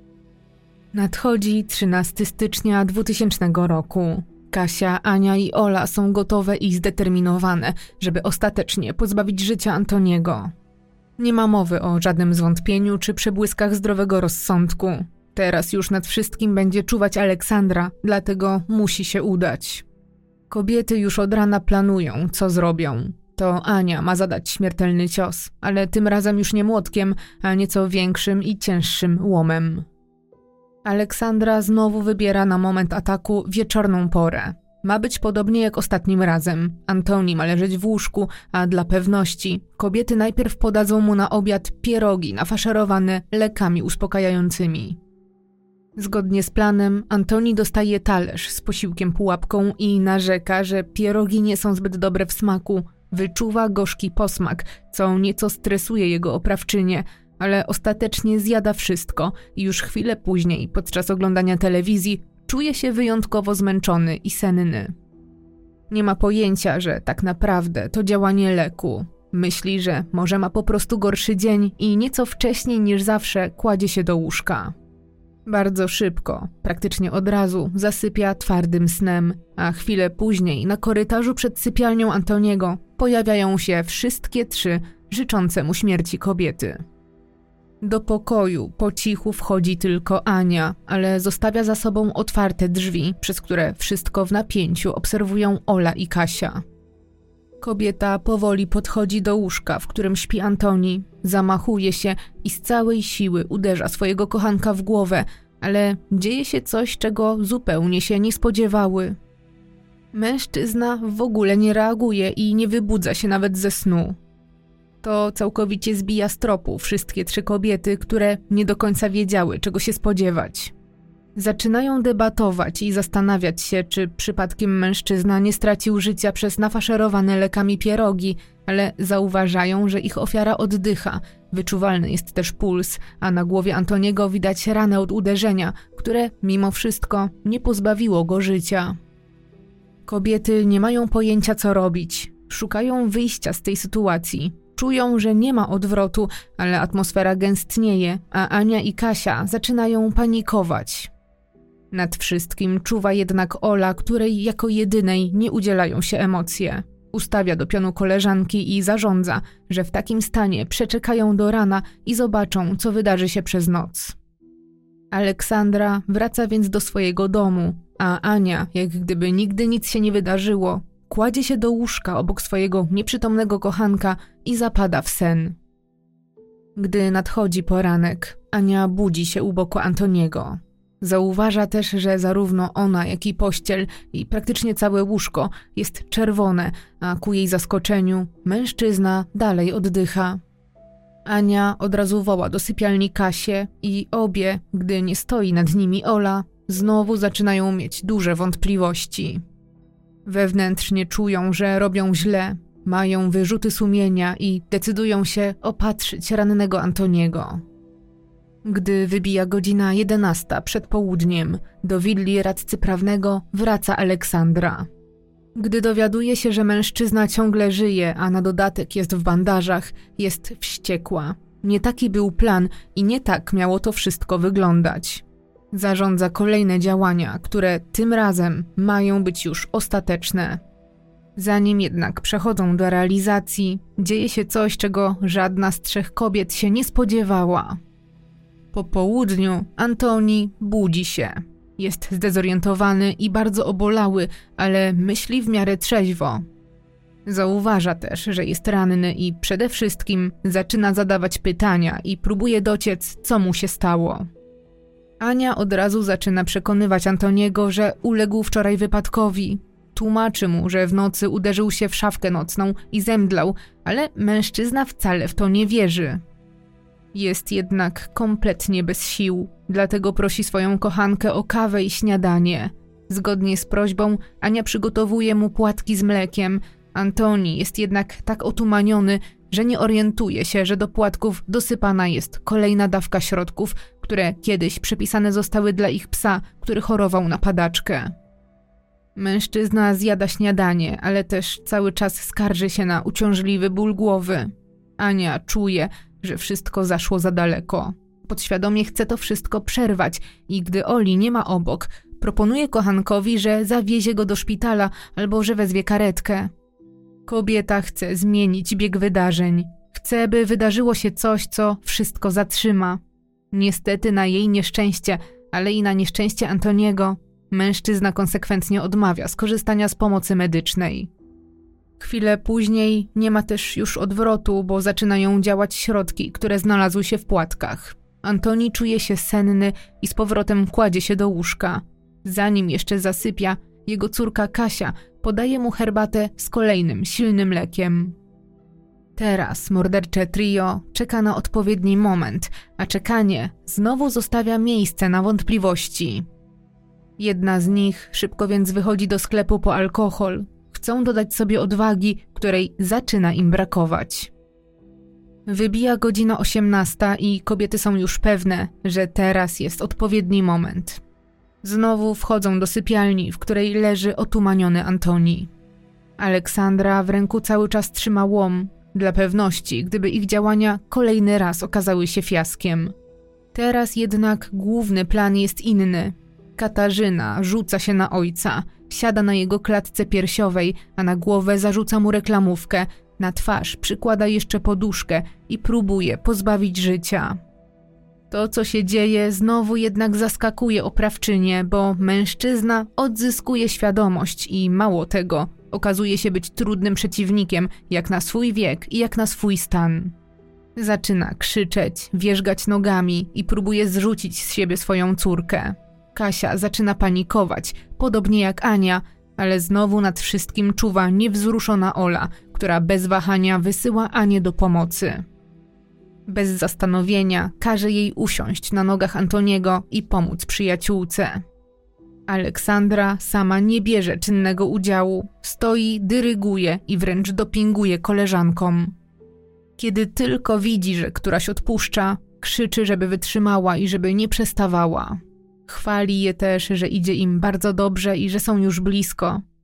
Speaker 1: Nadchodzi 13 stycznia 2000 roku. Kasia, Ania i Ola są gotowe i zdeterminowane, żeby ostatecznie pozbawić życia Antoniego. Nie ma mowy o żadnym zwątpieniu czy przebłyskach zdrowego rozsądku. Teraz już nad wszystkim będzie czuwać Aleksandra, dlatego musi się udać. Kobiety już od rana planują, co zrobią. To Ania ma zadać śmiertelny cios, ale tym razem już nie młotkiem, a nieco większym i cięższym łomem. Aleksandra znowu wybiera na moment ataku wieczorną porę. Ma być podobnie jak ostatnim razem. Antoni ma leżeć w łóżku, a dla pewności kobiety najpierw podadzą mu na obiad pierogi nafaszerowane lekami uspokajającymi. Zgodnie z planem Antoni dostaje talerz z posiłkiem pułapką i narzeka, że pierogi nie są zbyt dobre w smaku. Wyczuwa gorzki posmak, co nieco stresuje jego oprawczynię, ale ostatecznie zjada wszystko i już chwilę później, podczas oglądania telewizji, czuje się wyjątkowo zmęczony i senny. Nie ma pojęcia, że tak naprawdę to działanie leku. Myśli, że może ma po prostu gorszy dzień i nieco wcześniej niż zawsze kładzie się do łóżka. Bardzo szybko, praktycznie od razu, zasypia twardym snem, a chwilę później na korytarzu przed sypialnią Antoniego pojawiają się wszystkie trzy życzące mu śmierci kobiety. Do pokoju po cichu wchodzi tylko Ania, ale zostawia za sobą otwarte drzwi, przez które wszystko w napięciu obserwują Ola i Kasia. Kobieta powoli podchodzi do łóżka, w którym śpi Antoni, zamachuje się i z całej siły uderza swojego kochanka w głowę, ale dzieje się coś, czego zupełnie się nie spodziewały. Mężczyzna w ogóle nie reaguje i nie wybudza się nawet ze snu. To całkowicie zbija z tropu wszystkie trzy kobiety, które nie do końca wiedziały, czego się spodziewać. Zaczynają debatować i zastanawiać się, czy przypadkiem mężczyzna nie stracił życia przez nafaszerowane lekami pierogi, ale zauważają, że ich ofiara oddycha, wyczuwalny jest też puls, a na głowie Antoniego widać ranę od uderzenia, które mimo wszystko nie pozbawiło go życia. Kobiety nie mają pojęcia, co robić. Szukają wyjścia z tej sytuacji. Czują, że nie ma odwrotu, ale atmosfera gęstnieje, a Ania i Kasia zaczynają panikować. Nad wszystkim czuwa jednak Ola, której jako jedynej nie udzielają się emocje. Ustawia do pionu koleżanki i zarządza, że w takim stanie przeczekają do rana i zobaczą, co wydarzy się przez noc. Aleksandra wraca więc do swojego domu, a Ania, jak gdyby nigdy nic się nie wydarzyło, kładzie się do łóżka obok swojego nieprzytomnego kochanka i zapada w sen. Gdy nadchodzi poranek, Ania budzi się u boku Antoniego. Zauważa też, że zarówno ona, jak i pościel i praktycznie całe łóżko jest czerwone, a ku jej zaskoczeniu mężczyzna dalej oddycha. Ania od razu woła do sypialni Kasię i obie, gdy nie stoi nad nimi Ola, znowu zaczynają mieć duże wątpliwości. Wewnętrznie czują, że robią źle, mają wyrzuty sumienia i decydują się opatrzyć rannego Antoniego. Gdy wybija godzina 11 przed południem, do willi radcy prawnego wraca Aleksandra. Gdy dowiaduje się, że mężczyzna ciągle żyje, a na dodatek jest w bandażach, jest wściekła. Nie taki był plan i nie tak miało to wszystko wyglądać. Zarządza kolejne działania, które tym razem mają być już ostateczne. Zanim jednak przechodzą do realizacji, dzieje się coś, czego żadna z 3 kobiet się nie spodziewała. Po południu Antoni budzi się. Jest zdezorientowany i bardzo obolały, ale myśli w miarę trzeźwo. Zauważa też, że jest ranny i przede wszystkim zaczyna zadawać pytania i próbuje dociec, co mu się stało. Ania od razu zaczyna przekonywać Antoniego, że uległ wczoraj wypadkowi. Tłumaczy mu, że w nocy uderzył się w szafkę nocną i zemdlał, ale mężczyzna wcale w to nie wierzy. Jest jednak kompletnie bez sił, dlatego prosi swoją kochankę o kawę i śniadanie. Zgodnie z prośbą Ania przygotowuje mu płatki z mlekiem. Antoni jest jednak tak otumaniony, że nie orientuje się, że do płatków dosypana jest kolejna dawka środków, które kiedyś przepisane zostały dla ich psa, który chorował na padaczkę. Mężczyzna zjada śniadanie, ale też cały czas skarży się na uciążliwy ból głowy. Ania czuje, że wszystko zaszło za daleko. Podświadomie chce to wszystko przerwać i gdy Oli nie ma obok, proponuje kochankowi, że zawiezie go do szpitala albo że wezwie karetkę. Kobieta chce zmienić bieg wydarzeń. Chce, by wydarzyło się coś, co wszystko zatrzyma. Niestety na jej nieszczęście, ale i na nieszczęście Antoniego, mężczyzna konsekwentnie odmawia skorzystania z pomocy medycznej. Chwilę później nie ma też już odwrotu, bo zaczynają działać środki, które znalazły się w płatkach. Antoni czuje się senny i z powrotem kładzie się do łóżka. Zanim jeszcze zasypia, jego córka Kasia podaje mu herbatę z kolejnym silnym lekiem. Teraz mordercze trio czeka na odpowiedni moment, a czekanie znowu zostawia miejsce na wątpliwości. Jedna z nich szybko więc wychodzi do sklepu po alkohol. Chcą dodać sobie odwagi, której zaczyna im brakować. Wybija godzina 18 i kobiety są już pewne, że teraz jest odpowiedni moment. Znowu wchodzą do sypialni, w której leży otumaniony Antoni. Aleksandra w ręku cały czas trzyma łom, dla pewności, gdyby ich działania kolejny raz okazały się fiaskiem. Teraz jednak główny plan jest inny. Katarzyna rzuca się na ojca, siada na jego klatce piersiowej, a na głowę zarzuca mu reklamówkę, na twarz przykłada jeszcze poduszkę i próbuje pozbawić życia. To, co się dzieje, znowu jednak zaskakuje oprawczynię, bo mężczyzna odzyskuje świadomość i mało tego, okazuje się być trudnym przeciwnikiem, jak na swój wiek i jak na swój stan. Zaczyna krzyczeć, wierzgać nogami i próbuje zrzucić z siebie swoją córkę. Kasia zaczyna panikować, podobnie jak Ania, ale znowu nad wszystkim czuwa niewzruszona Ola, która bez wahania wysyła Anię do pomocy. Bez zastanowienia każe jej usiąść na nogach Antoniego i pomóc przyjaciółce. Aleksandra sama nie bierze czynnego udziału, stoi, dyryguje i wręcz dopinguje koleżankom. Kiedy tylko widzi, że któraś odpuszcza, krzyczy, żeby wytrzymała i żeby nie przestawała. Chwali je też, że idzie im bardzo dobrze i że są już blisko.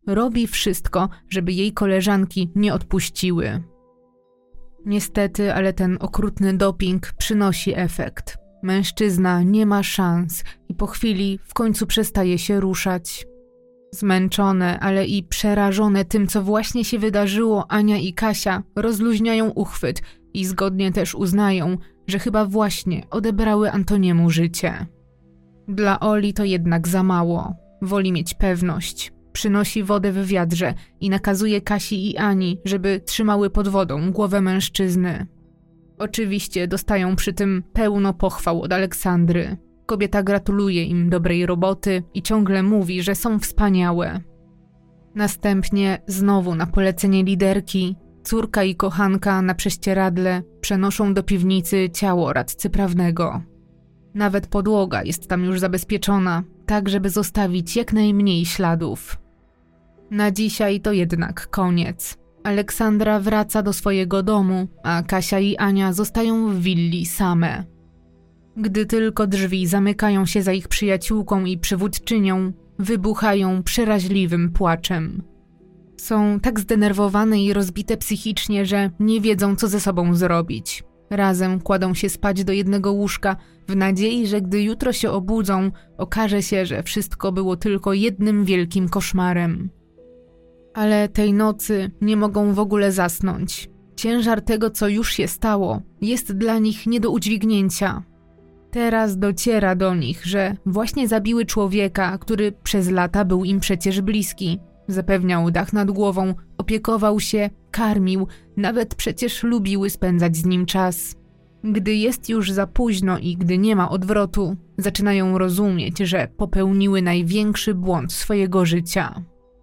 Speaker 1: Robi wszystko, żeby jej koleżanki nie odpuściły. Niestety, ale ten okrutny doping przynosi efekt. Mężczyzna nie ma szans i po chwili w końcu przestaje się ruszać. Zmęczone, ale i przerażone tym, co właśnie się wydarzyło, Ania i Kasia rozluźniają uchwyt i zgodnie też uznają, że chyba właśnie odebrały Antoniemu życie. Dla Oli to jednak za mało. Woli mieć pewność. Przynosi wodę w wiadrze i nakazuje Kasi i Ani, żeby trzymały pod wodą głowę mężczyzny. Oczywiście dostają przy tym pełno pochwał od Aleksandry. Kobieta gratuluje im dobrej roboty i ciągle mówi, że są wspaniałe. Następnie znowu na polecenie liderki córka i kochanka na prześcieradle przenoszą do piwnicy ciało radcy prawnego. Nawet podłoga jest tam już zabezpieczona, tak żeby zostawić jak najmniej śladów. Na dzisiaj to jednak koniec. Aleksandra wraca do swojego domu, a Kasia i Ania zostają w willi same. Gdy tylko drzwi zamykają się za ich przyjaciółką i przywódczynią, wybuchają przeraźliwym płaczem. Są tak zdenerwowane i rozbite psychicznie, że nie wiedzą, co ze sobą zrobić. Razem kładą się spać do jednego łóżka w nadziei, że gdy jutro się obudzą, okaże się, że wszystko było tylko jednym wielkim koszmarem. Ale tej nocy nie mogą w ogóle zasnąć. Ciężar tego, co już się stało, jest dla nich nie do udźwignięcia. Teraz dociera do nich, że właśnie zabiły człowieka, który przez lata był im przecież bliski. Zapewniał dach nad głową, opiekował się, karmił, nawet przecież lubiły spędzać z nim czas. Gdy jest już za późno i gdy nie ma odwrotu, zaczynają rozumieć, że popełniły największy błąd swojego życia.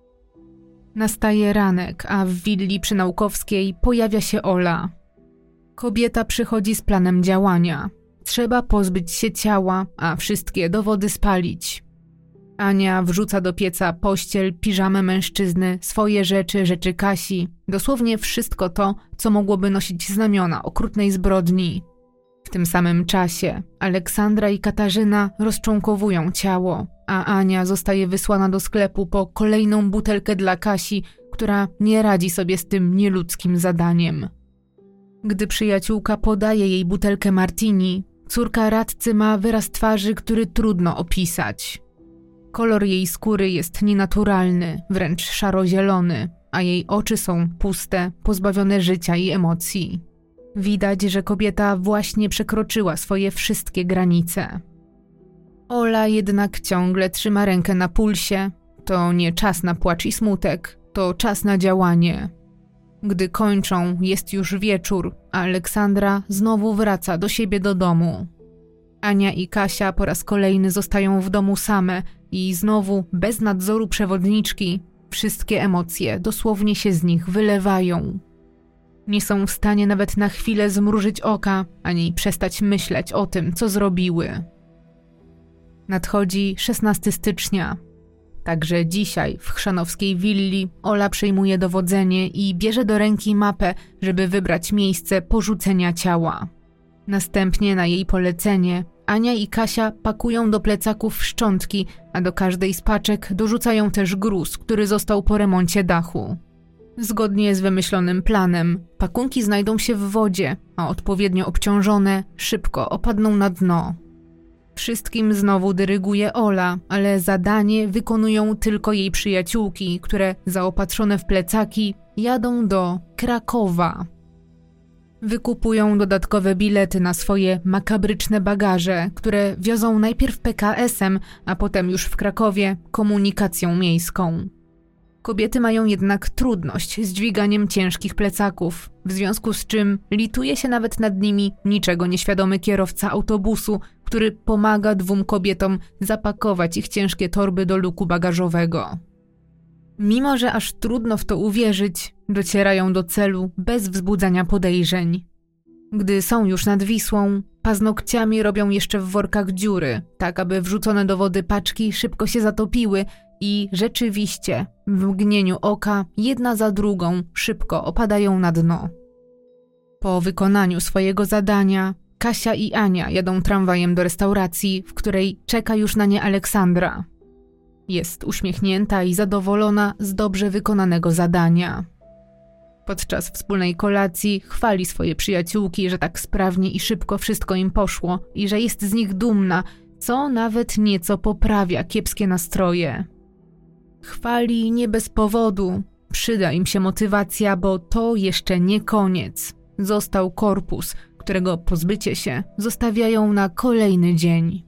Speaker 1: Nastaje ranek, a w willi przy Naukowskiej pojawia się Ola. Kobieta przychodzi z planem działania. Trzeba pozbyć się ciała, a wszystkie dowody spalić. Ania wrzuca do pieca pościel, piżamę mężczyzny, swoje rzeczy, rzeczy Kasi, dosłownie wszystko to, co mogłoby nosić znamiona okrutnej zbrodni. W tym samym czasie Aleksandra i Katarzyna rozczłonkowują ciało, a Ania zostaje wysłana do sklepu po kolejną butelkę dla Kasi, która nie radzi sobie z tym nieludzkim zadaniem. Gdy przyjaciółka podaje jej butelkę martini, córka radcy ma wyraz twarzy, który trudno opisać. Kolor jej skóry jest nienaturalny, wręcz szaro-zielony, a jej oczy są puste, pozbawione życia i emocji. Widać, że kobieta właśnie przekroczyła swoje wszystkie granice. Ola jednak ciągle trzyma rękę na pulsie. To nie czas na płacz i smutek, to czas na działanie. Gdy kończą, jest już wieczór, a Aleksandra znowu wraca do siebie do domu. Ania i Kasia po raz kolejny zostają w domu same i znowu, bez nadzoru przewodniczki, wszystkie emocje dosłownie się z nich wylewają. Nie są w stanie nawet na chwilę zmrużyć oka, ani przestać myśleć o tym, co zrobiły. Nadchodzi 16 stycznia. Także dzisiaj w chrzanowskiej willi Ola przejmuje dowodzenie i bierze do ręki mapę, żeby wybrać miejsce porzucenia ciała. Następnie na jej polecenie Ania i Kasia pakują do plecaków szczątki, a do każdej z paczek dorzucają też gruz, który został po remoncie dachu. Zgodnie z wymyślonym planem, pakunki znajdą się w wodzie, a odpowiednio obciążone szybko opadną na dno. Wszystkim znowu dyryguje Ola, ale zadanie wykonują tylko jej przyjaciółki, które zaopatrzone w plecaki jadą do Krakowa. Wykupują dodatkowe bilety na swoje makabryczne bagaże, które wiozą najpierw PKS-em, a potem już w Krakowie komunikacją miejską. Kobiety mają jednak trudność z dźwiganiem ciężkich plecaków, w związku z czym lituje się nawet nad nimi niczego nieświadomy kierowca autobusu, który pomaga dwóm kobietom zapakować ich ciężkie torby do luku bagażowego. Mimo że aż trudno w to uwierzyć, docierają do celu bez wzbudzania podejrzeń. Gdy są już nad Wisłą, paznokciami robią jeszcze w workach dziury, tak aby wrzucone do wody paczki szybko się zatopiły i rzeczywiście w mgnieniu oka jedna za drugą szybko opadają na dno. Po wykonaniu swojego zadania Kasia i Ania jadą tramwajem do restauracji, w której czeka już na nie Aleksandra. Jest uśmiechnięta i zadowolona z dobrze wykonanego zadania. Podczas wspólnej kolacji chwali swoje przyjaciółki, że tak sprawnie i szybko wszystko im poszło i że jest z nich dumna, co nawet nieco poprawia kiepskie nastroje. Chwali nie bez powodu. Przyda im się motywacja, bo to jeszcze nie koniec. Został korpus, którego pozbycie się zostawiają na kolejny dzień.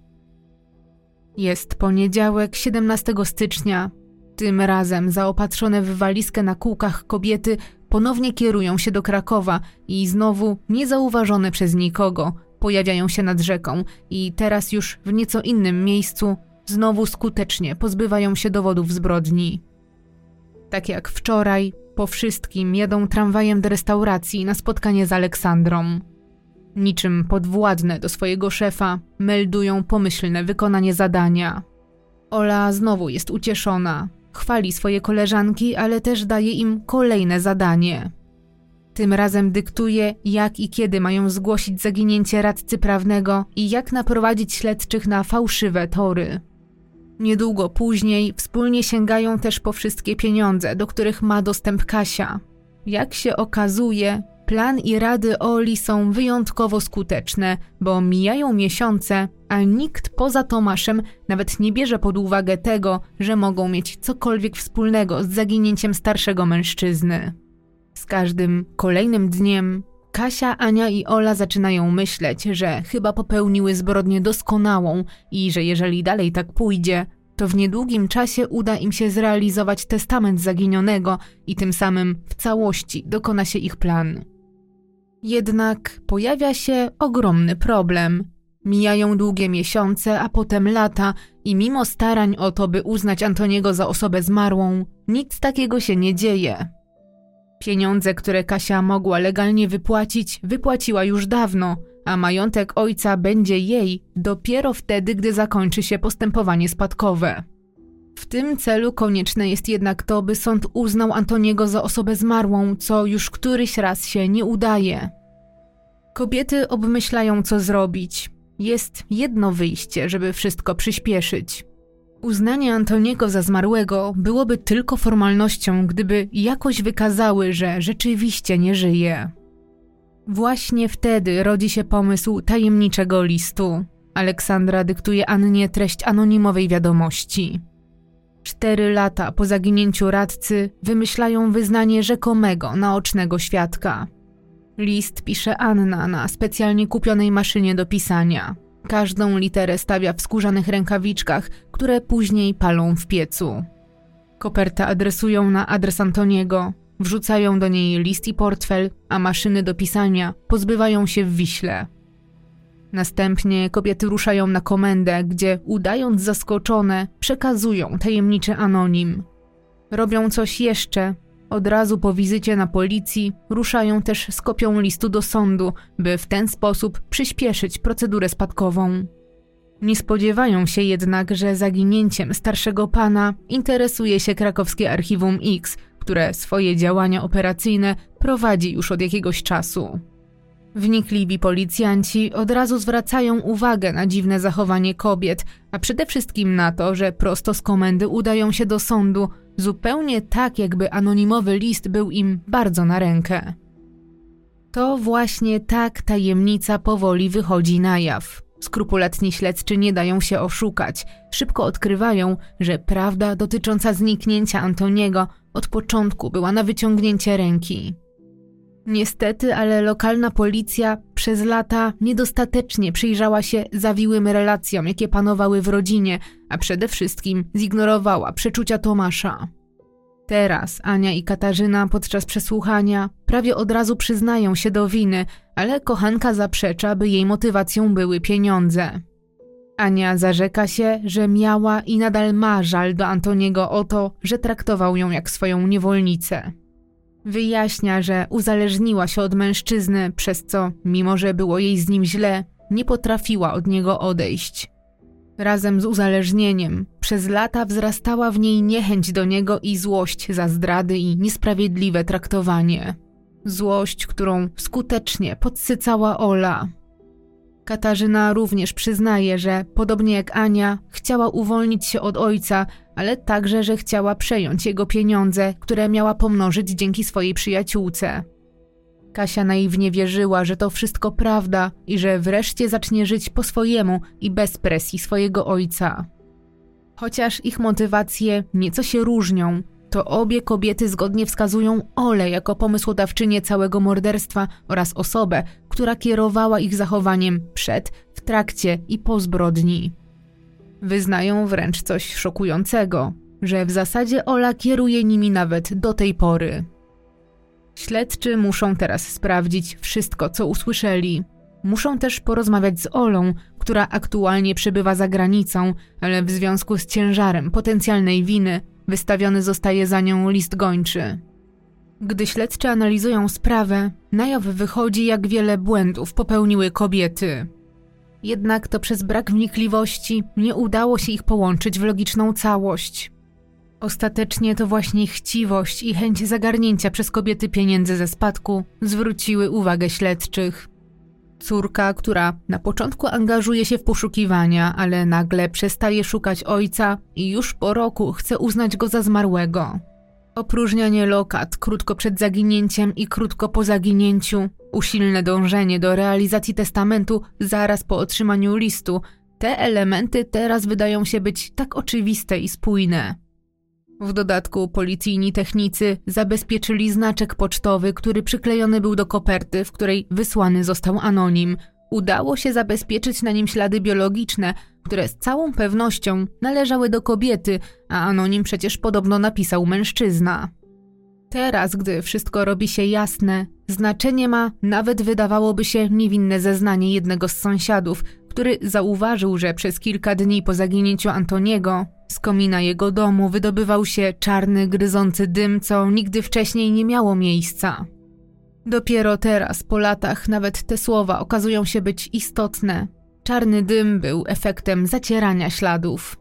Speaker 1: Jest poniedziałek, 17 stycznia. Tym razem zaopatrzone w walizkę na kółkach kobiety ponownie kierują się do Krakowa i znowu, niezauważone przez nikogo, pojawiają się nad rzeką i teraz już w nieco innym miejscu znowu skutecznie pozbywają się dowodów zbrodni. Tak jak wczoraj, po wszystkim jadą tramwajem do restauracji na spotkanie z Aleksandrą. Niczym podwładne do swojego szefa, meldują pomyślne wykonanie zadania. Ola znowu jest ucieszona. Chwali swoje koleżanki, ale też daje im kolejne zadanie. Tym razem dyktuje, jak i kiedy mają zgłosić zaginięcie radcy prawnego i jak naprowadzić śledczych na fałszywe tory. Niedługo później wspólnie sięgają też po wszystkie pieniądze, do których ma dostęp Kasia. Jak się okazuje, plan i rady Oli są wyjątkowo skuteczne, bo mijają miesiące, a nikt poza Tomaszem nawet nie bierze pod uwagę tego, że mogą mieć cokolwiek wspólnego z zaginięciem starszego mężczyzny. Z każdym kolejnym dniem Kasia, Ania i Ola zaczynają myśleć, że chyba popełniły zbrodnię doskonałą i że jeżeli dalej tak pójdzie, to w niedługim czasie uda im się zrealizować testament zaginionego i tym samym w całości dokona się ich plan. Jednak pojawia się ogromny problem. Mijają długie miesiące, a potem lata i mimo starań o to, by uznać Antoniego za osobę zmarłą, nic takiego się nie dzieje. Pieniądze, które Kasia mogła legalnie wypłacić, wypłaciła już dawno, a majątek ojca będzie jej dopiero wtedy, gdy zakończy się postępowanie spadkowe. W tym celu konieczne jest jednak to, by sąd uznał Antoniego za osobę zmarłą, co już któryś raz się nie udaje. Kobiety obmyślają, co zrobić. Jest jedno wyjście, żeby wszystko przyspieszyć. Uznanie Antoniego za zmarłego byłoby tylko formalnością, gdyby jakoś wykazały, że rzeczywiście nie żyje. Właśnie wtedy rodzi się pomysł tajemniczego listu. Aleksandra dyktuje Annie treść anonimowej wiadomości. 4 lata po zaginięciu radcy wymyślają wyznanie rzekomego naocznego świadka. List pisze Anna na specjalnie kupionej maszynie do pisania. Każdą literę stawia w skórzanych rękawiczkach, które później palą w piecu. Kopertę adresują na adres Antoniego, wrzucają do niej list i portfel, a maszyny do pisania pozbywają się w Wiśle. Następnie kobiety ruszają na komendę, gdzie udając zaskoczone, przekazują tajemniczy anonim. Robią coś jeszcze. Od razu po wizycie na policji ruszają też z kopią listu do sądu, by w ten sposób przyspieszyć procedurę spadkową. Nie spodziewają się jednak, że zaginięciem starszego pana interesuje się krakowskie Archiwum X, które swoje działania operacyjne prowadzi już od jakiegoś czasu. Wnikliwi policjanci od razu zwracają uwagę na dziwne zachowanie kobiet, a przede wszystkim na to, że prosto z komendy udają się do sądu, zupełnie tak, jakby anonimowy list był im bardzo na rękę. To właśnie tak tajemnica powoli wychodzi na jaw. Skrupulatni śledczy nie dają się oszukać. Szybko odkrywają, że prawda dotycząca zniknięcia Antoniego od początku była na wyciągnięcie ręki. Niestety, ale lokalna policja przez lata niedostatecznie przyjrzała się zawiłym relacjom, jakie panowały w rodzinie, a przede wszystkim zignorowała przeczucia Tomasza. Teraz Ania i Katarzyna podczas przesłuchania prawie od razu przyznają się do winy, ale kochanka zaprzecza, by jej motywacją były pieniądze. Ania zarzeka się, że miała i nadal ma żal do Antoniego o to, że traktował ją jak swoją niewolnicę. Wyjaśnia, że uzależniła się od mężczyzny, przez co, mimo że było jej z nim źle, nie potrafiła od niego odejść. Razem z uzależnieniem przez lata wzrastała w niej niechęć do niego i złość za zdrady i niesprawiedliwe traktowanie. Złość, którą skutecznie podsycała Ola. Katarzyna również przyznaje, że podobnie jak Ania, chciała uwolnić się od ojca, ale także, że chciała przejąć jego pieniądze, które miała pomnożyć dzięki swojej przyjaciółce. Kasia naiwnie wierzyła, że to wszystko prawda i że wreszcie zacznie żyć po swojemu i bez presji swojego ojca. Chociaż ich motywacje nieco się różnią, to obie kobiety zgodnie wskazują Olę jako pomysłodawczynię całego morderstwa oraz osobę, która kierowała ich zachowaniem przed, w trakcie i po zbrodni. Wyznają wręcz coś szokującego, że w zasadzie Ola kieruje nimi nawet do tej pory. Śledczy muszą teraz sprawdzić wszystko, co usłyszeli. Muszą też porozmawiać z Olą, która aktualnie przebywa za granicą, ale w związku z ciężarem potencjalnej winy wystawiony zostaje za nią list gończy. Gdy śledczy analizują sprawę, na jaw wychodzi, jak wiele błędów popełniły kobiety. Jednak to przez brak wnikliwości nie udało się ich połączyć w logiczną całość. Ostatecznie to właśnie chciwość i chęć zagarnięcia przez kobiety pieniędzy ze spadku zwróciły uwagę śledczych. Córka, która na początku angażuje się w poszukiwania, ale nagle przestaje szukać ojca i już po roku chce uznać go za zmarłego. Opróżnianie lokat krótko przed zaginięciem i krótko po zaginięciu, usilne dążenie do realizacji testamentu zaraz po otrzymaniu listu, te elementy teraz wydają się być tak oczywiste i spójne. W dodatku policyjni technicy zabezpieczyli znaczek pocztowy, który przyklejony był do koperty, w której wysłany został anonim. Udało się zabezpieczyć na nim ślady biologiczne, które z całą pewnością należały do kobiety, a anonim przecież podobno napisał mężczyzna. Teraz, gdy wszystko robi się jasne, znaczenie ma nawet wydawałoby się niewinne zeznanie jednego z sąsiadów, który zauważył, że przez kilka dni po zaginięciu Antoniego z komina jego domu wydobywał się czarny, gryzący dym, co nigdy wcześniej nie miało miejsca. Dopiero teraz, po latach, nawet te słowa okazują się być istotne. Czarny dym był efektem zacierania śladów.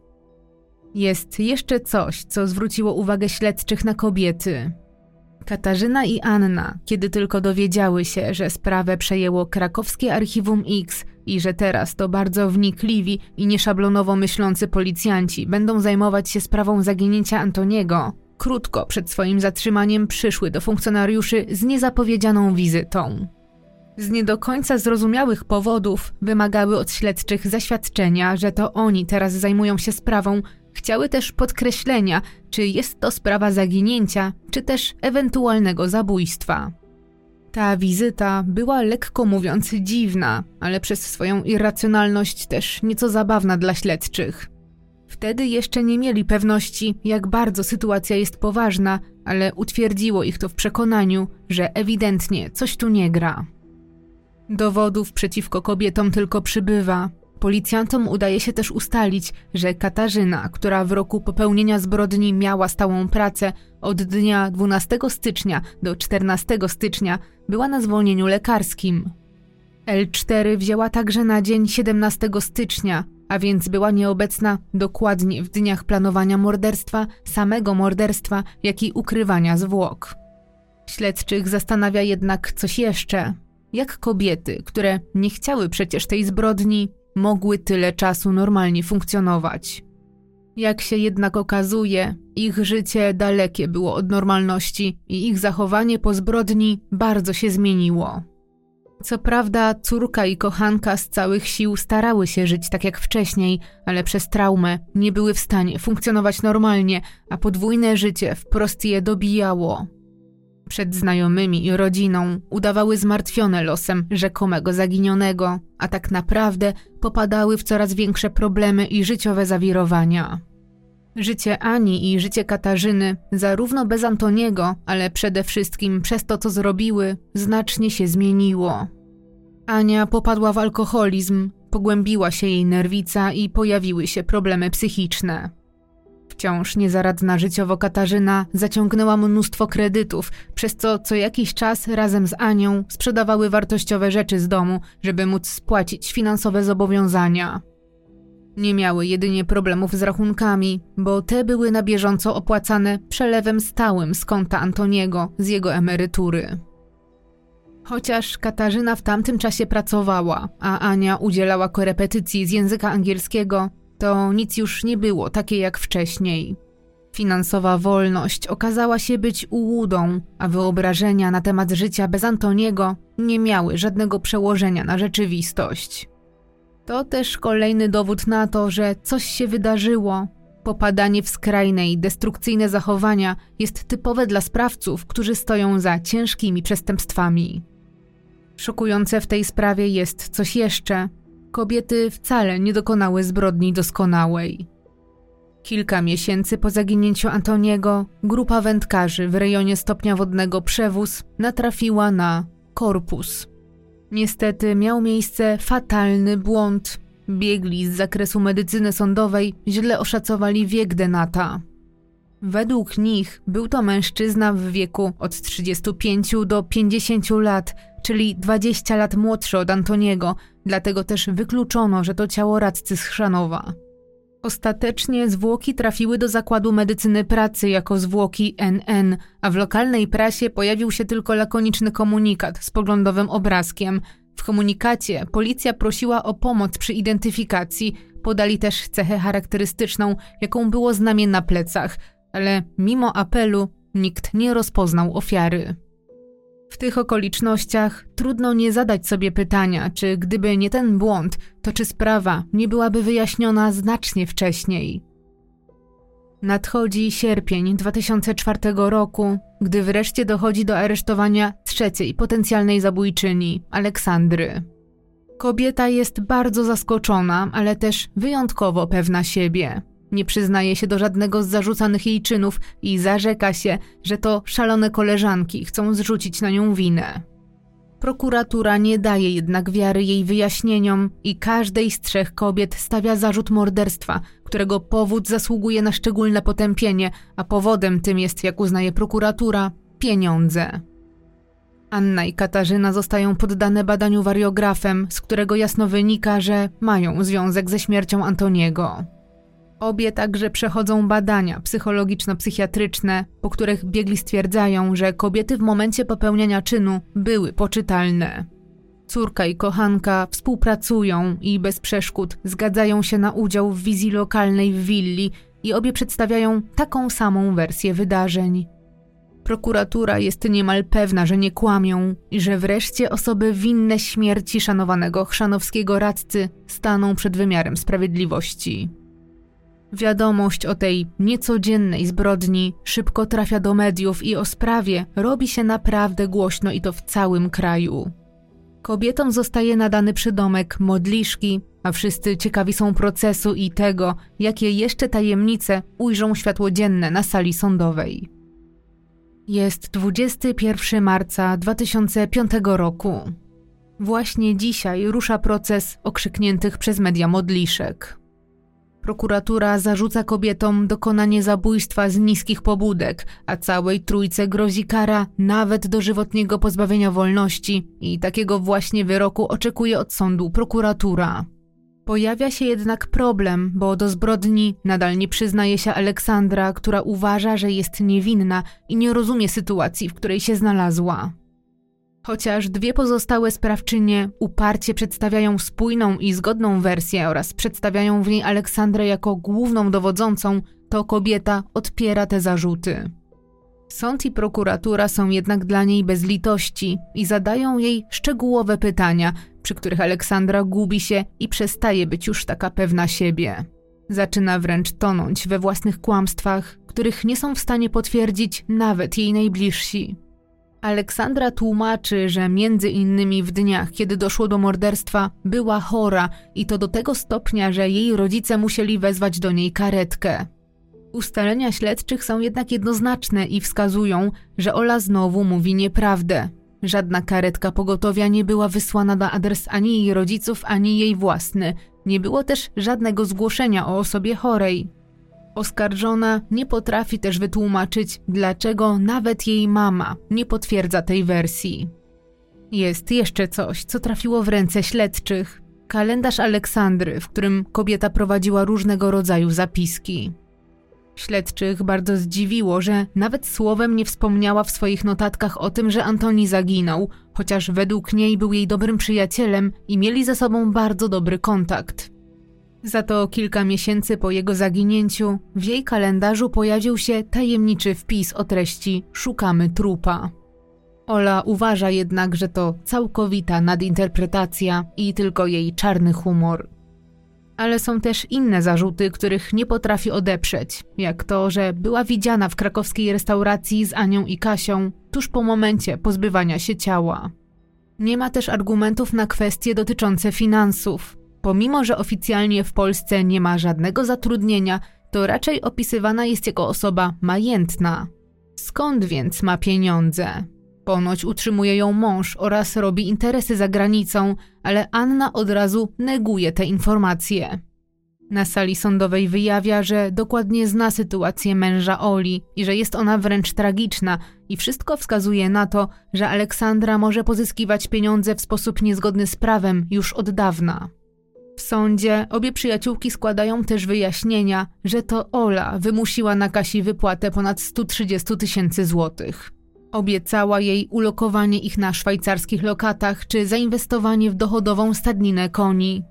Speaker 1: Jest jeszcze coś, co zwróciło uwagę śledczych na kobiety. Katarzyna i Anna, kiedy tylko dowiedziały się, że sprawę przejęło krakowskie Archiwum X i że teraz to bardzo wnikliwi i nieszablonowo myślący policjanci będą zajmować się sprawą zaginięcia Antoniego, krótko przed swoim zatrzymaniem przyszły do funkcjonariuszy z niezapowiedzianą wizytą. Z nie do końca zrozumiałych powodów wymagały od śledczych zaświadczenia, że to oni teraz zajmują się sprawą. Chciały też podkreślenia, czy jest to sprawa zaginięcia, czy też ewentualnego zabójstwa. Ta wizyta była lekko mówiąc dziwna, ale przez swoją irracjonalność też nieco zabawna dla śledczych. Wtedy jeszcze nie mieli pewności, jak bardzo sytuacja jest poważna, ale utwierdziło ich to w przekonaniu, że ewidentnie coś tu nie gra. Dowodów przeciwko kobietom tylko przybywa. Policjantom udaje się też ustalić, że Katarzyna, która w roku popełnienia zbrodni miała stałą pracę, od dnia 12 stycznia do 14 stycznia była na zwolnieniu lekarskim. L4 wzięła także na dzień 17 stycznia, a więc była nieobecna dokładnie w dniach planowania morderstwa, samego morderstwa, jak i ukrywania zwłok. Śledczych zastanawia jednak coś jeszcze. Jak kobiety, które nie chciały przecież tej zbrodni, mogły tyle czasu normalnie funkcjonować? Jak się jednak okazuje, ich życie dalekie było od normalności i ich zachowanie po zbrodni bardzo się zmieniło. Co prawda córka i kochanka z całych sił starały się żyć tak jak wcześniej, ale przez traumę nie były w stanie funkcjonować normalnie, a podwójne życie wprost je dobijało. Przed znajomymi i rodziną udawały zmartwione losem rzekomego zaginionego, a tak naprawdę popadały w coraz większe problemy i życiowe zawirowania. Życie Ani i życie Katarzyny, zarówno bez Antoniego, ale przede wszystkim przez to, co zrobiły, znacznie się zmieniło. Ania popadła w alkoholizm, pogłębiła się jej nerwica i pojawiły się problemy psychiczne. Wciąż niezaradna życiowo Katarzyna zaciągnęła mnóstwo kredytów, przez co jakiś czas razem z Anią sprzedawały wartościowe rzeczy z domu, żeby móc spłacić finansowe zobowiązania. Nie miały jedynie problemów z rachunkami, bo te były na bieżąco opłacane przelewem stałym z konta Antoniego z jego emerytury. Chociaż Katarzyna w tamtym czasie pracowała, a Ania udzielała korepetycji z języka angielskiego, to nic już nie było takie jak wcześniej. Finansowa wolność okazała się być ułudą, a wyobrażenia na temat życia bez Antoniego nie miały żadnego przełożenia na rzeczywistość. To też kolejny dowód na to, że coś się wydarzyło. Popadanie w skrajne i destrukcyjne zachowania jest typowe dla sprawców, którzy stoją za ciężkimi przestępstwami. Szokujące w tej sprawie jest coś jeszcze. Kobiety wcale nie dokonały zbrodni doskonałej. Kilka miesięcy po zaginięciu Antoniego grupa wędkarzy w rejonie stopnia wodnego Przewóz natrafiła na korpus. Niestety miał miejsce fatalny błąd. Biegli z zakresu medycyny sądowej źle oszacowali wiek Denata. Według nich był to mężczyzna w wieku od 35 do 50 lat, czyli 20 lat młodszy od Antoniego, dlatego też wykluczono, że to ciało radcy z Chrzanowa. Ostatecznie zwłoki trafiły do Zakładu Medycyny Pracy jako zwłoki NN, a w lokalnej prasie pojawił się tylko lakoniczny komunikat z poglądowym obrazkiem. W komunikacie policja prosiła o pomoc przy identyfikacji, podali też cechę charakterystyczną, jaką było znamię na plecach, ale mimo apelu nikt nie rozpoznał ofiary. W tych okolicznościach trudno nie zadać sobie pytania, czy gdyby nie ten błąd, to czy sprawa nie byłaby wyjaśniona znacznie wcześniej. Nadchodzi sierpień 2004 roku, gdy wreszcie dochodzi do aresztowania trzeciej potencjalnej zabójczyni, Aleksandry. Kobieta jest bardzo zaskoczona, ale też wyjątkowo pewna siebie. Nie przyznaje się do żadnego z zarzucanych jej czynów i zarzeka się, że to szalone koleżanki chcą zrzucić na nią winę. Prokuratura nie daje jednak wiary jej wyjaśnieniom i każdej z trzech kobiet stawia zarzut morderstwa, którego powód zasługuje na szczególne potępienie, a powodem tym jest, jak uznaje prokuratura, pieniądze. Anna i Katarzyna zostają poddane badaniu wariografem, z którego jasno wynika, że mają związek ze śmiercią Antoniego. Obie także przechodzą badania psychologiczno-psychiatryczne, po których biegli stwierdzają, że kobiety w momencie popełniania czynu były poczytalne. Córka i kochanka współpracują i bez przeszkód zgadzają się na udział w wizji lokalnej w willi i obie przedstawiają taką samą wersję wydarzeń. Prokuratura jest niemal pewna, że nie kłamią i że wreszcie osoby winne śmierci szanowanego chrzanowskiego radcy staną przed wymiarem sprawiedliwości. Wiadomość o tej niecodziennej zbrodni szybko trafia do mediów i o sprawie robi się naprawdę głośno i to w całym kraju. Kobietom zostaje nadany przydomek modliszki, a wszyscy ciekawi są procesu i tego, jakie jeszcze tajemnice ujrzą światło dzienne na sali sądowej. Jest 21 marca 2005 roku. Właśnie dzisiaj rusza proces okrzykniętych przez media modliszek. Prokuratura zarzuca kobietom dokonanie zabójstwa z niskich pobudek, a całej trójce grozi kara nawet dożywotniego pozbawienia wolności i takiego właśnie wyroku oczekuje od sądu prokuratura. Pojawia się jednak problem, bo do zbrodni nadal nie przyznaje się Aleksandra, która uważa, że jest niewinna i nie rozumie sytuacji, w której się znalazła. Chociaż dwie pozostałe sprawczynie uparcie przedstawiają spójną i zgodną wersję oraz przedstawiają w niej Aleksandrę jako główną dowodzącą, to kobieta odpiera te zarzuty. Sąd i prokuratura są jednak dla niej bez litości i zadają jej szczegółowe pytania, przy których Aleksandra gubi się i przestaje być już taka pewna siebie. Zaczyna wręcz tonąć we własnych kłamstwach, których nie są w stanie potwierdzić nawet jej najbliżsi. Aleksandra tłumaczy, że między innymi w dniach, kiedy doszło do morderstwa, była chora i to do tego stopnia, że jej rodzice musieli wezwać do niej karetkę. Ustalenia śledczych są jednak jednoznaczne i wskazują, że Ola znowu mówi nieprawdę. Żadna karetka pogotowia nie była wysłana na adres ani jej rodziców, ani jej własny. Nie było też żadnego zgłoszenia o osobie chorej. Oskarżona nie potrafi też wytłumaczyć, dlaczego nawet jej mama nie potwierdza tej wersji. Jest jeszcze coś, co trafiło w ręce śledczych. Kalendarz Aleksandry, w którym kobieta prowadziła różnego rodzaju zapiski. Śledczych bardzo zdziwiło, że nawet słowem nie wspomniała w swoich notatkach o tym, że Antoni zaginął, chociaż według niej był jej dobrym przyjacielem i mieli ze sobą bardzo dobry kontakt. Za to kilka miesięcy po jego zaginięciu w jej kalendarzu pojawił się tajemniczy wpis o treści „Szukamy trupa”. Ola uważa jednak, że to całkowita nadinterpretacja i tylko jej czarny humor. Ale są też inne zarzuty, których nie potrafi odeprzeć, jak to, że była widziana w krakowskiej restauracji z Anią i Kasią tuż po momencie pozbywania się ciała. Nie ma też argumentów na kwestie dotyczące finansów. Pomimo że oficjalnie w Polsce nie ma żadnego zatrudnienia, to raczej opisywana jest jako osoba majętna. Skąd więc ma pieniądze? Ponoć utrzymuje ją mąż oraz robi interesy za granicą, ale Anna od razu neguje te informacje. Na sali sądowej wyjawia, że dokładnie zna sytuację męża Oli i że jest ona wręcz tragiczna i wszystko wskazuje na to, że Aleksandra może pozyskiwać pieniądze w sposób niezgodny z prawem już od dawna. W sądzie obie przyjaciółki składają też wyjaśnienia, że to Ola wymusiła na Kasi wypłatę ponad 130 000 złotych. Obiecała jej ulokowanie ich na szwajcarskich lokatach czy zainwestowanie w dochodową stadninę koni.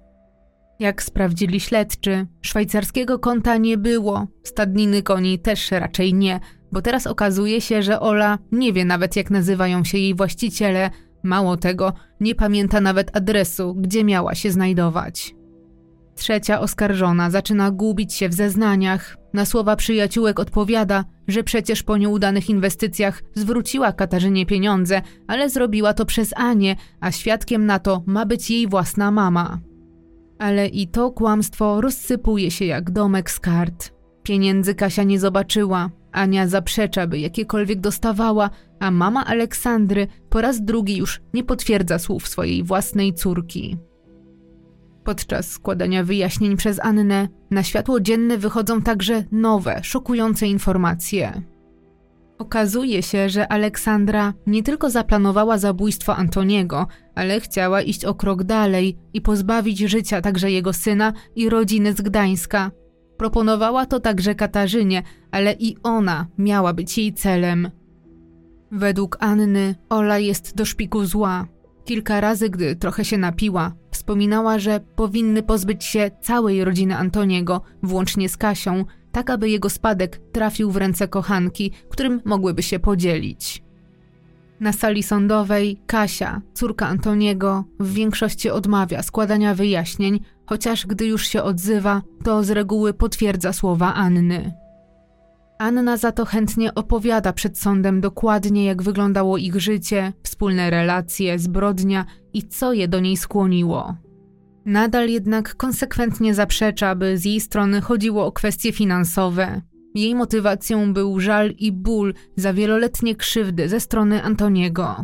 Speaker 1: Jak sprawdzili śledczy, szwajcarskiego konta nie było, stadniny koni też raczej nie, bo teraz okazuje się, że Ola nie wie nawet jak nazywają się jej właściciele, mało tego, nie pamięta nawet adresu, gdzie miała się znajdować. Trzecia oskarżona zaczyna gubić się w zeznaniach. Na słowa przyjaciółek odpowiada, że przecież po nieudanych inwestycjach zwróciła Katarzynie pieniądze, ale zrobiła to przez Anię, a świadkiem na to ma być jej własna mama. Ale i to kłamstwo rozsypuje się jak domek z kart. Pieniędzy Kasia nie zobaczyła, Ania zaprzecza, by jakiekolwiek dostawała, a mama Aleksandry po raz drugi już nie potwierdza słów swojej własnej córki. Podczas składania wyjaśnień przez Annę na światło dzienne wychodzą także nowe, szokujące informacje. Okazuje się, że Aleksandra nie tylko zaplanowała zabójstwo Antoniego, ale chciała iść o krok dalej i pozbawić życia także jego syna i rodziny z Gdańska. Proponowała to także Katarzynie, ale i ona miała być jej celem. Według Anny Ola jest do szpiku zła. Kilka razy, gdy trochę się napiła, wspominała, że powinny pozbyć się całej rodziny Antoniego, włącznie z Kasią, tak aby jego spadek trafił w ręce kochanki, którym mogłyby się podzielić. Na sali sądowej Kasia, córka Antoniego, w większości odmawia składania wyjaśnień, chociaż gdy już się odzywa, to z reguły potwierdza słowa Anny. Anna za to chętnie opowiada przed sądem dokładnie, jak wyglądało ich życie, wspólne relacje, zbrodnia i co je do niej skłoniło. Nadal jednak konsekwentnie zaprzecza, by z jej strony chodziło o kwestie finansowe. Jej motywacją był żal i ból za wieloletnie krzywdy ze strony Antoniego.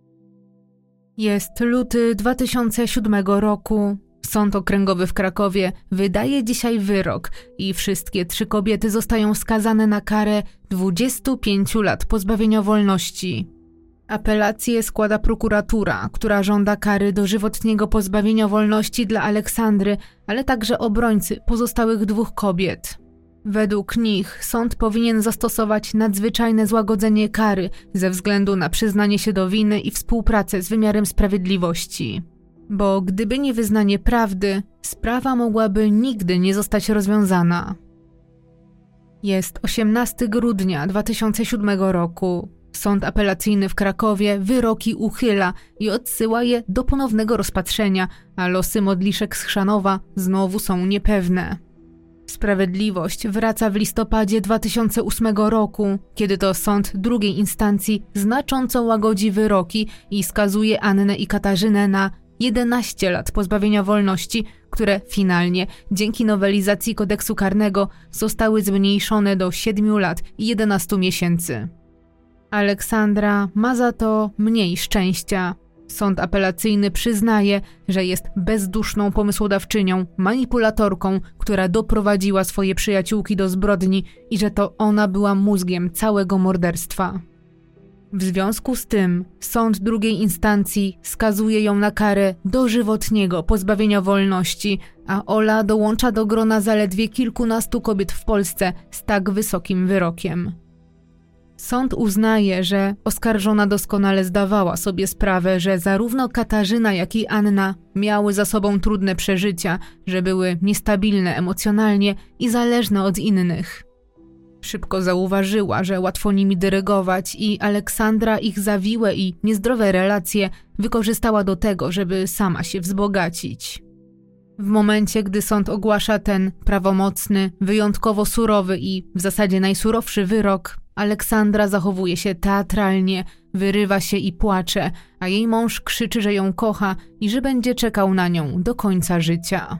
Speaker 1: Jest luty 2007 roku. Sąd okręgowy w Krakowie wydaje dzisiaj wyrok i wszystkie 3 kobiety zostają skazane na karę 25 lat pozbawienia wolności. Apelację składa prokuratura, która żąda kary dożywotniego pozbawienia wolności dla Aleksandry, ale także obrońcy pozostałych 2 kobiet. Według nich sąd powinien zastosować nadzwyczajne złagodzenie kary ze względu na przyznanie się do winy i współpracę z wymiarem sprawiedliwości. Bo gdyby nie wyznanie prawdy, sprawa mogłaby nigdy nie zostać rozwiązana. Jest 18 grudnia 2007 roku. Sąd apelacyjny w Krakowie wyroki uchyla i odsyła je do ponownego rozpatrzenia, a losy modliszek z Chrzanowa znowu są niepewne. Sprawiedliwość wraca w listopadzie 2008 roku, kiedy to sąd drugiej instancji znacząco łagodzi wyroki i skazuje Annę i Katarzynę na 11 lat pozbawienia wolności, które finalnie, dzięki nowelizacji kodeksu karnego, zostały zmniejszone do 7 lat i 11 miesięcy. Aleksandra ma za to mniej szczęścia. Sąd apelacyjny przyznaje, że jest bezduszną pomysłodawczynią, manipulatorką, która doprowadziła swoje przyjaciółki do zbrodni i że to ona była mózgiem całego morderstwa. W związku z tym sąd drugiej instancji skazuje ją na karę dożywotniego pozbawienia wolności, a Ola dołącza do grona zaledwie kilkunastu kobiet w Polsce z tak wysokim wyrokiem. Sąd uznaje, że oskarżona doskonale zdawała sobie sprawę, że zarówno Katarzyna, jak i Anna miały za sobą trudne przeżycia, że były niestabilne emocjonalnie i zależne od innych. Szybko zauważyła, że łatwo nimi dyrygować i Aleksandra ich zawiłe i niezdrowe relacje wykorzystała do tego, żeby sama się wzbogacić. W momencie, gdy sąd ogłasza ten prawomocny, wyjątkowo surowy i w zasadzie najsurowszy wyrok, Aleksandra zachowuje się teatralnie, wyrywa się i płacze, a jej mąż krzyczy, że ją kocha i że będzie czekał na nią do końca życia.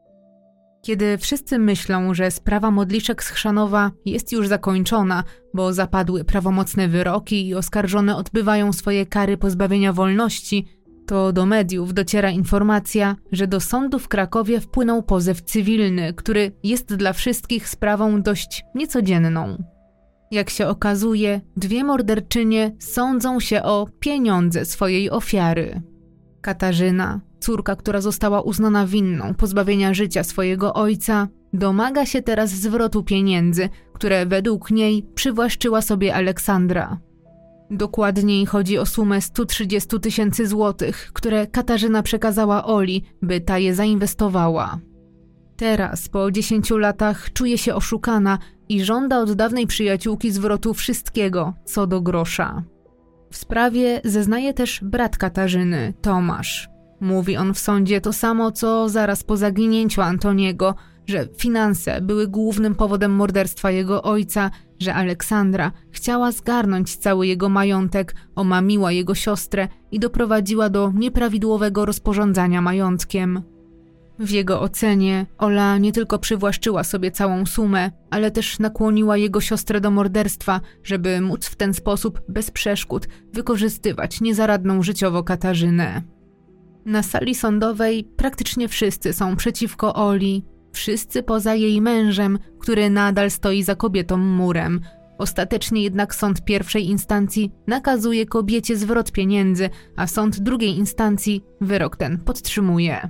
Speaker 1: Kiedy wszyscy myślą, że sprawa Modliszek z Chrzanowa jest już zakończona, bo zapadły prawomocne wyroki i oskarżone odbywają swoje kary pozbawienia wolności, to do mediów dociera informacja, że do sądu w Krakowie wpłynął pozew cywilny, który jest dla wszystkich sprawą dość niecodzienną. Jak się okazuje, dwie morderczynie sądzą się o pieniądze swojej ofiary. Katarzyna, córka, która została uznana winną pozbawienia życia swojego ojca, domaga się teraz zwrotu pieniędzy, które według niej przywłaszczyła sobie Aleksandra. Dokładniej chodzi o sumę 130 000 złotych, które Katarzyna przekazała Oli, by ta je zainwestowała. Teraz, po 10 latach, czuje się oszukana i żąda od dawnej przyjaciółki zwrotu wszystkiego, co do grosza. W sprawie zeznaje też brat Katarzyny, Tomasz. Mówi on w sądzie to samo, co zaraz po zaginięciu Antoniego, że finanse były głównym powodem morderstwa jego ojca, że Aleksandra chciała zgarnąć cały jego majątek, omamiła jego siostrę i doprowadziła do nieprawidłowego rozporządzania majątkiem. W jego ocenie Ola nie tylko przywłaszczyła sobie całą sumę, ale też nakłoniła jego siostrę do morderstwa, żeby móc w ten sposób bez przeszkód wykorzystywać niezaradną życiowo Katarzynę. Na sali sądowej praktycznie wszyscy są przeciwko Oli, wszyscy poza jej mężem, który nadal stoi za kobietą murem. Ostatecznie jednak sąd pierwszej instancji nakazuje kobiecie zwrot pieniędzy, a sąd drugiej instancji wyrok ten podtrzymuje.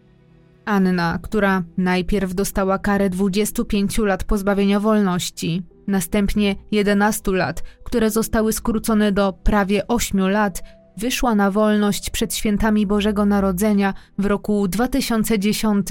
Speaker 1: Anna, która najpierw dostała karę 25 lat pozbawienia wolności, następnie 11 lat, które zostały skrócone do prawie 8 lat, wyszła na wolność przed świętami Bożego Narodzenia w roku 2010.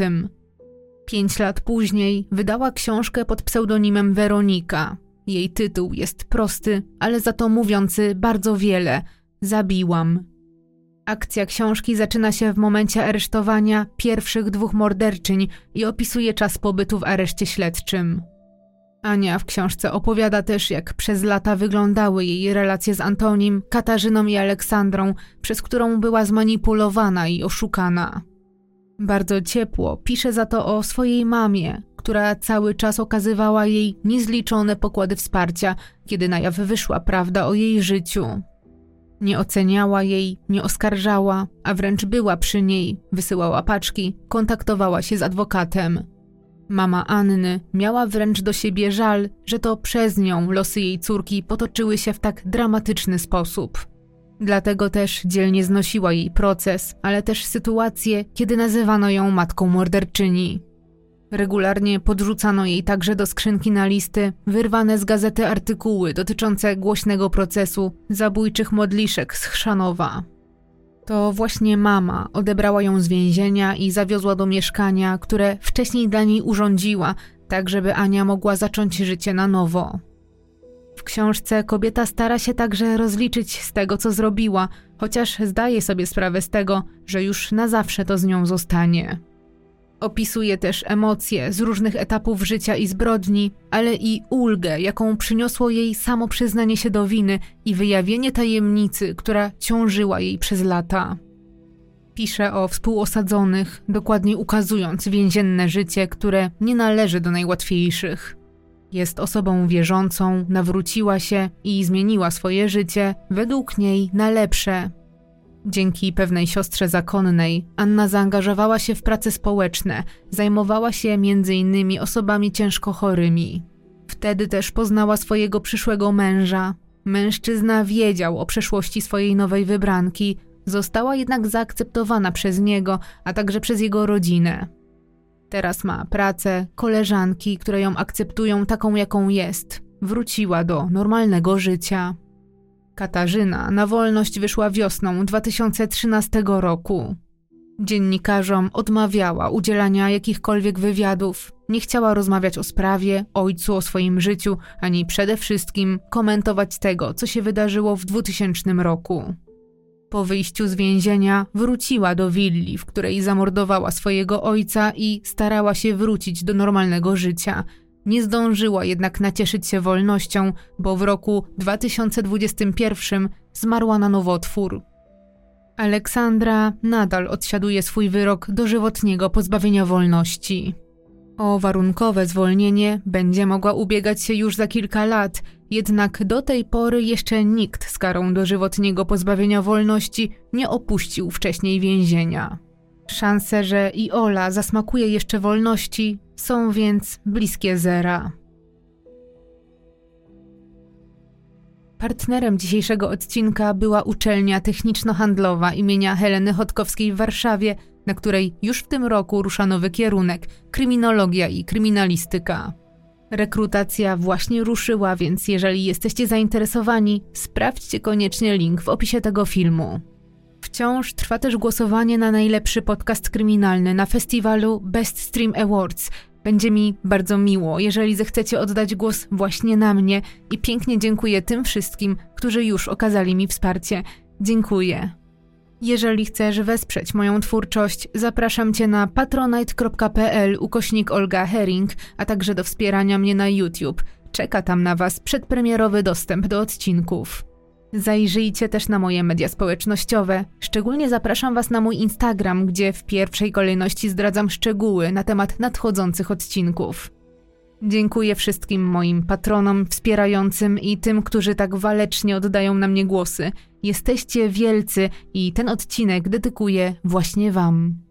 Speaker 1: 5 lat później wydała książkę pod pseudonimem Weronika. Jej tytuł jest prosty, ale za to mówiący bardzo wiele. Zabiłam. Akcja książki zaczyna się w momencie aresztowania pierwszych 2 morderczyń i opisuje czas pobytu w areszcie śledczym. Ania w książce opowiada też, jak przez lata wyglądały jej relacje z Antonim, Katarzyną i Aleksandrą, przez którą była zmanipulowana i oszukana. Bardzo ciepło pisze za to o swojej mamie, która cały czas okazywała jej niezliczone pokłady wsparcia, kiedy na jaw wyszła prawda o jej życiu. Nie oceniała jej, nie oskarżała, a wręcz była przy niej, wysyłała paczki, kontaktowała się z adwokatem. Mama Anny miała wręcz do siebie żal, że to przez nią losy jej córki potoczyły się w tak dramatyczny sposób. Dlatego też dzielnie znosiła jej proces, ale też sytuację, kiedy nazywano ją matką morderczyni. Regularnie podrzucano jej także do skrzynki na listy wyrwane z gazety artykuły dotyczące głośnego procesu zabójczych Modliszek z Chrzanowa. To właśnie mama odebrała ją z więzienia i zawiozła do mieszkania, które wcześniej dla niej urządziła, tak żeby Ania mogła zacząć życie na nowo. W książce kobieta stara się także rozliczyć z tego, co zrobiła, chociaż zdaje sobie sprawę z tego, że już na zawsze to z nią zostanie. Opisuje też emocje z różnych etapów życia i zbrodni, ale i ulgę, jaką przyniosło jej samo przyznanie się do winy i wyjawienie tajemnicy, która ciążyła jej przez lata. Pisze o współosadzonych, dokładnie ukazując więzienne życie, które nie należy do najłatwiejszych. Jest osobą wierzącą, nawróciła się i zmieniła swoje życie, według niej na lepsze. Dzięki pewnej siostrze zakonnej Anna zaangażowała się w prace społeczne, zajmowała się m.in. osobami ciężko chorymi. Wtedy też poznała swojego przyszłego męża. Mężczyzna wiedział o przeszłości swojej nowej wybranki, została jednak zaakceptowana przez niego, a także przez jego rodzinę. Teraz ma pracę, koleżanki, które ją akceptują taką, jaką jest. Wróciła do normalnego życia. Katarzyna na wolność wyszła wiosną 2013 roku. Dziennikarzom odmawiała udzielania jakichkolwiek wywiadów. Nie chciała rozmawiać o sprawie, ojcu, o swoim życiu, ani przede wszystkim komentować tego, co się wydarzyło w 2000 roku. Po wyjściu z więzienia wróciła do willi, w której zamordowała swojego ojca i starała się wrócić do normalnego życia. Nie zdążyła jednak nacieszyć się wolnością, bo w roku 2021 zmarła na nowotwór. Aleksandra nadal odsiaduje swój wyrok dożywotniego pozbawienia wolności. O warunkowe zwolnienie będzie mogła ubiegać się już za kilka lat, jednak do tej pory jeszcze nikt z karą dożywotniego pozbawienia wolności nie opuścił wcześniej więzienia. Szanse, że i Ola zasmakuje jeszcze wolności, są więc bliskie zera. Partnerem dzisiejszego odcinka była uczelnia techniczno-handlowa imienia Heleny Chodkowskiej w Warszawie, na której już w tym roku rusza nowy kierunek – kryminologia i kryminalistyka. Rekrutacja właśnie ruszyła, więc jeżeli jesteście zainteresowani, sprawdźcie koniecznie link w opisie tego filmu. Wciąż trwa też głosowanie na najlepszy podcast kryminalny na festiwalu Best Stream Awards. Będzie mi bardzo miło, jeżeli zechcecie oddać głos właśnie na mnie i pięknie dziękuję tym wszystkim, którzy już okazali mi wsparcie. Dziękuję. Jeżeli chcesz wesprzeć moją twórczość, zapraszam Cię na patronite.pl/Olga Hering, a także do wspierania mnie na YouTube. Czeka tam na Was przedpremierowy dostęp do odcinków. Zajrzyjcie też na moje media społecznościowe. Szczególnie zapraszam Was na mój Instagram, gdzie w pierwszej kolejności zdradzam szczegóły na temat nadchodzących odcinków. Dziękuję wszystkim moim patronom, wspierającym i tym, którzy tak walecznie oddają na mnie głosy. Jesteście wielcy i ten odcinek dedykuję właśnie Wam.